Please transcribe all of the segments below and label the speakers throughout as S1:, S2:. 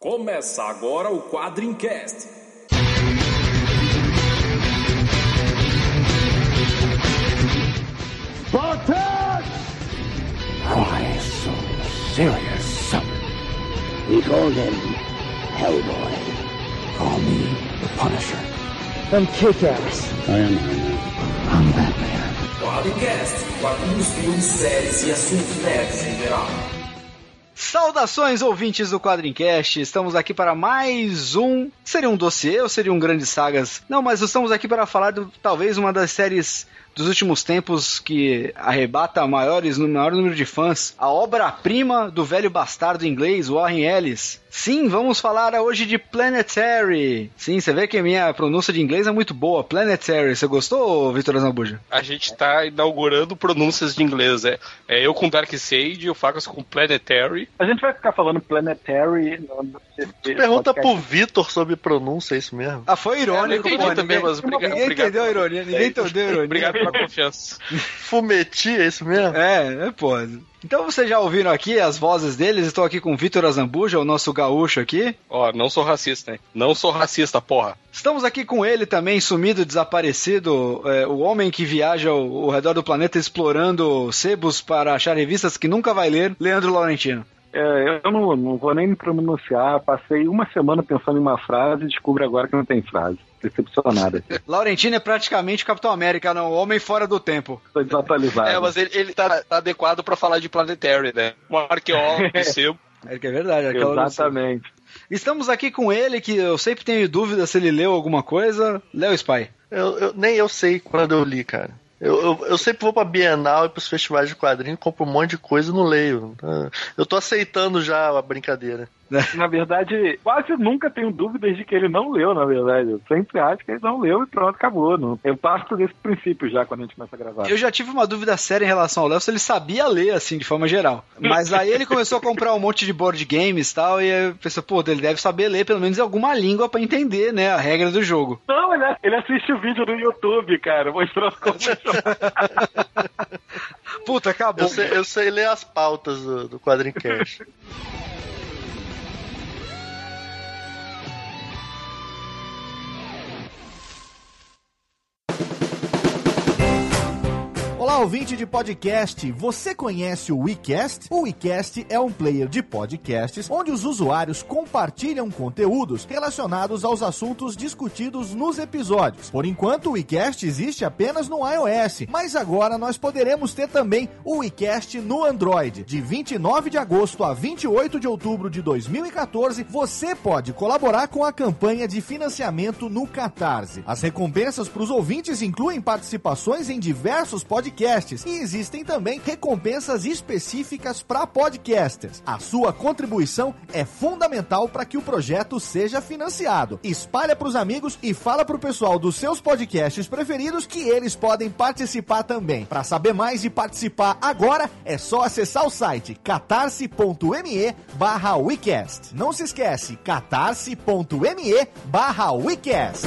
S1: Começa agora o Quadrincast.
S2: Spartan!
S3: Why so serious, son?
S2: We call him Hellboy.
S3: Call me the Punisher.
S2: I'm Kick-Ass.
S3: I am Iron Man. I'm Batman.
S1: Quadrincast, quadrinhos, filmes, séries e assuntos nerds em geral.
S4: Saudações, ouvintes do Quadrincast, estamos aqui para mais um... Seria um dossiê ou seria um Grandes Sagas? Não, mas estamos aqui para falar de talvez uma das séries dos últimos tempos que arrebata maior número de fãs, a obra-prima do velho bastardo inglês, Warren Ellis. Sim, vamos falar hoje de Planetary. Sim, você vê que a minha pronúncia de inglês é muito boa. Planetary, você gostou, Vitor Zambuja?
S5: A gente tá inaugurando pronúncias de inglês, é eu com Darkseid, o Facas com Planetary.
S6: A gente vai ficar falando Planetary...
S7: Pergunta pro Vitor sobre pronúncia, é isso mesmo?
S4: Ah, foi irônico.
S5: Eu entendi também, mas
S4: ninguém entendeu a ironia, ninguém entendeu a ironia.
S5: Obrigado pela confiança.
S7: Fumeti, é isso mesmo?
S4: Pô. Então vocês já ouviram aqui as vozes deles? Estou aqui com o Vitor Azambuja, o nosso gaúcho aqui.
S5: Ó, não sou racista, hein? Não sou racista, porra.
S4: Estamos aqui com ele também, sumido, desaparecido, o homem que viaja ao redor do planeta explorando sebos para achar revistas que nunca vai ler, Leandro Laurentino.
S6: Eu não vou nem me pronunciar, passei uma semana pensando em uma frase e descubro agora que não tem frase. Decepcionada.
S4: Laurentino é praticamente o Capitão América, não, o homem fora do tempo.
S6: Estou desatualizado.
S5: Mas ele tá adequado pra falar de Planetary, né? Um arqueólogo do sebo.
S4: É que é verdade.
S6: Exatamente.
S4: Estamos aqui com ele, que eu sempre tenho dúvida se ele leu alguma coisa. Léo Spy.
S7: Nem eu sei quando eu li, cara. Eu sempre vou pra Bienal e pros festivais de quadrinhos, compro um monte de coisa e não leio. Eu tô aceitando já a brincadeira.
S6: Na verdade, quase nunca tenho dúvidas de que ele não leu, na verdade. Eu sempre acho que ele não leu e pronto, acabou. Não. Eu parto desse princípio já quando a gente começa a gravar.
S4: Eu já tive uma dúvida séria em relação ao Léo, se ele sabia ler, assim, de forma geral. Mas aí ele começou a comprar um monte de board games e tal, e eu pensei, pô, ele deve saber ler pelo menos em alguma língua pra entender, né, a regra do jogo.
S6: Não, ele assiste o vídeo no YouTube, cara, mostrando como
S4: Puta, acabou.
S7: Eu sei ler as pautas do Quadrincast.
S8: Olá, ouvinte de podcast, você conhece o WeCast? O WeCast é um player de podcasts onde os usuários compartilham conteúdos relacionados aos assuntos discutidos nos episódios. Por enquanto, o WeCast existe apenas no iOS, mas agora nós poderemos ter também o WeCast no Android. De 29 de agosto a 28 de outubro de 2014, você pode colaborar com a campanha de financiamento no Catarse. As recompensas para os ouvintes incluem participações em diversos podcasts e existem também recompensas específicas para podcasters. A sua contribuição é fundamental para que o projeto seja financiado. Espalha para os amigos e fala para o pessoal dos seus podcasts preferidos que eles podem participar também. Para saber mais e participar agora, é só acessar o site catarse.me/wecast. Não se esquece, catarse.me/wecast.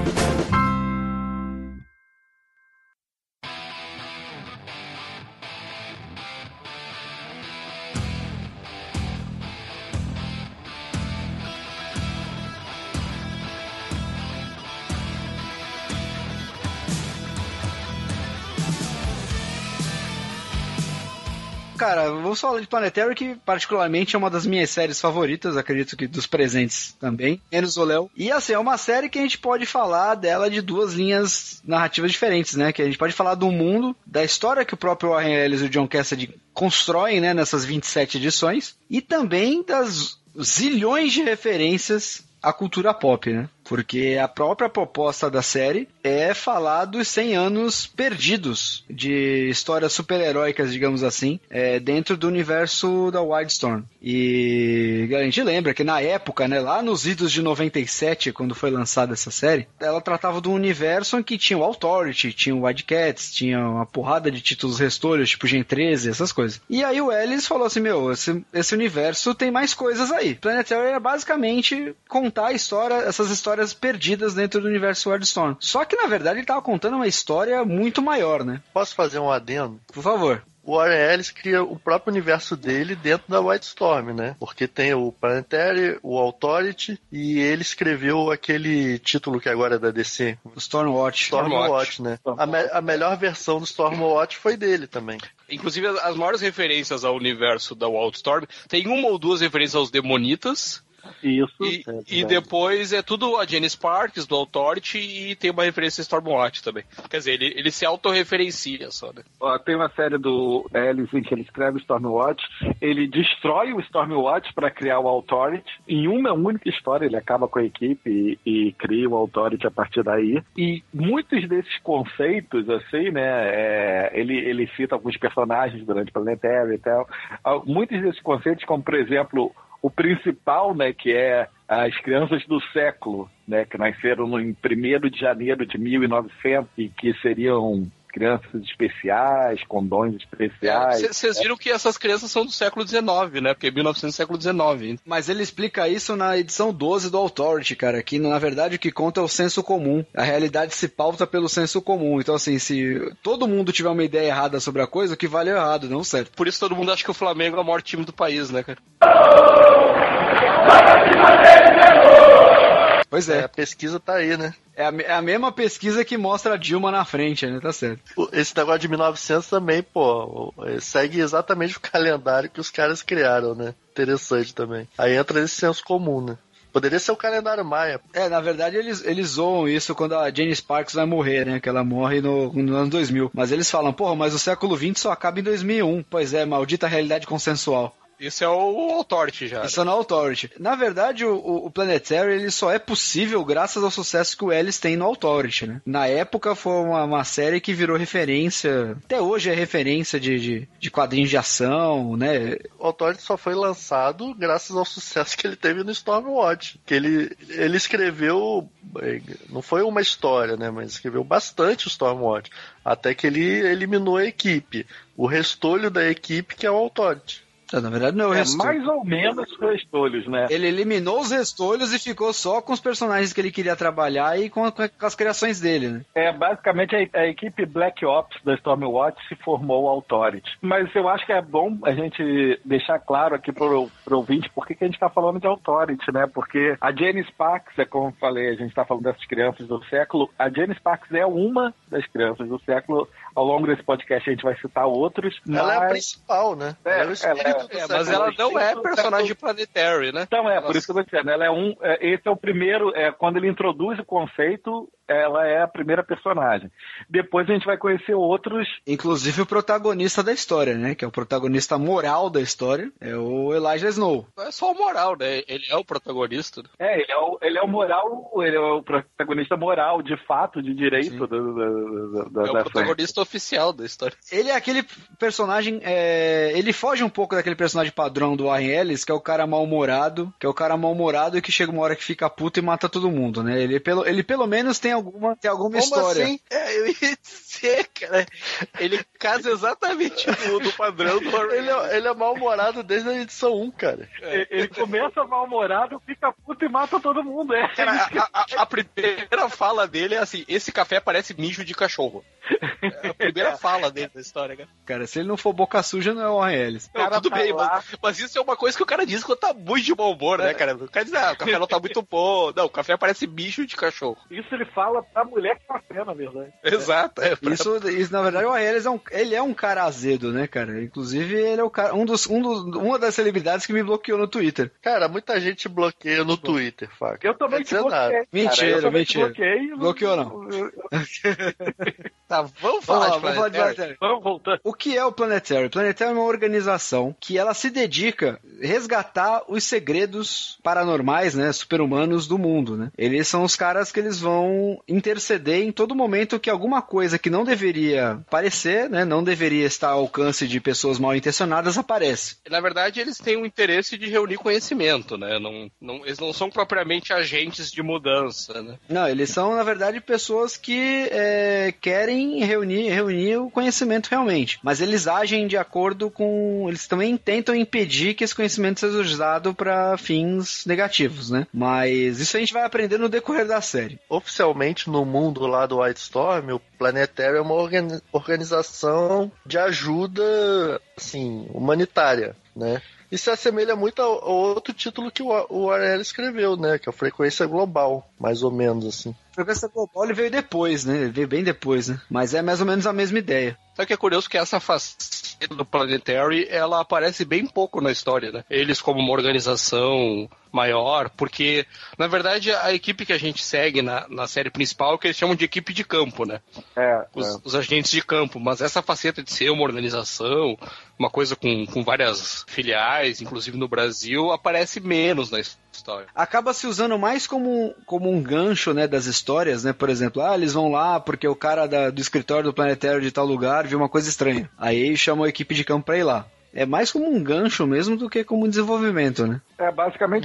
S4: Cara, vamos falar de Planetary, que particularmente é uma das minhas séries favoritas, acredito que dos presentes também, menos o Léo. E assim, é uma série que a gente pode falar dela de duas linhas narrativas diferentes, né? Que a gente pode falar do mundo, da história que o próprio Warren Ellis e o John Cassaday constroem, né, nessas 27 edições, e também das zilhões de referências à cultura pop, né? Porque a própria proposta da série é falar dos 100 anos perdidos de histórias super-heróicas, digamos assim, dentro do universo da Wildstorm. E a gente lembra que na época, né, lá nos idos de 97, quando foi lançada essa série, ela tratava de um universo em que tinha o Authority, tinha o Wildcats, tinha uma porrada de títulos restolhos, tipo Gen 13, essas coisas. E aí o Ellis falou assim, esse universo tem mais coisas aí. Planetary era basicamente contar a história, essas histórias perdidas dentro do universo Wildstorm. Só que, na verdade, ele estava contando uma história muito maior, né?
S7: Posso fazer um adendo?
S4: Por favor.
S7: o Warren Ellis cria o próprio universo dele dentro da Wildstorm, né? Porque tem o Planetary, o Authority, e ele escreveu aquele título que agora é da DC.
S4: O Stormwatch.
S7: Stormwatch, né? A melhor versão do Stormwatch foi dele também.
S5: Inclusive, as maiores referências ao universo da Wildstorm, tem uma ou duas referências aos Demonitas.
S6: Isso.
S5: E depois é tudo a Jane Sparks, do Authority, e tem uma referência a Stormwatch também. Quer dizer, ele se autorreferencia só, né?
S6: Ó, tem uma série do Ellis em que ele escreve Stormwatch, ele destrói o Stormwatch para criar o Authority. Em uma única história ele acaba com a equipe e cria o Authority a partir daí. E muitos desses conceitos, assim, né, ele cita alguns personagens durante Planetary e tal. Muitos desses conceitos, como por exemplo o principal, né, que é as crianças do século, né, que nasceram em 1º de janeiro de 1900 e que seriam crianças especiais, com dons especiais.
S5: Vocês viram que essas crianças são do século XIX, né? Porque 1900 é século XIX.
S4: Mas ele explica isso na edição 12 do Authority, cara, que na verdade o que conta é o senso comum. A realidade se pauta pelo senso comum. Então, assim, se todo mundo tiver uma ideia errada sobre a coisa, o que vale é errado, não certo.
S5: Por isso todo mundo acha que o Flamengo é o maior time do país, né, cara?
S4: Pois é.
S7: A pesquisa tá aí, né?
S4: É a mesma pesquisa que mostra a Dilma na frente, né? Tá certo.
S7: Esse negócio de 1900 também, pô, segue exatamente o calendário que os caras criaram, né? Interessante também. Aí entra nesse senso comum, né? Poderia ser o calendário maia.
S4: Na verdade eles zoam isso quando a Jane Sparks vai morrer, né? Que ela morre no ano 2000. Mas eles falam, porra, mas o século XX só acaba em 2001. Pois é, maldita realidade consensual.
S5: Isso é o Authority já.
S4: Isso é no Authority. Na verdade, o Planetary ele só é possível graças ao sucesso que o Ellis tem no Authority, né? Na época foi uma série que virou referência, até hoje é referência de quadrinhos de ação, né?
S7: O Authority só foi lançado graças ao sucesso que ele teve no Stormwatch. Que ele escreveu, não foi uma história, né? Mas escreveu bastante o Stormwatch. Até que ele eliminou a equipe. O restolho da equipe que é o Authority.
S4: Na verdade não é o restolho.
S6: Mais ou menos os restolhos, né?
S4: Ele eliminou os restolhos e ficou só com os personagens que ele queria trabalhar e com as criações dele, né?
S6: Basicamente a equipe Black Ops da Stormwatch se formou o Authority. Mas eu acho que é bom a gente deixar claro aqui pro ouvinte por que a gente tá falando de Authority, né? Porque a Jane Sparks, como eu falei, a gente tá falando dessas crianças do século, a Jane Sparks é uma das crianças do século. Ao longo desse podcast a gente vai citar outros.
S7: Ela é a principal, né?
S5: Ela é o espírito mas ela não é personagem Planetary, né?
S6: Então por isso que eu tô dizendo. Ela esse é o primeiro, quando ele introduz o conceito, ela é a primeira personagem. Depois a gente vai conhecer outros.
S4: Inclusive o protagonista da história, né? Que é o protagonista moral da história, é o Elijah Snow.
S5: Não é só o moral, né? Ele é o protagonista.
S6: Ele é o moral, ele é o protagonista moral, de fato, de direito.
S5: É o protagonista oficial da história.
S4: Ele é aquele personagem, ele foge um pouco daquele personagem padrão do Warren Ellis, que é o cara mal-humorado, e que chega uma hora que fica puto e mata todo mundo, né? Ele pelo menos tem alguma história.
S5: Assim? Eu ia dizer, cara, ele casa exatamente no padrão do Warren Ellis.
S7: Ele é mal-humorado desde a edição 1, cara.
S6: Ele começa mal-humorado, fica puto e mata todo mundo.
S5: Cara, a primeira fala dele é assim, esse café parece mijo de cachorro. É a primeira fala dele da história, cara.
S4: Cara, se ele não for boca suja, não é o Warren Ellis.
S5: Tudo bem, mas isso é uma coisa que o cara diz quando tá muito de mau humor, né, cara? O cara diz, o café não tá muito bom. Não, o café parece bicho de cachorro.
S6: Isso ele fala pra mulher que café, na verdade.
S5: Exato.
S4: Isso, na verdade, o Warren Ellis ele é um cara azedo, né, cara? Inclusive, ele é o cara, uma das celebridades que me bloqueou no Twitter.
S7: Cara, muita gente bloqueia no Twitter, Faca.
S6: Eu também te bloqueei.
S4: Mentira.
S6: Bloqueou
S4: não.
S5: Tá, vamos falar de Planetary.
S6: Vamos voltar.
S4: O que é o Planetary? O Planetary é uma organização que ela se dedica a resgatar os segredos paranormais, né, super-humanos do mundo, né? Eles são os caras que eles vão interceder em todo momento que alguma coisa que não deveria aparecer, né, não deveria estar ao alcance de pessoas mal intencionadas, aparece.
S5: Na verdade, eles têm o interesse de reunir conhecimento, né? Eles não são propriamente agentes de mudança, né?
S4: Não, eles são, na verdade, pessoas que querem querem reunir o conhecimento realmente. Mas eles agem de acordo com... Eles também tentam impedir que esse conhecimento seja usado para fins negativos, né? Mas isso a gente vai aprender no decorrer da série.
S7: Oficialmente, no mundo lá do Wildstorm, o Planetário é uma organização de ajuda, assim, humanitária, né? E se assemelha muito ao outro título que o Ariel escreveu, né? Que é a Frequência Global, mais ou menos, assim.
S4: A Frequência Global ele veio depois, né? Ele veio bem depois, né? Mas é mais ou menos a mesma ideia.
S5: Só que é curioso que essa faceta do Planetary, ela aparece bem pouco na história, né? Eles como uma organização maior, porque, na verdade, a equipe que a gente segue na série principal é o que eles chamam de equipe de campo, né? Os agentes de campo, mas essa faceta de ser uma organização, uma coisa com várias filiais, inclusive no Brasil, aparece menos na história.
S4: Acaba se usando mais como um gancho, né, das histórias, né? Por exemplo, eles vão lá porque o cara do escritório do Planetário de tal lugar viu uma coisa estranha. Aí chamou a equipe de campo pra ir lá. É mais como um gancho mesmo do que como um desenvolvimento, né?
S6: Basicamente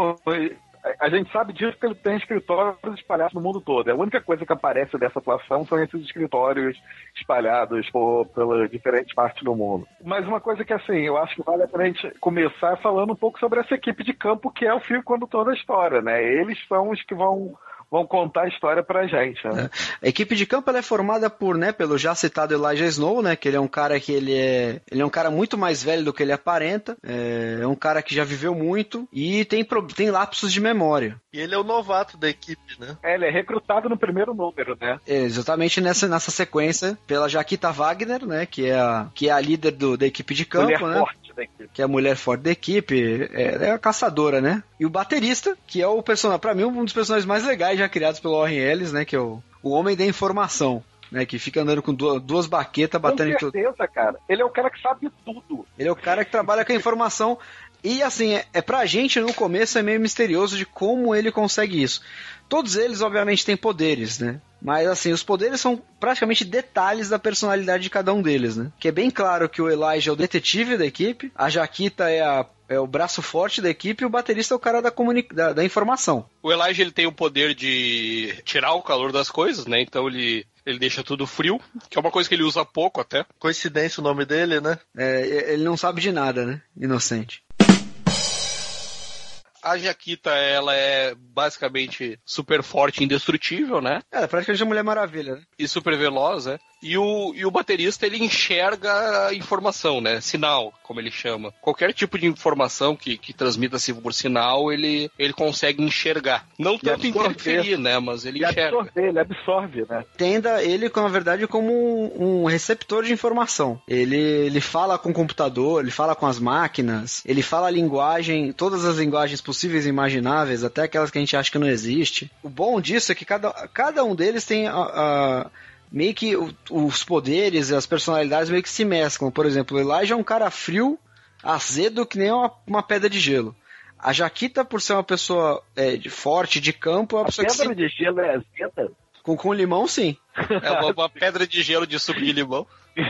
S6: a gente sabe disso porque ele tem escritórios espalhados no mundo todo. A única coisa que aparece dessa atuação são esses escritórios espalhados pelas diferentes partes do mundo. Mas uma coisa que, assim, eu acho que vale a pena a gente começar falando um pouco sobre essa equipe de campo que é o fio condutor da história, né? Eles são os que vão contar a história pra gente, né?
S4: A equipe de campo ela é formada pelo já citado Elijah Snow, né? Que ele é um cara que ele é um cara muito mais velho do que ele aparenta, é um cara que já viveu muito e tem lapsos de memória.
S7: E ele é o novato da equipe, né?
S6: Ele é recrutado no primeiro número, né?
S4: Exatamente nessa sequência pela Jaquita Wagner, né? Que é a líder da equipe de campo,
S6: mulher
S4: né?
S6: Forte da equipe.
S4: Que é a mulher forte da equipe, é a caçadora, né? E o baterista, que é o personagem, pra mim, um dos personagens mais legais já criados pelo Warren Ellis, né? Que é o homem da informação, né? Que fica andando com duas baquetas, batendo em tudo.
S6: Com certeza, cara. Ele é o cara que sabe tudo.
S4: Ele é o cara que trabalha com a informação. E assim, pra gente no começo é meio misterioso de como ele consegue isso. Todos eles, obviamente, têm poderes, né? Mas assim, os poderes são praticamente detalhes da personalidade de cada um deles, né? Que é bem claro que o Elijah é o detetive da equipe, a Jaquita é o braço forte da equipe e o baterista é o cara da informação.
S5: O Elijah ele tem o poder de tirar o calor das coisas, né? Então ele deixa tudo frio, que é uma coisa que ele usa pouco até.
S7: Coincidência o nome dele, né?
S4: Ele não sabe de nada, né? Inocente.
S5: A Jaquita, ela é basicamente super forte e indestrutível, né?
S4: É praticamente a Mulher Maravilha, né?
S5: E super veloz, né? E o baterista, ele enxerga a informação, né? Sinal, como ele chama. Qualquer tipo de informação que transmita-se por sinal, ele consegue enxergar. Não tanto interferir, né? Mas ele enxerga.
S6: Ele absorve, né?
S4: Entenda ele, na verdade, como um receptor de informação. Ele fala com o computador, ele fala com as máquinas, ele fala a linguagem, todas as linguagens possíveis e imagináveis, até aquelas que a gente acha que não existe. O bom disso é que cada um deles tem meio que os poderes e as personalidades meio que se mesclam. Por exemplo, o Elijah é um cara frio, azedo, que nem uma pedra de gelo. A Jaquita, por ser uma pessoa forte, de campo, é uma pessoa que
S6: pedra de gelo é azeda?
S4: Com limão, sim.
S5: É uma pedra de gelo de suco de limão.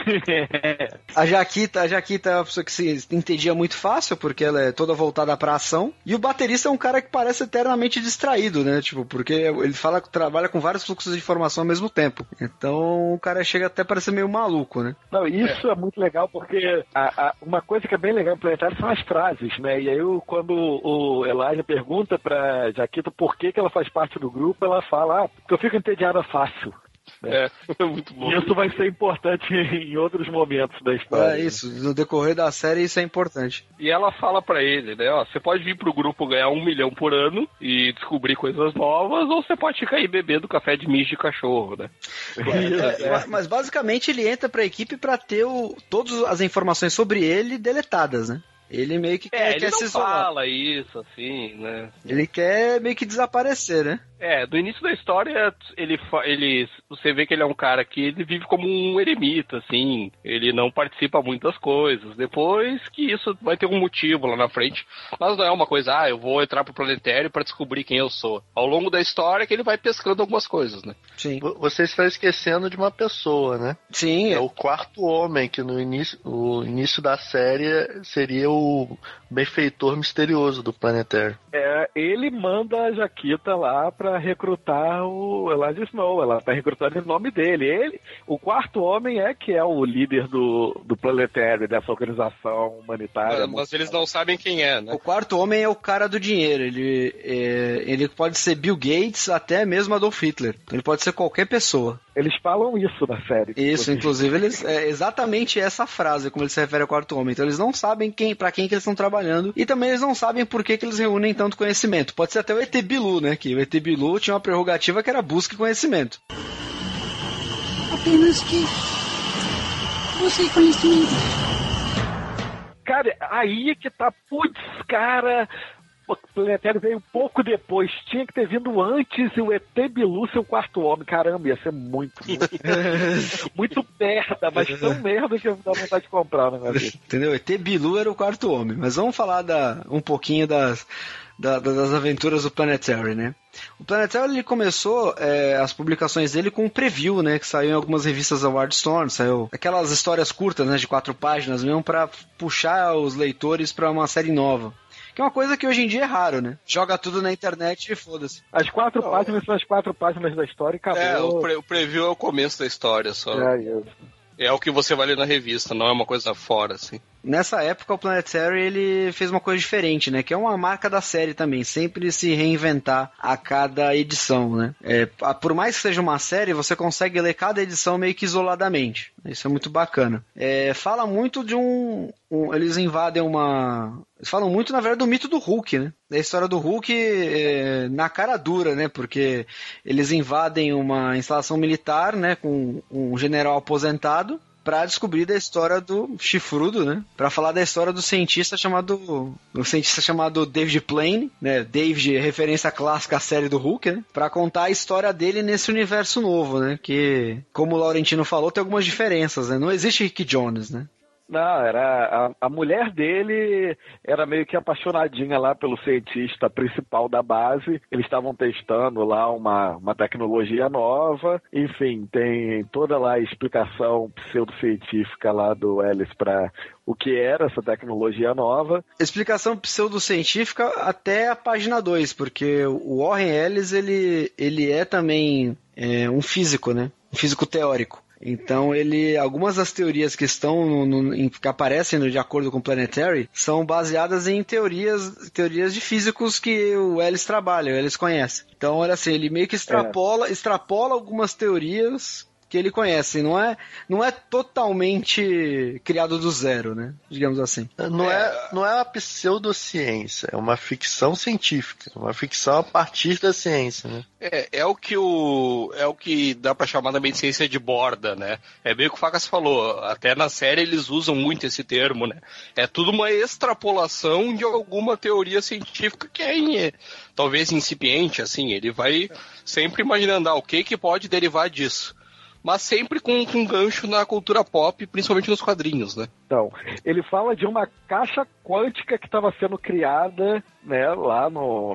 S4: A Jaquita é uma pessoa que se entendia muito fácil, porque ela é toda voltada pra ação. E o baterista é um cara que parece eternamente distraído, né? Tipo, porque ele trabalha com vários fluxos de informação ao mesmo tempo. Então o cara chega até a parecer meio maluco, né?
S6: Não, isso é muito legal, porque uma coisa que é bem legal no Planetário são as frases, né? E aí quando o Elijah pergunta pra Jaquita por que ela faz parte do grupo, ela fala, porque eu fico entediada fácil.
S5: É muito bom.
S6: Isso vai ser importante em outros momentos da história.
S4: É isso, no decorrer da série isso é importante.
S5: E ela fala pra ele, né, você pode vir pro grupo ganhar 1 milhão por ano e descobrir coisas novas, ou você pode ficar aí bebendo café de mijo de cachorro, né?
S4: Mas basicamente ele entra pra equipe pra ter todas as informações sobre ele deletadas, né? Ele meio que quer
S5: ele
S4: se
S5: não
S4: isolar.
S5: fala isso, assim, né?
S4: Ele quer meio que desaparecer, né?
S5: Do início da história, você vê que ele é um cara que ele vive como um eremita, assim, ele não participa muito das coisas. Depois que isso vai ter um motivo lá na frente, mas não é uma coisa, eu vou entrar pro planetário para descobrir quem eu sou. Ao longo da história que ele vai pescando algumas coisas, né?
S4: Sim.
S7: Você está esquecendo de uma pessoa, né?
S4: Sim.
S7: É o quarto homem, que no início da série seria o benfeitor misterioso do planetário.
S6: ele manda a Jaquita lá pra recrutar o Elijah Snow. Ela tá recrutando em nome dele. Ele, o quarto homem que é o líder do Planetary, dessa organização humanitária.
S5: Mas eles não sabem quem é, né?
S4: O quarto homem é o cara do dinheiro. Ele pode ser Bill Gates, até mesmo Adolf Hitler. Ele pode ser qualquer pessoa.
S6: Eles falam isso na série.
S4: Isso, inclusive, eles exatamente essa frase, como ele se refere ao quarto homem. Então eles não sabem pra quem que eles estão trabalhando, e também eles não sabem por que eles reúnem tanto conhecimento. Pode ser até o ET Bilu, né? Que o ET Bilu tinha uma prerrogativa que era busca e conhecimento.
S9: Apenas que busca e conhecimento.
S6: Cara, aí é que tá, putz, cara... O Planetário veio um pouco depois. Tinha que ter vindo antes e o ET Bilu ser o quarto homem. Caramba, ia ser muito merda, mas tão merda que eu dá vontade de comprar o negócio.
S4: Entendeu? ET Bilu era o quarto homem. Mas vamos falar um pouquinho das aventuras do Planetary, né? O Planetary, ele começou as publicações dele com um preview, né? Que saiu em algumas revistas da Wildstorm, saiu aquelas histórias curtas, né? De 4 páginas mesmo, pra puxar os leitores pra uma série nova. Que é uma coisa que hoje em dia é raro, né? Joga tudo na internet e foda-se.
S6: As 4 páginas são as 4 páginas da história e acabou.
S5: O preview é o começo da história só. É o que você vai ler na revista, não é uma coisa fora, assim.
S4: Nessa época, o Planetary, ele fez uma coisa diferente, né? Que é uma marca da série também, sempre se reinventar a cada edição, né? Por mais que seja uma série, você consegue ler cada edição meio que isoladamente. Isso é muito bacana. Fala muito de eles invadem eles falam muito, na verdade, do mito do Hulk, né? Da história do Hulk na cara dura, né? Porque eles invadem uma instalação militar, né? Com um general aposentado, pra descobrir da história do chifrudo, né? Pra falar da história do cientista chamado David Blaine, né? David é referência clássica à série do Hulk, né? Pra contar a história dele nesse universo novo, né? Que, como o Laurentino falou, tem algumas diferenças, né? Não existe Rick Jones, né?
S6: Não, era a mulher dele era meio que apaixonadinha lá pelo cientista principal da base. Eles estavam testando lá uma tecnologia nova. Enfim, tem toda lá a explicação pseudocientífica lá do Ellis para o que era essa tecnologia nova.
S4: Explicação pseudocientífica até a página 2, porque o Warren Ellis, ele é também um físico, né? Um físico teórico. Então algumas das teorias que que aparecem de acordo com o Planetary são baseadas em teorias de físicos que o Ellis trabalha, o Ellis conhece. Então, olha assim, ele meio que extrapola algumas teorias que ele conhece, não é totalmente criado do zero, né? Digamos assim.
S7: Não é uma pseudociência, é uma ficção científica, uma ficção a partir da ciência, né?
S5: É o que dá pra chamar também de ciência de borda, né? É bem o que o Facas falou, até na série eles usam muito esse termo, né? É tudo uma extrapolação de alguma teoria científica que talvez incipiente, assim, ele vai sempre imaginando o que pode derivar disso. Mas sempre com um gancho na cultura pop, principalmente nos quadrinhos, né?
S6: Então, ele fala de uma caixa quântica que estava sendo criada, né, lá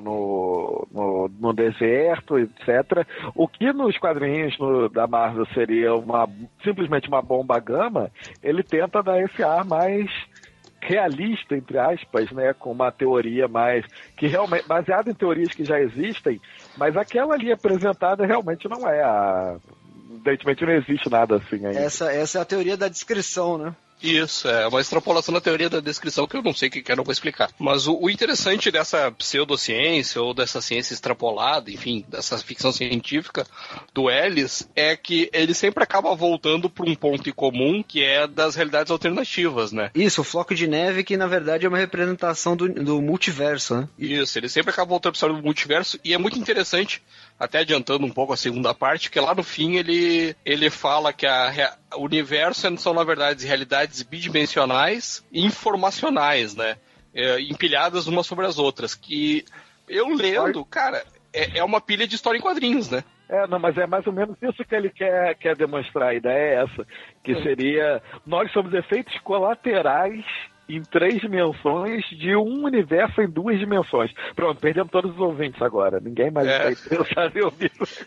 S6: no deserto, etc. O que nos quadrinhos da Marvel seria simplesmente uma bomba gama, ele tenta dar esse ar mais realista, entre aspas, né, com uma teoria mais que realmente baseada em teorias que já existem, mas aquela ali apresentada realmente não é evidentemente não existe nada assim ainda.
S4: Essa é a teoria da descrição, né?
S5: Isso, é uma extrapolação da teoria da descrição que eu não sei o que eu não vou explicar. Mas o interessante dessa pseudociência ou dessa ciência extrapolada, enfim, dessa ficção científica do Ellis, é que ele sempre acaba voltando para um ponto em comum, que é das realidades alternativas, né?
S4: Isso, o floco de neve, que na verdade é uma representação do multiverso, né?
S5: Isso, ele sempre acaba voltando para a história do multiverso, e é muito interessante, até adiantando um pouco a segunda parte, que lá no fim ele fala que o universo são, na verdade, realidades bidimensionais e informacionais, né? Empilhadas umas sobre as outras, que eu lendo, cara, é uma pilha de história em quadrinhos, né?
S6: Não, mas é mais ou menos isso que ele quer demonstrar. A ideia é essa, que seria, nós somos efeitos colaterais em 3 dimensões de um universo em 2 dimensões. Pronto, perdemos todos os ouvintes agora. Ninguém mais vai pensar em ouvir.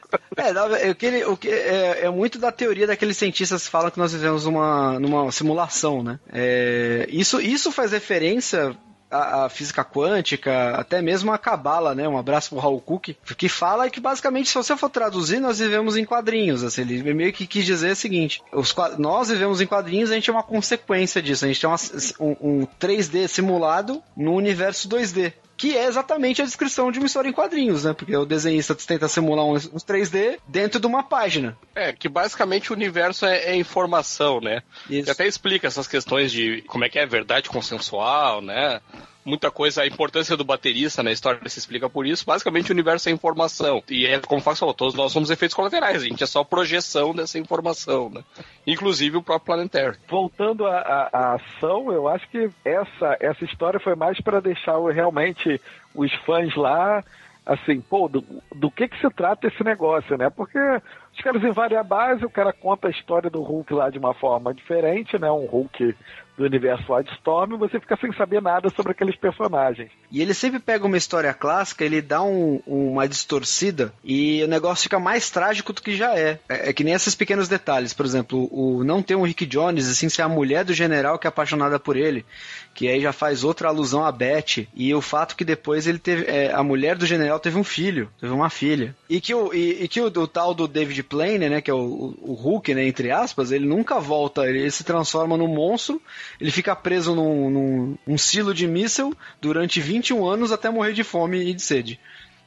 S4: É muito da teoria daqueles cientistas que falam que nós vivemos numa simulação, né? Isso faz referência a física quântica, até mesmo a Cabala, né? Um abraço pro Raul Cook, que fala que basicamente, se você for traduzir, nós vivemos em quadrinhos. Assim, ele meio que quis dizer o seguinte: nós vivemos em quadrinhos, a gente é uma consequência disso. A gente tem um 3D simulado no universo 2D. Que é exatamente a descrição de uma história em quadrinhos, né? Porque o desenhista tenta simular uns 3D dentro de uma página.
S5: Que basicamente o universo é informação, né?
S4: Isso.
S5: E até explica essas questões de como é que é verdade consensual, né? Muita coisa, a importância do baterista na história se explica por isso. Basicamente o universo é informação. E é como o Fox falou, todos nós somos efeitos colaterais. A gente é só projeção dessa informação, né? Inclusive o próprio Planetary.
S6: Voltando à ação, eu acho que essa história foi mais para deixar realmente os fãs lá, assim, pô, do que se trata esse negócio, né? Porque os caras invadem a base, o cara conta a história do Hulk lá de uma forma diferente, né? Um Hulk do universo Wildstorm, e você fica sem saber nada sobre aqueles personagens.
S4: E ele sempre pega uma história clássica, ele dá uma distorcida e o negócio fica mais trágico do que já é. É que nem esses pequenos detalhes, por exemplo, o não ter um Rick Jones, assim, ser a mulher do general que é apaixonada por ele, que aí já faz outra alusão a Beth, e o fato que depois ele teve, a mulher do general teve um filho, teve uma filha. E que o tal do David Plane, né, que é o Hulk, né, entre aspas, ele nunca volta, ele se transforma num monstro. Ele fica preso num silo de míssil durante 21 anos até morrer de fome e de sede.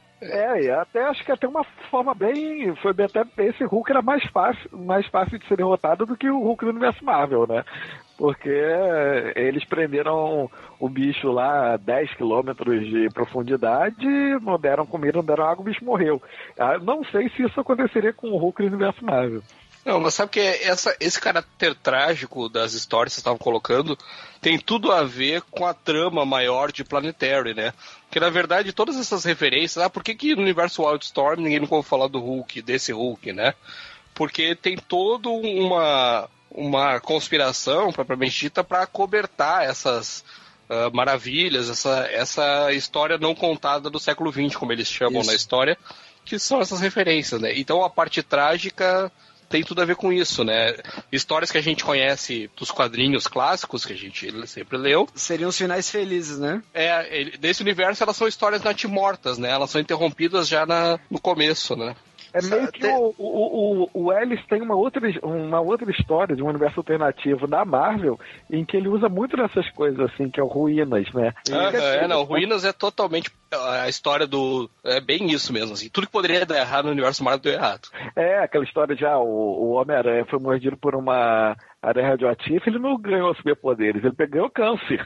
S6: E até acho que até uma forma bem... Até esse Hulk era mais fácil de ser derrotado do que o Hulk do universo Marvel, né? Porque eles prenderam o bicho lá a 10 quilômetros de profundidade, não deram comida, não deram água, o bicho morreu. Não sei se isso aconteceria com o Hulk do universo Marvel.
S5: Não, mas sabe que esse caráter trágico das histórias que vocês estavam colocando tem tudo a ver com a trama maior de Planetary, né? Porque, na verdade, todas essas referências... por que no universo Wildstorm ninguém nunca ouviu falar do Hulk, desse Hulk, né? Porque tem toda uma conspiração, propriamente dita, para acobertar essas maravilhas, essa história não contada do século XX, como eles chamam na história, que são essas referências, né? Então, a parte trágica... tem tudo a ver com isso, né? Histórias que a gente conhece dos quadrinhos clássicos, que a gente sempre leu.
S4: Seriam os finais felizes, né?
S5: Desse universo elas são histórias natimortas, né? Elas são interrompidas já no começo, né?
S6: É meio que o Ellis tem uma outra história de um universo alternativo da Marvel, em que ele usa muito dessas coisas, assim, que é o Ruínas, né?
S5: Ruínas é totalmente a história do... É bem isso mesmo, assim. Tudo que poderia dar errado no universo Marvel deu errado.
S6: Aquela história de o Homem-Aranha foi mordido por uma aranha radioativa, ele não ganhou superpoderes, ele ganhou câncer.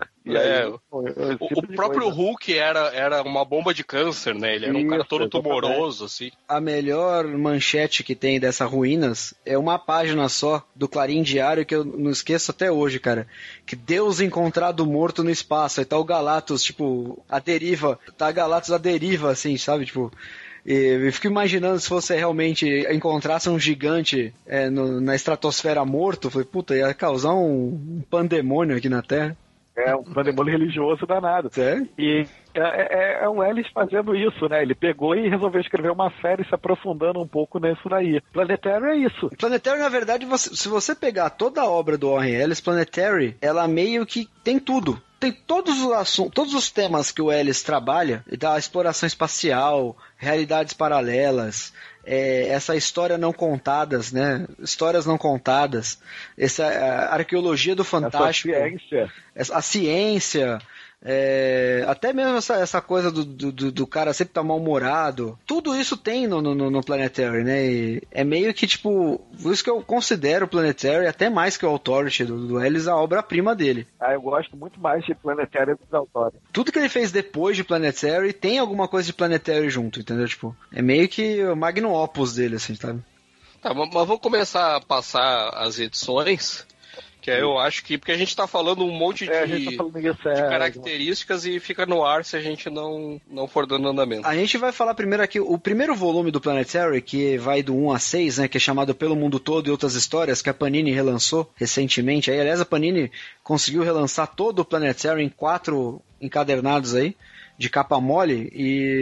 S5: O próprio Hulk era uma bomba de câncer, né? Ele era um cara todo tumoroso, assim.
S4: A melhor manchete que tem dessa Ruínas é uma página só do Clarim Diário, que eu não esqueço até hoje, cara. Que Deus encontrado morto no espaço. Aí tá o Galactus, tipo, a deriva. Tá Galactus à deriva, assim, sabe? Tipo... eu fico imaginando se você realmente encontrasse um gigante na estratosfera morto, falei, puta, ia causar um pandemônio aqui na Terra.
S6: Um pandemônio religioso danado. E é o Ellis fazendo isso, né? Ele pegou e resolveu escrever uma série se aprofundando um pouco nisso daí. Planetary é isso.
S4: Planetary, na verdade, se você pegar toda a obra do Warren Ellis, Planetary, ela meio que tem tudo. Tem todos os assuntos, todos os temas que o Ellis trabalha, da exploração espacial, realidades paralelas, essa história não contadas, né? Histórias não contadas, essa arqueologia do fantástico, a ciência, até mesmo essa coisa do cara sempre estar mal-humorado, tudo isso tem no Planetary, né? E é meio que tipo, por isso que eu considero o Planetary, até mais que o Authority do Ellis, a obra-prima dele.
S6: Eu gosto muito mais de Planetary do que do Authority.
S4: Tudo que ele fez depois de Planetary tem alguma coisa de Planetary junto, entendeu? Tipo, é meio que o magnum opus dele, assim, sabe?
S5: Tá, mas vamos começar a passar as edições. Que aí eu acho que... Porque a gente tá falando um monte de características e fica no ar se a gente não for dando andamento.
S4: A gente vai falar primeiro aqui... O primeiro volume do Planetary, que vai do 1 a 6, né? Que é chamado Pelo Mundo Todo e Outras Histórias, que a Panini relançou recentemente. Aí, aliás, a Panini conseguiu relançar todo o Planetary em 4 encadernados aí, de capa mole. E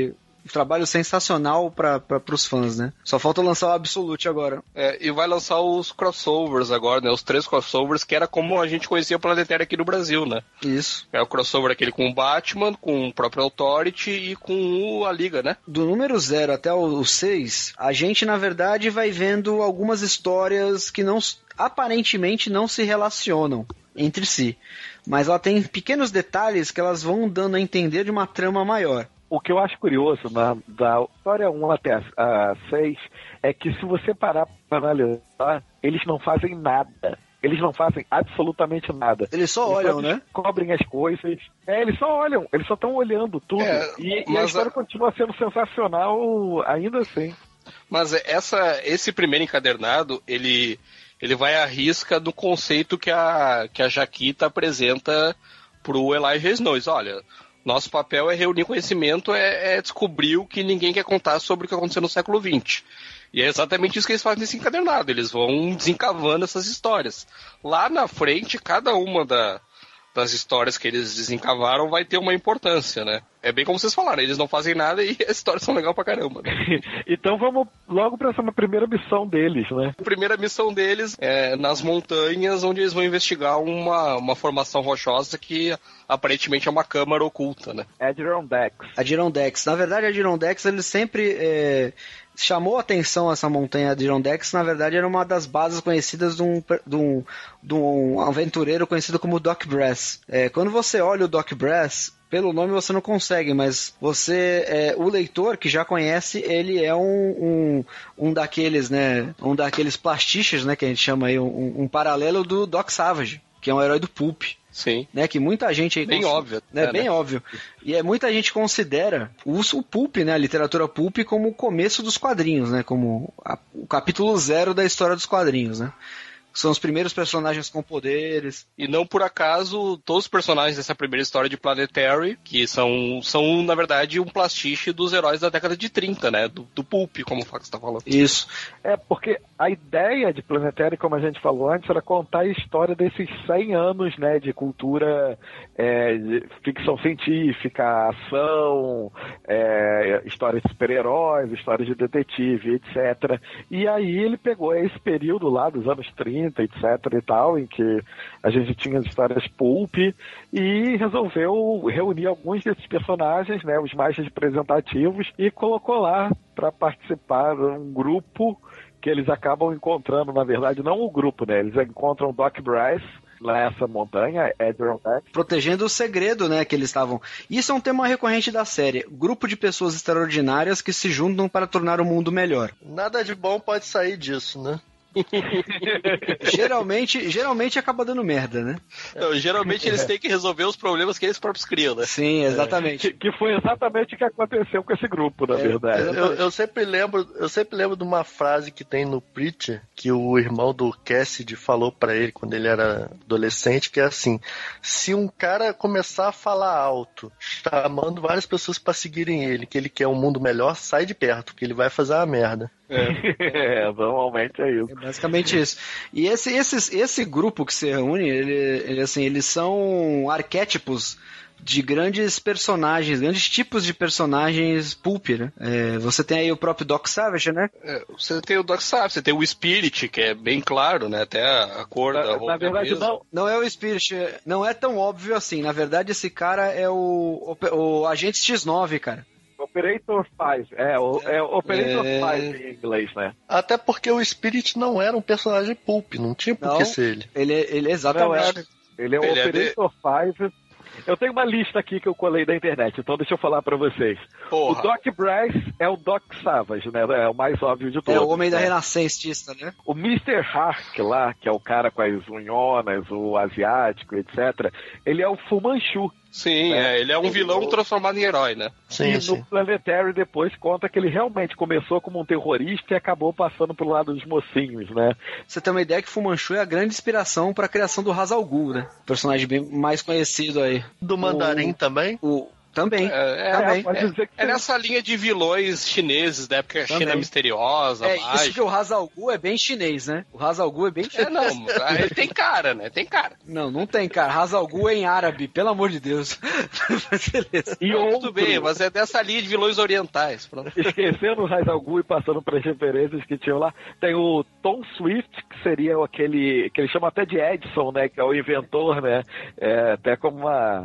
S4: trabalho sensacional para os fãs, né? Só falta lançar o Absolute agora.
S5: E vai lançar os crossovers agora, né? Os 3 crossovers, que era como a gente conhecia o Planetário aqui no Brasil, né?
S4: Isso.
S5: É o crossover aquele com o Batman, com o próprio Authority e com a Liga, né?
S4: Do número 0 até o 6, a gente, na verdade, vai vendo algumas histórias que aparentemente não se relacionam entre si. Mas ela tem pequenos detalhes que elas vão dando a entender de uma trama maior.
S6: O que eu acho curioso da história 1 até a 6 é que se você parar para analisar, eles não fazem nada. Eles não fazem absolutamente nada.
S4: Eles só olham, né?
S6: Cobrem as coisas. Eles só olham. Eles só estão olhando tudo. E a história continua sendo sensacional ainda assim.
S5: Mas esse primeiro encadernado, ele vai à risca do conceito que a Jaquita apresenta pro Elijah Snow. Olha, nosso papel é reunir conhecimento, é descobrir o que ninguém quer contar sobre o que aconteceu no século XX. E é exatamente isso que eles fazem nesse encadernado. Eles vão desencavando essas histórias. Lá na frente, cada uma das histórias que eles desencavaram vai ter uma importância, né? É bem como vocês falaram, eles não fazem nada e as histórias são legais pra caramba. Né?
S6: Então vamos logo pra essa primeira missão deles, né?
S5: A primeira missão deles é nas montanhas, onde eles vão investigar uma formação rochosa que aparentemente é uma câmara oculta, né?
S6: Adirondack.
S4: Na verdade, Adirondack, ele sempre chamou a atenção essa montanha Adirondack. Na verdade, era uma das bases conhecidas de um aventureiro conhecido como Doc Brass. Quando você olha o Doc Brass, pelo nome você não consegue, mas o leitor que já conhece, ele é um daqueles, né? Um daqueles plastiches, né? Que a gente chama aí, um paralelo do Doc Savage, que é um herói do Pulp.
S5: Sim.
S4: Né, que muita gente aí
S5: bem óbvio.
S4: Bem óbvio. E muita gente considera o Pulp, né, a literatura Pulp, como o começo dos quadrinhos, né? Como o capítulo 0 da história dos quadrinhos, né? São os primeiros personagens com poderes.
S5: E não por acaso, todos os personagens dessa primeira história de Planetary, que são na verdade, um plastiche dos heróis da década de 30, né? Do Pulp, como o Fox está falando.
S4: Isso.
S6: Porque a ideia de Planetary, como a gente falou antes, era contar a história desses 100 anos, né? De cultura, de ficção científica, ação, histórias de super-heróis, histórias de detetive, etc. E aí ele pegou esse período lá dos anos 30, etc e tal, em que a gente tinha as histórias pulp e resolveu reunir alguns desses personagens, né, os mais representativos, e colocou lá para participar de um grupo que eles acabam encontrando, na verdade, não o grupo, né, eles encontram o Doc Brass nessa montanha, Adirondack,
S4: protegendo o segredo, né, que eles estavam. Isso é um tema recorrente da série. Grupo de pessoas extraordinárias que se juntam para tornar o mundo melhor.
S7: Nada de bom pode sair disso, né?
S4: geralmente acaba dando merda, né?
S5: Não, geralmente eles têm que resolver os problemas que eles próprios criam, né?
S4: Sim, exatamente.
S6: Que foi exatamente o que aconteceu com esse grupo, na verdade.
S7: Eu sempre lembro de uma frase que tem no Preacher, que o irmão do Cassidy falou pra ele quando ele era adolescente, que é assim: se um cara começar a falar alto, chamando várias pessoas pra seguirem ele, que ele quer um mundo melhor, sai de perto, que ele vai fazer uma merda.
S6: Normalmente é isso.
S4: É basicamente isso. E esse grupo que se reúne, eles são arquétipos de grandes personagens, grandes tipos de personagens pulp, né? Você tem aí o próprio Doc Savage, né?
S5: Você tem o Doc Savage, você tem o Spirit, que é bem claro, né? Até a cor da roupa.
S6: Na verdade,
S4: não é o Spirit, não é tão óbvio assim. Na verdade, esse cara é o Agente X9, cara.
S6: Operator 5, Operator 5 em inglês, né?
S7: Até porque o Spirit não era um personagem pulp, não tinha por que ser ele.
S4: Ele exatamente.
S6: Ele é o Operator 5. Eu tenho uma lista aqui que eu colei da internet, então deixa eu falar pra vocês.
S5: Porra.
S6: O Doc Brass é o Doc Savage, né? É o mais óbvio de todos.
S4: É o homem da renascentista, né?
S6: O Mr. Hark lá, que é o cara com as unhonas, o asiático, etc., ele é o Fu Manchu.
S5: Sim, ele é um vilão transformado em herói, né?
S6: Sim, no Planetary depois conta que ele realmente começou como um terrorista e acabou passando pro lado dos mocinhos, né?
S4: Você tem uma ideia que Fu Manchu é a grande inspiração para a criação do Ra's al Ghul, né? Personagem bem mais conhecido aí.
S7: Do Mandarim também?
S4: Também.
S6: Pode dizer que
S5: É nessa linha de vilões chineses da época China misteriosa, mágica.
S4: Isso que o Hazal Gu é bem chinês, né? O Hazal Gu é bem chinês.
S5: Não, ele tem cara, né? Tem cara.
S4: Não tem cara. Hazal Gu é em árabe, pelo amor de Deus. Mas beleza.
S6: E
S5: tudo bem, mas é dessa linha de vilões orientais.
S6: Esquecendo o Hazal Gu e passando para as referências que tinham lá, tem o Tom Swift, que seria aquele que eles chamam até de Edison, né? Que é o inventor, né? Até como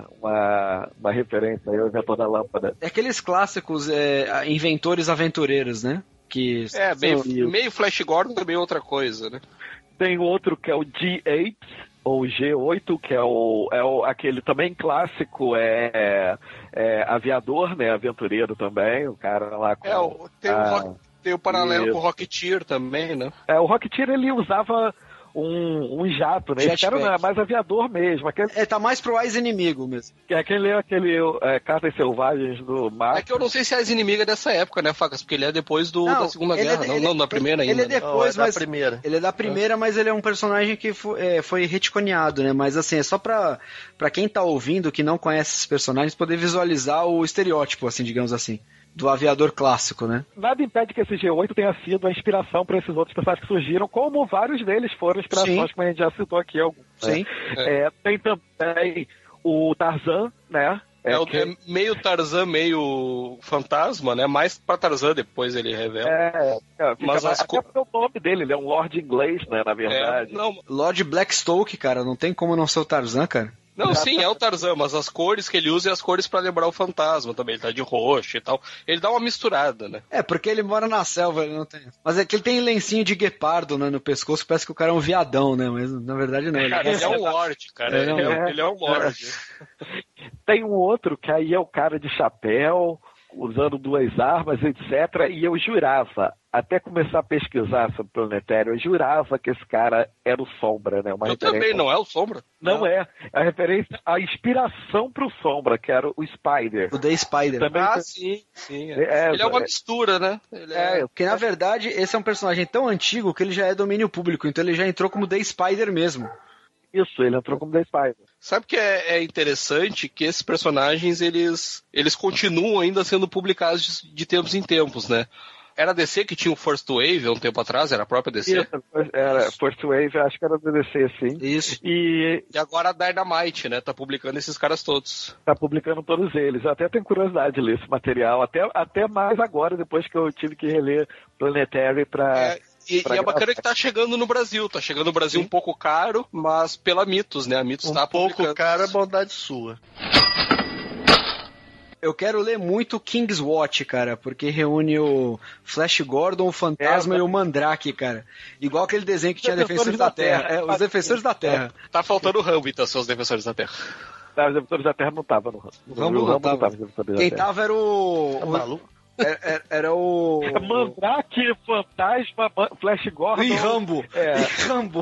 S6: uma referência aí, o inventor da lâmpada.
S4: É aqueles clássicos inventores aventureiros, né? Que
S5: meio Flash Gordon, também outra coisa, né?
S6: Tem outro que é o G8, ou G8, que é aquele também clássico, aviador, né? Aventureiro também, o cara lá com...
S5: Tem o paralelo com o Rocketeer também, né?
S6: O Rocketeer, ele usava um jato, né? Esse cara não é mais aviador mesmo.
S4: Tá mais pro Ais Inimigo mesmo.
S6: Aquele Cartas Selvagens do Mar.
S5: É que eu não sei se é Ais Inimigo da época, né, Facas? Porque ele é depois da Segunda Guerra, não da primeira ainda.
S4: Ele é depois,
S7: mas... da primeira.
S4: Ele é da primeira, mas ele é um personagem que foi retconeado, né? Mas assim, é só pra quem tá ouvindo, que não conhece esses personagens, poder visualizar o estereótipo, assim, digamos assim, do aviador clássico, né?
S6: Nada impede que esse G8 tenha sido a inspiração para esses outros personagens que surgiram, como vários deles foram inspirações, como a gente já citou aqui alguns.
S4: Sim.
S6: Tem também o Tarzan, né?
S5: É meio Tarzan, meio fantasma, né? Mais pra Tarzan depois ele revela.
S6: Mas até porque o nome dele, ele é um Lord inglês, né? Na verdade.
S4: Lord Blackstoke, cara, não tem como não ser o Tarzan, cara.
S5: Não, sim, é o Tarzan, mas as cores que ele usa é as cores pra lembrar o fantasma também. Ele tá de roxo e tal. Ele dá uma misturada, né?
S4: Porque ele mora na selva, ele não tem. Mas é que ele tem lencinho de guepardo, né, no pescoço, parece que o cara é um viadão, né? Mas na verdade não.
S5: Ele é um lorde, cara. Ele é um lorde.
S6: Tem um outro que aí é o cara de chapéu, usando 2 armas, etc. E eu jurava, até começar a pesquisar sobre o Planetário, eu jurava que esse cara era o Sombra, né?
S5: Eu também, não é o Sombra?
S6: Não é. A referência, a inspiração pro Sombra, que era o Spider.
S4: O The Spider.
S6: Também
S5: sim. Ele é uma mistura, né?
S4: Porque na verdade esse é um personagem tão antigo que ele já é domínio público, então ele já entrou como The Spider mesmo.
S6: Isso, ele entrou como The Spider.
S5: Sabe que é interessante que esses personagens, eles continuam ainda sendo publicados de tempos em tempos, né? Era a DC que tinha o First Wave há um tempo atrás? Era a própria DC?
S6: Isso, era First Wave, acho que era da DC, sim.
S4: Isso.
S5: E agora a Dynamite, né? Tá publicando esses caras todos.
S6: Tá publicando todos eles. Eu até tenho curiosidade de ler esse material. Até mais agora, depois que eu tive que reler Planetary pra...
S5: E é bacana que tá chegando no Brasil. Tá chegando no Brasil um pouco caro, mas pela Mitos, né? A Mitos tá publicando.
S7: Um pouco caro é bondade sua.
S4: Eu quero ler muito King's Watch, cara, porque reúne o Flash Gordon, o Fantasma e o Mandrake, cara. Igual aquele desenho que tinha Defensores da Terra. Os Defensores da Terra.
S5: Tá faltando o Rambo, então, são os Defensores da Terra.
S6: Os Defensores da Terra não tava no Rambo.
S4: O Rambo não tava. Quem tava era o...
S7: Tá maluco?
S4: Era o...
S6: Mandrake, Fantasma, Flash Gordon...
S4: E Rambo. E Rambo.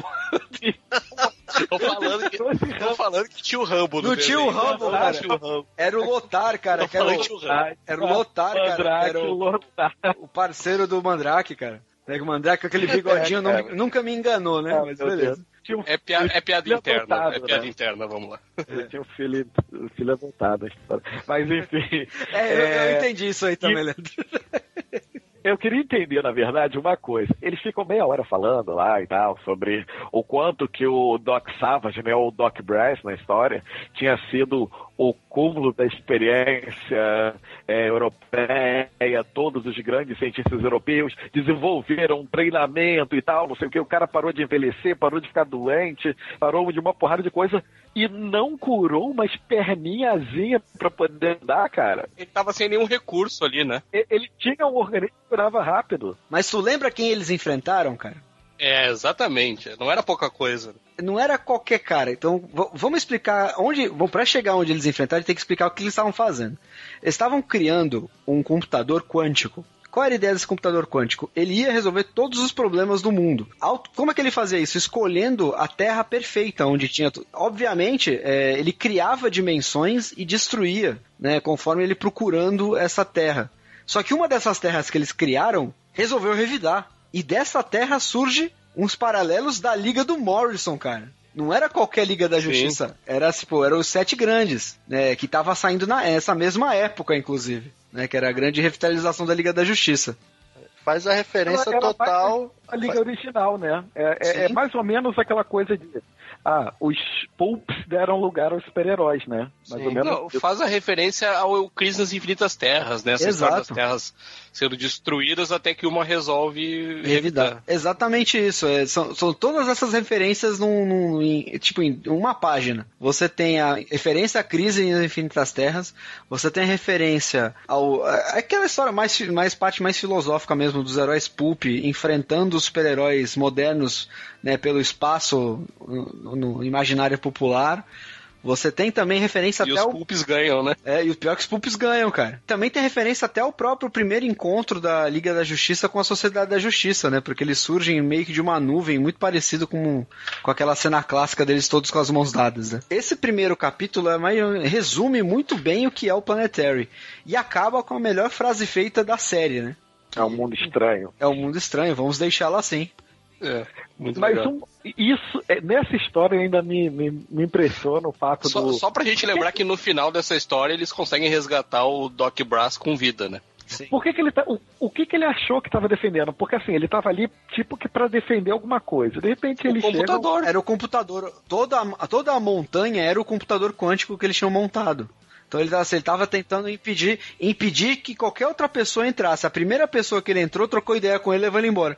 S5: Tô falando que tinha o Rambo no
S4: não tinha o Rambo, cara. Era o Lothar, cara. Era o Lothar, cara. Era o parceiro do Mandrake, cara. O Mandrake com aquele bigodinho nunca me enganou, né? Mas beleza.
S5: É piada interna. É piada interna, vamos lá.
S6: Ele tinha um filho adotado. Mas enfim.
S4: Eu entendi isso aí também, Leandro.
S6: Eu queria entender, na verdade, uma coisa. Eles ficam meia hora falando lá e tal, sobre o quanto que o Doc Savage, né, o Doc Brass na história, tinha sido o cúmulo da experiência europeia. Todos os grandes cientistas europeus desenvolveram um treinamento e tal, não sei o que. O cara parou de envelhecer, parou de ficar doente, parou de uma porrada de coisa e não curou umas perninhazinhas pra poder andar, cara.
S5: Ele tava sem nenhum recurso ali, né?
S6: Ele tinha um organismo que curava rápido.
S4: Mas tu lembra quem eles enfrentaram, cara?
S5: Exatamente. Não era pouca coisa.
S4: Não era qualquer cara. Então, vamos explicar onde... Bom, pra chegar onde eles enfrentaram, tem que explicar o que eles estavam fazendo. Eles estavam criando um computador quântico. Qual era a ideia desse computador quântico? Ele ia resolver todos os problemas do mundo. Como é que ele fazia isso? Escolhendo a Terra perfeita, onde tinha... Obviamente, ele criava dimensões e destruía, né, conforme ele procurando essa Terra. Só que uma dessas terras que eles criaram resolveu revidar. E dessa terra surge uns paralelos da Liga do Morrison, cara. Não era qualquer Liga da Justiça. Era, tipo, eram os 7 grandes, né? Que tava saindo nessa mesma época, inclusive. Né, que era a grande revitalização da Liga da Justiça.
S7: Faz a referência total...
S6: A Liga original, né? É mais ou menos aquela coisa de... os pulps deram lugar aos super-heróis, né? Mais ou menos.
S5: Não, faz a referência ao Crise nas Infinitas Terras, né? Essa história das terras sendo destruídas até que uma resolve revidar.
S4: Exatamente isso. São todas essas referências em uma página. Você tem a referência à Crise nas Infinitas Terras, você tem a referência aquela história parte mais filosófica mesmo dos heróis pulp enfrentando os super-heróis modernos, né, pelo espaço no imaginário popular. Você tem também referência
S5: e
S4: até
S5: os pulps ganham, né?
S4: E o pior é que os pulps ganham, cara. Também tem referência até ao próprio primeiro encontro da Liga da Justiça com a Sociedade da Justiça, né? Porque eles surgem meio que de uma nuvem, muito parecido com aquela cena clássica deles todos com as mãos dadas, né? Esse primeiro capítulo resume muito bem o que é o Planetary. E acaba com a melhor frase feita da série, né?
S6: É um mundo estranho.
S4: É um mundo estranho, vamos deixá-la assim.
S5: Muito
S6: mas
S5: legal.
S6: Nessa história ainda me impressiona o fato
S5: Só pra gente lembrar que no final dessa história eles conseguem resgatar o Doc Brass com vida, né?
S6: Sim. Por que ele tá, o que ele achou que estava defendendo? Porque assim, ele estava ali tipo que para defender alguma coisa. De repente ele
S4: chega... Era o computador. Toda a montanha era o computador quântico que eles tinham montado. Então ele estava tentando impedir que qualquer outra pessoa entrasse. A primeira pessoa que ele entrou trocou ideia com ele e levou ele embora.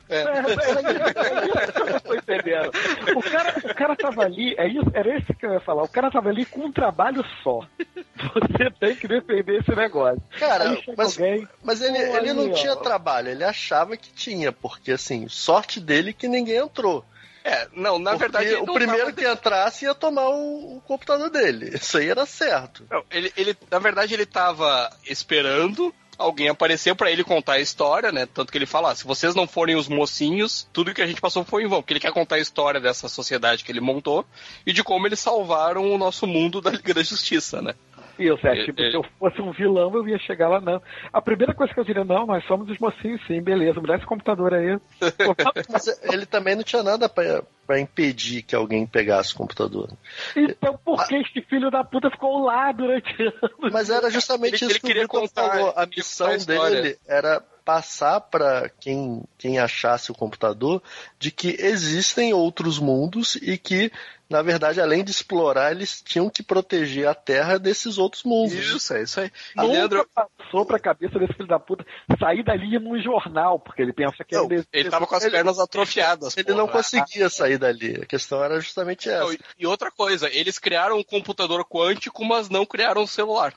S6: Eu tô entendendo. O cara tava ali, era isso que eu ia falar. O cara tava ali com um trabalho só. Você tem que defender esse negócio.
S7: Cara, mas ele não tinha trabalho, ele achava que tinha, porque assim, sorte dele que ninguém entrou.
S5: Na verdade...
S7: O primeiro que entrasse ia tomar o computador dele. Isso aí era certo.
S5: Não, na verdade, ele tava esperando alguém aparecer pra ele contar a história, né? Tanto que ele fala, se vocês não forem os mocinhos, tudo que a gente passou foi em vão. Porque ele quer contar a história dessa sociedade que ele montou e de como eles salvaram o nosso mundo da Liga da Justiça, né?
S6: E eu, se eu fosse um vilão, eu ia chegar lá, não. A primeira coisa que eu diria, não, nós somos os mocinhos, sim, beleza, me dá esse computador aí.
S7: Mas ele também não tinha nada pra impedir que alguém pegasse o computador.
S6: Então por que este filho da puta ficou lá durante anos?
S7: Mas era justamente isso que o Vitor falou. A missão dele era passar para quem achasse o computador de que existem outros mundos e que, na verdade, além de explorar, eles tinham que proteger a Terra desses outros mundos.
S5: Isso, é isso aí.
S6: Nunca passou pra cabeça desse filho da puta sair dali num jornal, porque ele pensa que
S5: ele tava com as pernas atrofiadas.
S7: Ele não conseguia sair dali. A questão era justamente essa.
S5: E outra coisa, eles criaram um computador quântico, mas não criaram um celular.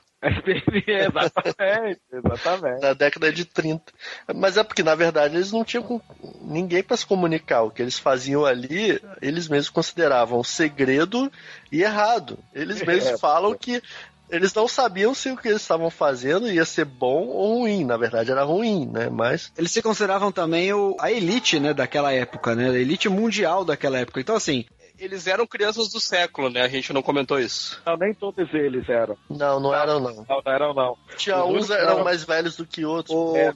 S6: Exatamente.
S7: Na década de 30. Mas é porque, na verdade, eles não tinham ninguém para se comunicar. O que eles faziam ali, eles mesmos consideravam segredo e errado. Eles mesmos falam que eles não sabiam se o que eles estavam fazendo ia ser bom ou ruim. Na verdade, era ruim, né? Mas
S4: eles se consideravam também a elite, né, daquela época, né? A elite mundial daquela época. Então, assim...
S5: Eles eram crianças do século, né? A gente não comentou isso.
S6: Não, nem todos eles eram.
S7: Não eram, não.
S6: Não eram, não.
S7: Tinha uns eram mais velhos do que outros.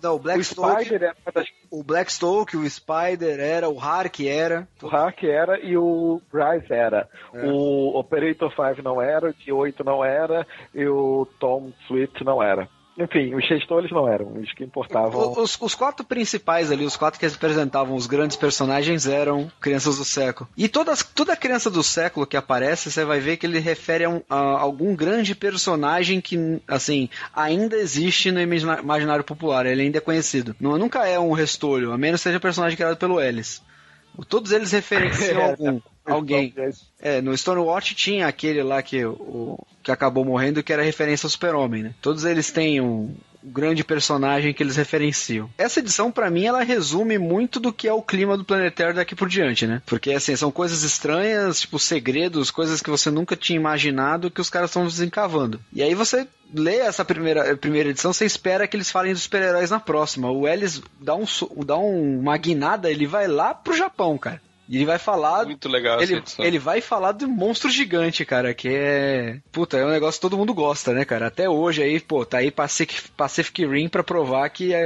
S4: O Blackstalk, o Spider era, o Hark era.
S6: O Hark era e o Bryce era. O Operator 5 não era, o T8 não era e o Tom Swift não era. Enfim, os gestores não eram, os que importavam...
S4: Os 4 principais ali, os 4 que representavam os grandes personagens eram crianças do século. E toda criança do século que aparece, você vai ver que ele refere a algum grande personagem que, assim, ainda existe no imaginário popular, ele ainda é conhecido. Nunca é um restolho, a menos que seja personagem criado pelo Ellis. Todos eles referenciam alguém. No Stormwatch tinha aquele lá que acabou morrendo, que era referência ao Super-Homem, né? Todos eles têm um grande personagem que eles referenciam. Essa edição, pra mim, ela resume muito do que é o clima do Planetário daqui por diante, né? Porque, assim, são coisas estranhas, tipo, segredos, coisas que você nunca tinha imaginado que os caras estão desencavando. E aí você lê essa primeira edição, você espera que eles falem dos super-heróis na próxima. O Ellis dá uma guinada, ele vai lá pro Japão, cara. E ele vai falar...
S5: Muito legal essa edição.
S4: Ele vai falar do monstro gigante, cara, que é... Puta, é um negócio que todo mundo gosta, né, cara? Até hoje aí, pô, tá aí Pacific Rim pra provar que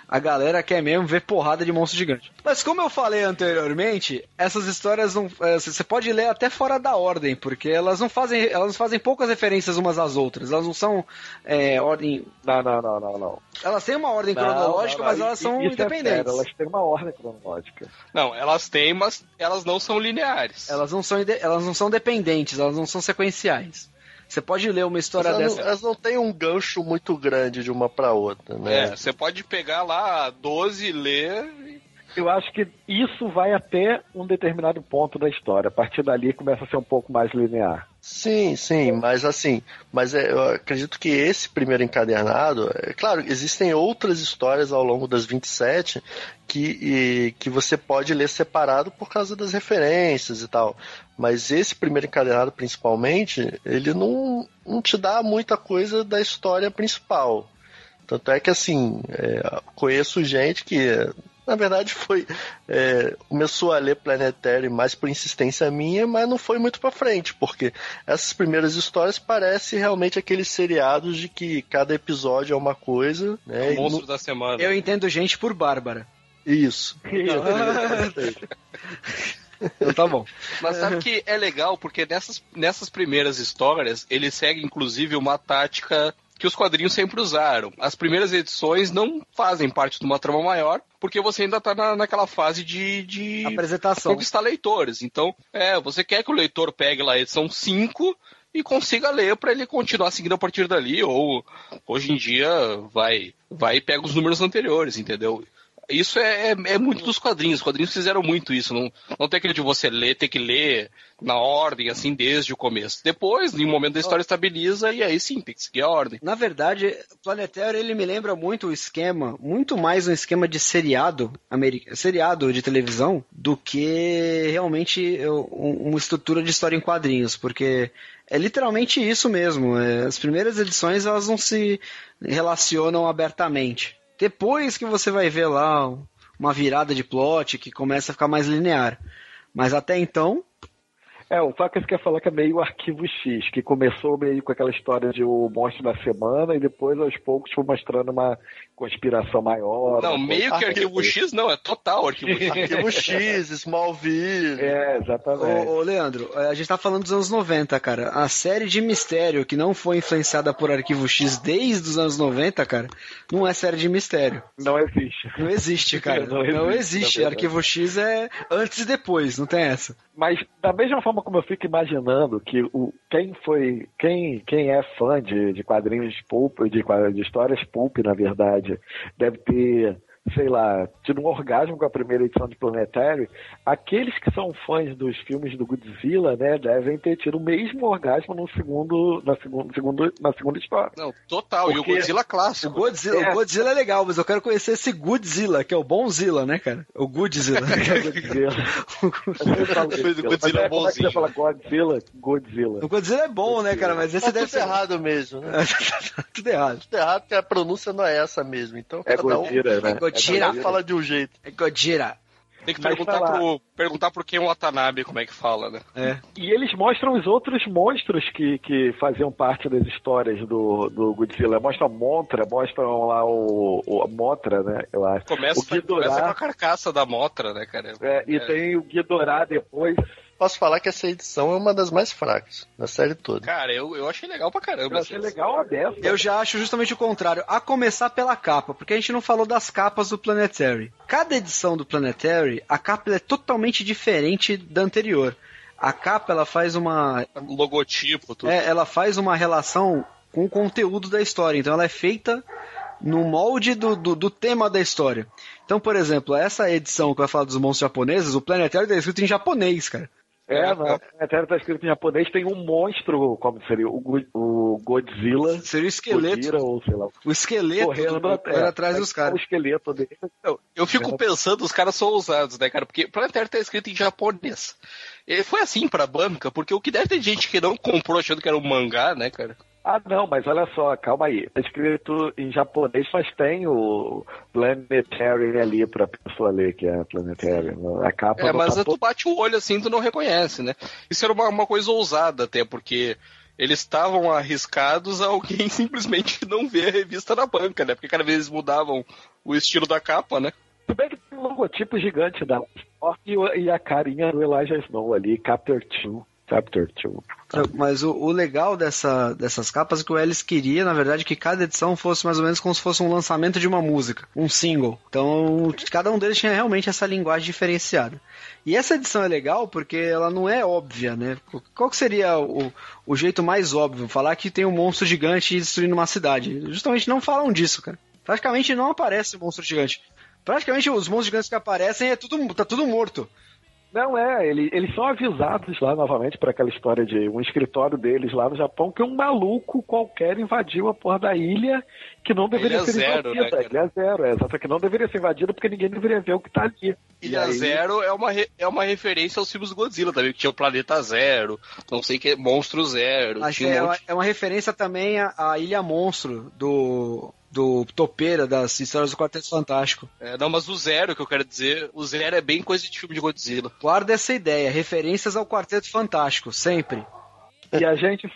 S4: A galera quer mesmo ver porrada de monstro gigante. Mas como eu falei anteriormente, essas histórias não, você pode ler até fora da ordem, porque elas não fazem poucas referências umas às outras. Elas não são ordem...
S6: Não.
S4: Elas têm uma ordem cronológica, mas elas são independentes.
S6: Elas têm uma ordem cronológica.
S5: Não, elas têm, mas elas não são lineares.
S4: Elas não são dependentes, elas não são sequenciais. Você pode ler uma história dessa.
S7: Elas não têm um gancho muito grande de uma pra outra, né?
S5: Você pode pegar lá 12 e ler.
S6: Eu acho que isso vai até um determinado ponto da história. A partir dali começa a ser um pouco mais linear.
S7: Sim, mas eu acredito que esse primeiro encadernado, claro, existem outras histórias ao longo das 27 que você pode ler separado por causa das referências e tal, mas esse primeiro encadernado principalmente, ele não te dá muita coisa da história principal. Tanto é que assim, conheço gente que na verdade começou a ler Planetary mais por insistência minha, mas não foi muito pra frente, porque essas primeiras histórias parecem realmente aqueles seriados de que cada episódio é uma coisa, né?
S5: O monstro da semana.
S4: Eu entendo gente por Bárbara.
S7: Isso.
S4: Então tá bom.
S5: Mas sabe que é legal, porque nessas primeiras histórias, ele segue inclusive uma tática que os quadrinhos sempre usaram. As primeiras edições não fazem parte de uma trama maior, porque você ainda tá naquela fase de
S4: apresentação,
S5: conquistar leitores. Então, você quer que o leitor pegue lá a edição 5 e consiga ler para ele continuar seguindo a partir dali, ou hoje em dia vai e pega os números anteriores, entendeu? Isso é muito dos quadrinhos. Os quadrinhos fizeram muito isso. Não tem aquele de você ler, ter que ler na ordem, assim, desde o começo. Depois, em um momento da história, estabiliza e aí sim, tem que seguir a ordem.
S4: Na verdade, Planetary, ele me lembra muito o esquema, muito mais um esquema de seriado de televisão, do que realmente uma estrutura de história em quadrinhos, porque é literalmente isso mesmo. As primeiras edições, elas não se relacionam abertamente. Depois que você vai ver lá uma virada de plot que começa a ficar mais linear. Mas até então...
S6: O Facas quer falar que é meio Arquivo X, que começou meio com aquela história de o monstro da semana e depois aos poucos foi mostrando uma conspiração maior.
S5: Não, meio que Arquivo X não, é total Arquivo X.
S7: Arquivo X, Smallville.
S6: Exatamente.
S4: Ô, Leandro, a gente tá falando dos anos 90, cara. A série de mistério que não foi influenciada por Arquivo X desde os anos 90, cara, não é série de mistério.
S6: Não existe.
S4: Não existe, cara. Não existe. Arquivo X é antes e depois, não tem essa.
S6: Mas da mesma forma como eu fico imaginando que quem é fã de quadrinhos pulp, de histórias pulp, na verdade, deve ter, sei lá, tido um orgasmo com a primeira edição de Planetary, aqueles que são fãs dos filmes do Godzilla, né, devem ter tido o mesmo orgasmo na segunda história.
S5: Não, total. Porque... E o Godzilla clássico.
S4: O Godzilla é legal, mas eu quero conhecer esse Godzilla, que é o bonzilla, né, cara? O Godzilla.
S5: O Godzilla é bonzinho.
S6: Você fala Godzilla.
S4: O Godzilla é bom, né, cara? Mas esse deve
S7: ser errado mesmo, né?
S4: Tudo errado.
S7: Tudo errado, porque a pronúncia não é essa mesmo. Então,
S6: Godzilla, né?
S7: Godzilla fala de um jeito.
S4: É Godzilla.
S5: Tem que perguntar pro Ken Watanabe como é que fala, né?
S6: E eles mostram os outros monstros que faziam parte das histórias do Godzilla. Mostram a Mothra, mostram lá o Mothra, né? Eu acho.
S5: Começa com a carcaça da Mothra, né, cara?
S6: Tem o Ghidorah depois.
S7: Posso falar que essa edição é uma das mais fracas da série toda.
S5: Cara, eu achei legal pra caramba.
S6: Eu achei legal a dessa.
S4: Eu já acho justamente o contrário, a começar pela capa, porque a gente não falou das capas do Planetary. Cada edição do Planetary, a capa é totalmente diferente da anterior. A capa, ela faz uma...
S5: logotipo, tudo.
S4: Ela faz uma relação com o conteúdo da história, então ela é feita no molde do tema da história. Então, por exemplo, essa edição que vai falar dos monstros japoneses, o Planetary está escrito em japonês, cara.
S6: Não, tá escrito em japonês, tem um monstro, como seria o Godzilla.
S4: Seria o esqueleto.
S6: Godzilla, ou sei lá,
S4: o esqueleto
S6: correndo
S4: atrás dos caras.
S6: O esqueleto dele.
S5: Eu fico pensando, os caras são ousados, né, cara? Porque o Planetary tá escrito em japonês. Ele foi assim pra banca, porque o que deve ter gente que não comprou achando que era um mangá, né, cara?
S6: Não, mas olha só, calma aí. É escrito em japonês, mas tem o Planetary ali pra pessoa ler, que é a Planetary. A capa
S5: mas tu bate o olho assim, tu não reconhece, né? Isso era uma coisa ousada até, porque eles estavam arriscados a alguém simplesmente não ver a revista na banca, né? Porque cada vez eles mudavam o estilo da capa, né?
S6: Tudo bem que tem um logotipo gigante da Sport e a carinha do Elijah Snow ali, Chapter 2.
S4: Mas o legal dessas capas é que o Ellis queria, na verdade, que cada edição fosse mais ou menos como se fosse um lançamento de uma música, um single. Então, cada um deles tinha realmente essa linguagem diferenciada. E essa edição é legal porque ela não é óbvia, né? Qual que seria o jeito mais óbvio? Falar que tem um monstro gigante destruindo uma cidade. Justamente não falam disso, cara. Praticamente não aparece o monstro gigante. Praticamente os monstros gigantes que aparecem tá tudo morto.
S6: Não, eles são avisados lá novamente para aquela história de um escritório deles lá no Japão que um maluco qualquer invadiu a porra da ilha que não deveria ser invadida. Né, ilha Zero, exato, que não deveria ser invadida porque ninguém deveria ver o que tá ali.
S5: Ilha Zero é uma referência aos filmes do Godzilla também, que tinha o Planeta Zero, não sei o que, Monstro Zero.
S4: É uma referência também à Ilha Monstro do Topeira, das histórias do Quarteto Fantástico.
S5: Não, mas o Zero, que eu quero dizer, o Zero é bem coisa de filme de Godzilla.
S4: Guarda essa ideia, referências ao Quarteto Fantástico, sempre.
S6: E a gente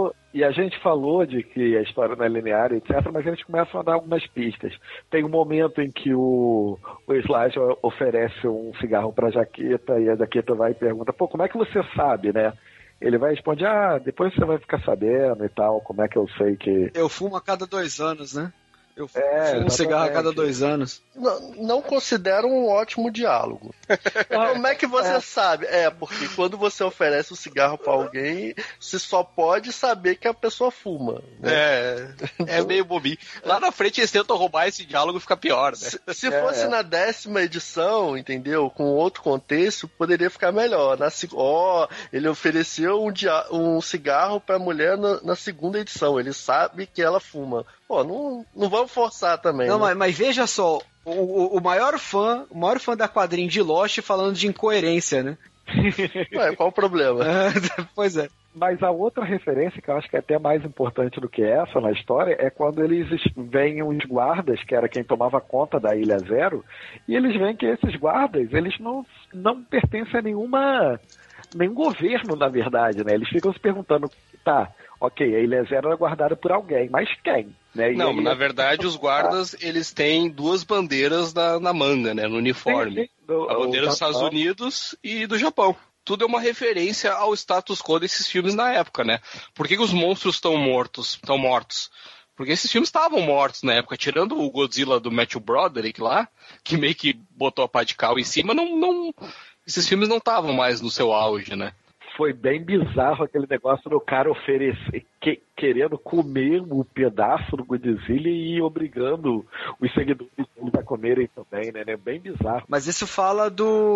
S6: falou de que a história não é linear, etc., mas eles começam a dar algumas pistas. Tem um momento em que o Slash oferece um cigarro pra Jaqueta, e a Jaqueta vai e pergunta, pô, como é que você sabe, né? Ele vai responder, depois você vai ficar sabendo e tal, como é que eu sei que...
S4: Eu fumo a cada 2 anos, né? Eu fumo um cigarro a cada 2 anos.
S7: Não considero um ótimo diálogo. Como é que você sabe? Porque quando você oferece um cigarro pra alguém, você só pode saber que a pessoa fuma. Né?
S5: É meio bobinho. Lá na frente eles tentam roubar esse diálogo e fica pior, né?
S7: Se fosse na 10ª edição, entendeu? Com outro contexto, poderia ficar melhor. Ele ofereceu um cigarro pra mulher na 2ª edição. Ele sabe que ela fuma. Pô, não vamos forçar também.
S4: Não,
S7: né?
S4: mas veja só, o maior fã da quadrinho de Lost falando de incoerência, né?
S7: Qual o problema?
S4: Pois é.
S6: Mas a outra referência, que eu acho que é até mais importante do que essa na história, é quando eles veem os guardas, que era quem tomava conta da Ilha Zero, e eles veem que esses guardas, eles não pertencem a nenhum governo, na verdade, né? Eles ficam se perguntando, ok, a Ilha Zero era guardada por alguém, mas quem? Né?
S5: Não, na verdade, os guardas, eles têm 2 bandeiras na manga, né, no uniforme.
S6: Sim.
S5: A bandeira dos Estados Unidos e do Japão. Tudo é uma referência ao status quo desses filmes na época, né? Por que os monstros estão mortos? Porque esses filmes estavam mortos na época, tirando o Godzilla do Matthew Broderick lá, que meio que botou a pá de cal em cima, esses filmes não estavam mais no seu auge, né?
S6: Foi bem bizarro aquele negócio do cara oferecer, querendo comer um pedaço do Godzilla e obrigando os seguidores a comerem também, né? Bem bizarro.
S4: Mas isso fala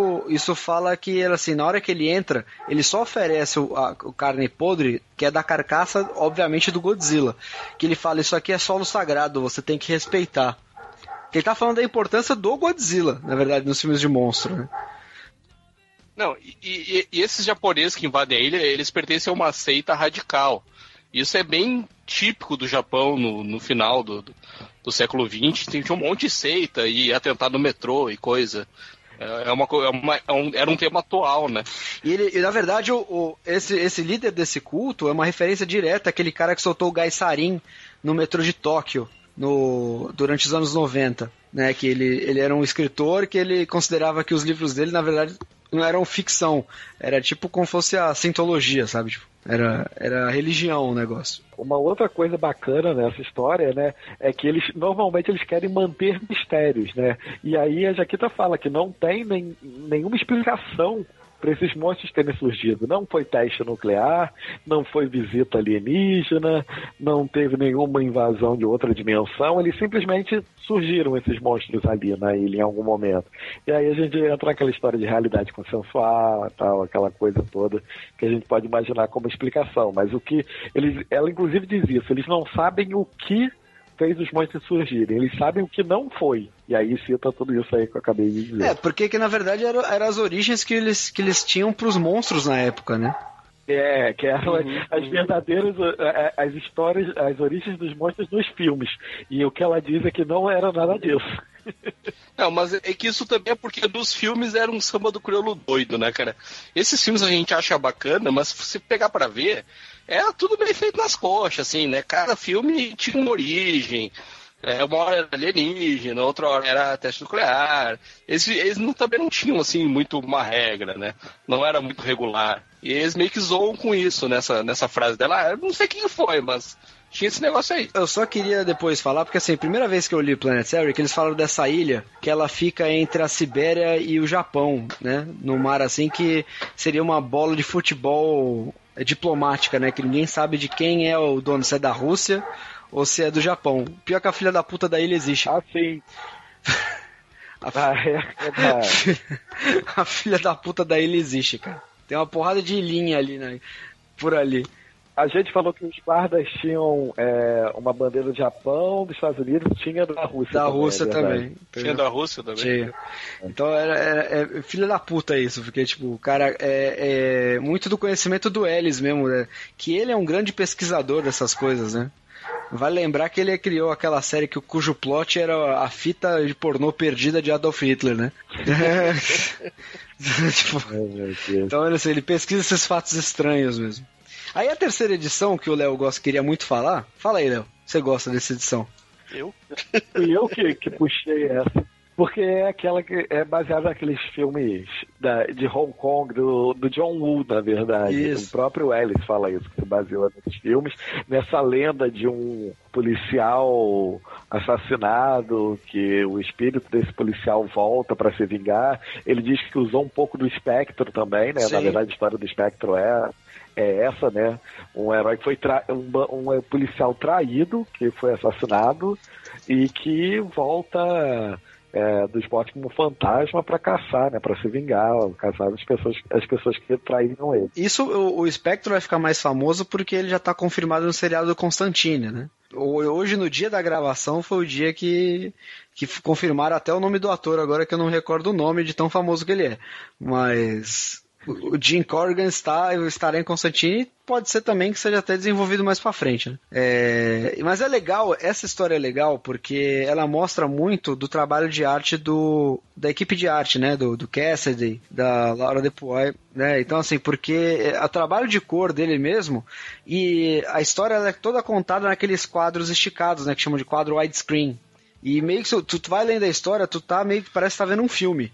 S4: que, assim, na hora que ele entra, ele só oferece o carne podre, que é da carcaça, obviamente, do Godzilla. Que ele fala, isso aqui é solo sagrado, você tem que respeitar. Ele tá falando da importância do Godzilla, na verdade, nos filmes de monstro, né?
S5: Não, e esses japoneses que invadem a ilha, eles pertencem a uma seita radical. Isso é bem típico do Japão no final do século XX. Tinha um monte de seita e atentado no metrô e coisa. Era um tema atual, né?
S4: E na verdade, esse líder desse culto é uma referência direta àquele cara que soltou o gás sarin no metrô de Tóquio durante os anos 90. Né? Que ele era um escritor que ele considerava que os livros dele, na verdade, não eram ficção, era tipo como fosse a cientologia, sabe? Tipo, era religião o negócio.
S6: Uma outra coisa bacana nessa história, né, é que normalmente eles querem manter mistérios, né? E aí a Jaqueta fala que não tem nenhuma explicação para esses monstros terem surgido. Não foi teste nuclear, não foi visita alienígena, não teve nenhuma invasão de outra dimensão, eles simplesmente surgiram, esses monstros ali na ilha em algum momento. E aí a gente entra naquela história de realidade consensual, tal, aquela coisa toda que a gente pode imaginar como explicação, mas ela inclusive diz isso, eles não sabem o que fez os monstros surgirem, eles sabem o que não foi. E aí cita tudo isso aí que eu acabei de dizer.
S4: Porque na verdade eram as origens que eles tinham pros monstros na época, né?
S6: Que eram as verdadeiras, as histórias, as origens dos monstros nos filmes. E o que ela diz é que não era nada disso.
S5: Não, mas é que isso também é porque dos filmes era um samba do crioulo doido, né, cara? Esses filmes a gente acha bacana, mas se você pegar pra ver, é tudo bem feito nas coxas, assim, né? Cada filme tinha uma origem. Uma hora era alienígena, outra hora era teste nuclear. Eles também não tinham, assim, muito uma regra, né? Não era muito regular. E eles meio que zoam com isso nessa frase dela. Eu não sei quem foi, mas tinha esse negócio aí.
S4: Eu só queria depois falar, porque assim, a primeira vez que eu li Planetary, que eles falaram dessa ilha, que ela fica entre a Sibéria e o Japão, né? No mar, assim, que seria uma bola de futebol diplomática, né? Que ninguém sabe de quem é o dono, se é da Rússia ou se é do Japão. Pior que a filha da puta da ilha existe.
S6: Ah, sim.
S4: A filha da puta da ilha existe, cara. Tem uma porrada de ilhinha ali, né? Por ali.
S6: A gente falou que os guardas tinham uma bandeira do Japão, dos Estados Unidos, tinha da Rússia.
S4: Da Rússia também.
S5: Tinha da Rússia também.
S4: Tinha. Então é filha da puta isso, porque tipo, o cara é muito do conhecimento do Ellis mesmo, né? Que ele é um grande pesquisador dessas coisas, né? Vai lembrar que ele criou aquela série cujo plot era a fita de pornô perdida de Adolf Hitler, né? Tipo, então ele pesquisa esses fatos estranhos mesmo. Aí a terceira edição que o Léo queria muito falar, fala aí, Léo, você gosta dessa edição?
S7: Eu?
S6: E eu que puxei essa. Porque é aquela que é baseada naqueles filmes de Hong Kong, do John Woo, na verdade.
S4: Isso.
S6: O próprio Ellis fala isso, que se baseou nesses filmes, nessa lenda de um policial assassinado, que o espírito desse policial volta para se vingar. Ele diz que usou um pouco do Espectro também, né? Sim. Na verdade, a história do Espectro é essa, né? Um herói que foi um policial traído, que foi assassinado e que volta do esporte como fantasma para caçar, né? Para se vingar, caçar as pessoas que traíram ele.
S4: Isso, o Spectre vai ficar mais famoso porque ele já está confirmado no seriado do Constantine, né? Hoje, no dia da gravação, foi o dia que confirmaram até o nome do ator, agora que eu não recordo o nome de tão famoso que ele é. Mas o Jim Corrigan estará em Constantine, pode ser também que seja até desenvolvido mais pra frente, né? Mas é legal, essa história é legal porque ela mostra muito do trabalho de arte da equipe de arte, né? Do Cassidy, da Laura Dupuy, né? Então assim, porque o trabalho de cor dele mesmo, e a história ela é toda contada naqueles quadros esticados, né? Que chamam de quadro widescreen. E meio que tu vai lendo a história, tu tá meio que parece que tá vendo um filme.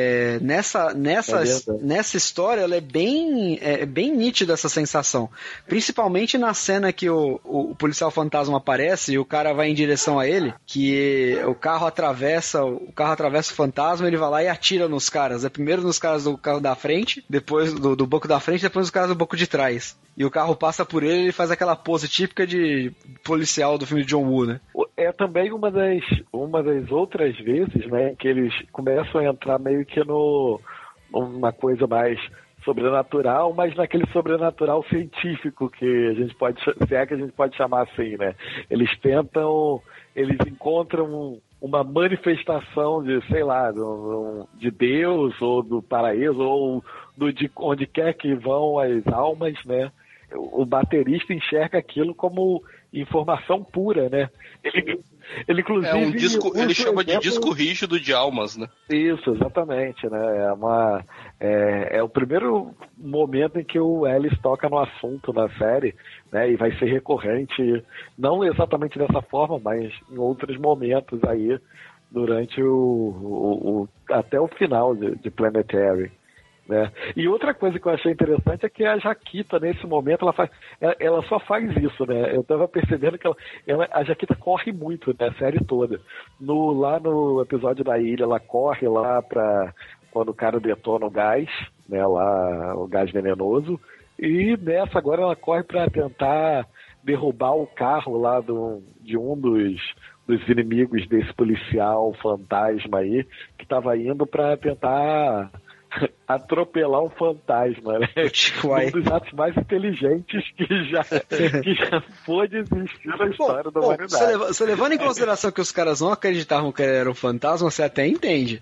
S4: Nessa história ela é bem nítida essa sensação, principalmente na cena que o policial fantasma aparece e o cara vai em direção a ele, que o carro atravessa o fantasma, ele vai lá e atira nos caras, primeiro nos caras do carro da frente, depois do banco da frente, depois nos caras do banco de trás, e o carro passa por ele e ele faz aquela pose típica de policial do filme de John Woo, né?
S6: É também uma das outras vezes, né, que eles começam a entrar meio que numa coisa mais sobrenatural, mas naquele sobrenatural científico que a gente pode chamar assim, né? Eles encontram uma manifestação de, sei lá, de Deus ou do paraíso ou de onde quer que vão as almas, né? O baterista enxerga aquilo como informação pura, né? Ele inclusive
S5: ele chama de disco rígido de almas, né?
S6: Isso, exatamente, né? É o primeiro momento em que o Ellis toca no assunto na série, né? E vai ser recorrente, não exatamente dessa forma, mas em outros momentos aí durante até o final de Planetary. Né? E outra coisa que eu achei interessante é que a Jaquita, nesse momento, ela só faz isso, né? Eu tava percebendo que a Jaquita corre muito, né? A série toda. Lá no episódio da ilha, ela corre lá quando o cara detona o gás, né? Lá, o gás venenoso. E nessa agora ela corre para tentar derrubar o carro lá de um dos inimigos desse policial fantasma aí, que estava indo para tentar atropelar um fantasma, né? Um dos atos mais inteligentes que já pôde existir na história da humanidade.
S4: Você levando em consideração que os caras não acreditavam que ele era um fantasma, você até entende.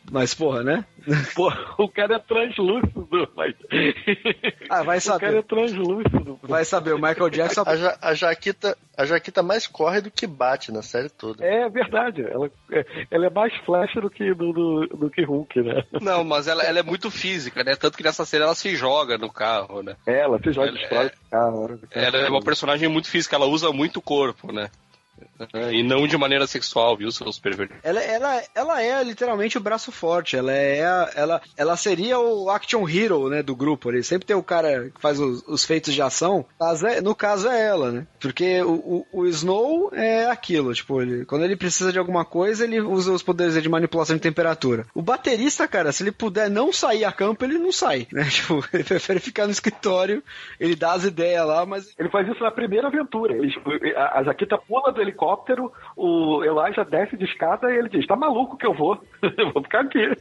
S4: Mas, porra, né?
S6: Pô, o cara é translúcido, mas...
S4: vai
S6: O
S4: saber.
S6: cara é translúcido.
S4: Vai saber, o Michael Jackson...
S7: A Jaquita mais corre do que bate na série toda.
S6: É verdade, ela é mais Flash do que Hulk, né?
S5: Não, mas ela é muito física, né? Tanto que nessa série ela se joga no carro, né?
S6: Ela se joga de carro.
S5: Ela é uma personagem muito física, ela usa muito o corpo, né? E não de maneira sexual, viu, seus pervertidos?
S4: Ela é literalmente o braço forte. Ela seria o action hero, né, do grupo ali. Sempre tem o cara que faz os feitos de ação. No caso é ela, né? Porque o Snow é aquilo, tipo, quando ele precisa de alguma coisa, ele usa os poderes de manipulação de temperatura. O baterista, cara, se ele puder não sair a campo, ele não sai, né? Tipo, ele prefere ficar no escritório, ele dá as ideias lá, mas...
S6: Ele faz isso na primeira aventura. A Jaquita pula do helicóptero, o Elijah desce de escada e ele diz, tá maluco que eu vou? Eu vou ficar aqui.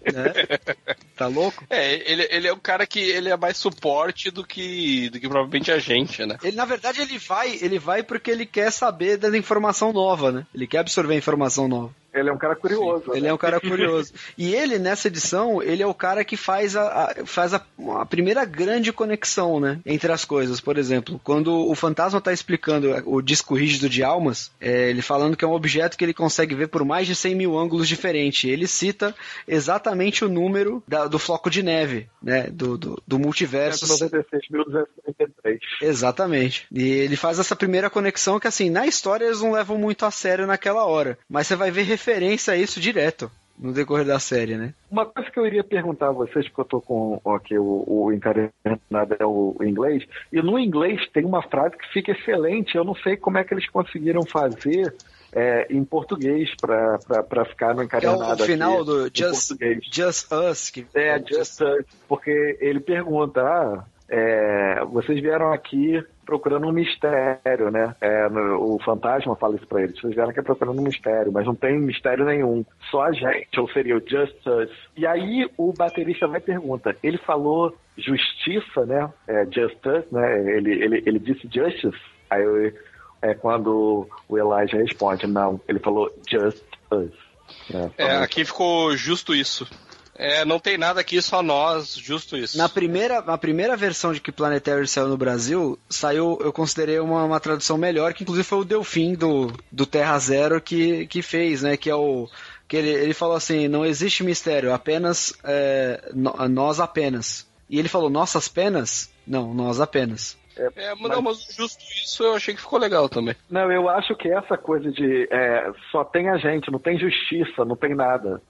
S4: Tá louco?
S5: Ele é um cara que ele é mais suporte do que provavelmente a gente, né?
S4: Ele, na verdade, ele vai porque ele quer saber da informação nova, né? Ele quer absorver a informação nova.
S6: Ele é um cara curioso.
S4: Ele é um cara curioso. E ele, nessa edição, ele é o cara que faz a primeira grande conexão, né? Entre as coisas. Por exemplo, quando o fantasma tá explicando o disco rígido de almas, ele falando que é um objeto que ele consegue ver por mais de 100 mil ângulos diferentes. Ele cita exatamente o número do floco de neve, né? Do multiverso.
S6: 96.233.
S4: Exatamente. E ele faz essa primeira conexão que, assim, na história eles não levam muito a sério naquela hora. Mas você vai ver referência a isso direto no decorrer da série, né?
S6: Uma coisa que eu iria perguntar a vocês, porque eu tô com aqui o encadenado é o inglês, e no inglês tem uma frase que fica excelente, eu não sei como é que eles conseguiram fazer em português pra ficar no encadenado.
S4: Que é o final
S6: aqui,
S4: do Just Us.
S6: Just Us, porque ele pergunta, vocês vieram aqui procurando um mistério, né? O fantasma fala isso pra eles. Vocês vieram aqui procurando um mistério, mas não tem mistério nenhum. Só a gente, ou seria o Just Us. E aí o baterista vai e pergunta. Ele falou justiça, né? Just Us, né? Ele disse justice. Aí quando o Elijah responde, não. Ele falou Just Us.
S5: Aqui ficou justo isso. Não tem nada aqui, só nós, justo isso.
S4: Na primeira versão de que Planetary saiu no Brasil, eu considerei uma tradução melhor, que inclusive foi o Delfim do Terra Zero que fez, né? Que é o... que ele falou assim, não existe mistério, apenas nós apenas. E ele falou, nossas penas? Não, nós apenas.
S5: Mas justo isso eu achei que ficou legal também.
S6: Não, eu acho que essa coisa de só tem a gente, não tem justiça, não tem nada.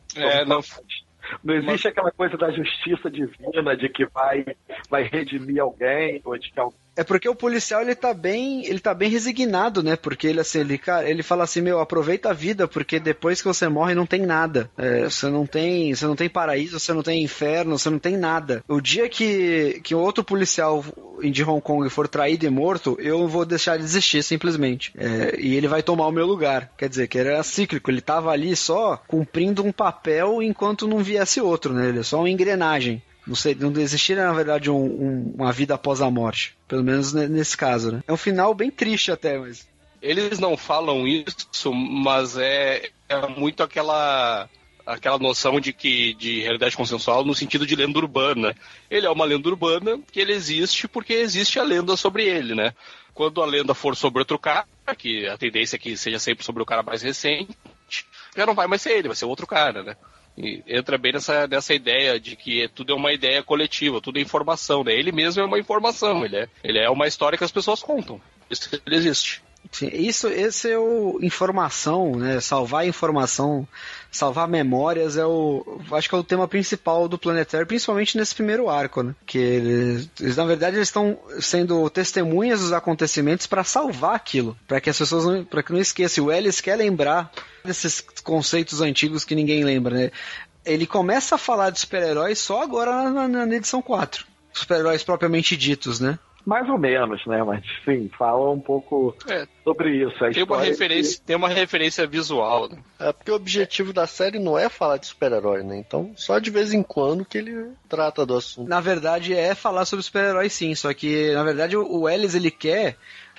S6: Não existe aquela coisa da justiça divina, de que vai redimir alguém, ou de que alguém...
S4: É porque o policial, ele tá bem resignado, né? Porque ele fala assim, aproveita a vida, porque depois que você morre não tem nada. Você não tem paraíso, você não tem inferno, você não tem nada. O dia que outro policial de Hong Kong for traído e morto, eu vou deixar de existir, simplesmente. E ele vai tomar o meu lugar. Quer dizer, que era cíclico, ele tava ali só cumprindo um papel enquanto não viesse outro, né? Ele é só uma engrenagem. Não existiria, na verdade, uma vida após a morte. Pelo menos nesse caso, né? É um final bem triste até, mas...
S5: Eles não falam isso, mas é muito aquela noção de realidade consensual no sentido de lenda urbana. Ele é uma lenda urbana que ele existe porque existe a lenda sobre ele, né? Quando a lenda for sobre outro cara, que a tendência é que seja sempre sobre o cara mais recente, já não vai mais ser ele, vai ser outro cara, né? E entra bem nessa ideia de que tudo é uma ideia coletiva, tudo é informação, né? Ele mesmo é uma informação, ele é uma história que as pessoas contam. Isso ele existe.
S4: Sim, esse é informação, né? Salvar informação, salvar memórias acho que é o tema principal do Planetary, principalmente nesse primeiro arco, né? Que eles na verdade, eles estão sendo testemunhas dos acontecimentos para salvar aquilo, para que as pessoas para que não esqueçam. O Ellis quer lembrar desses conceitos antigos que ninguém lembra, né? Ele começa a falar de super-heróis só agora na edição 4. Super-heróis propriamente ditos, né?
S6: Mais ou menos, né? Mas, sim, fala um pouco sobre isso.
S5: Tem uma referência visual, né?
S7: Porque o objetivo da série não é falar de super-herói, né? Então, só de vez em quando que ele trata do assunto.
S4: Na verdade, falar sobre super-herói, sim. Só que, na verdade, o Ellis, ele quer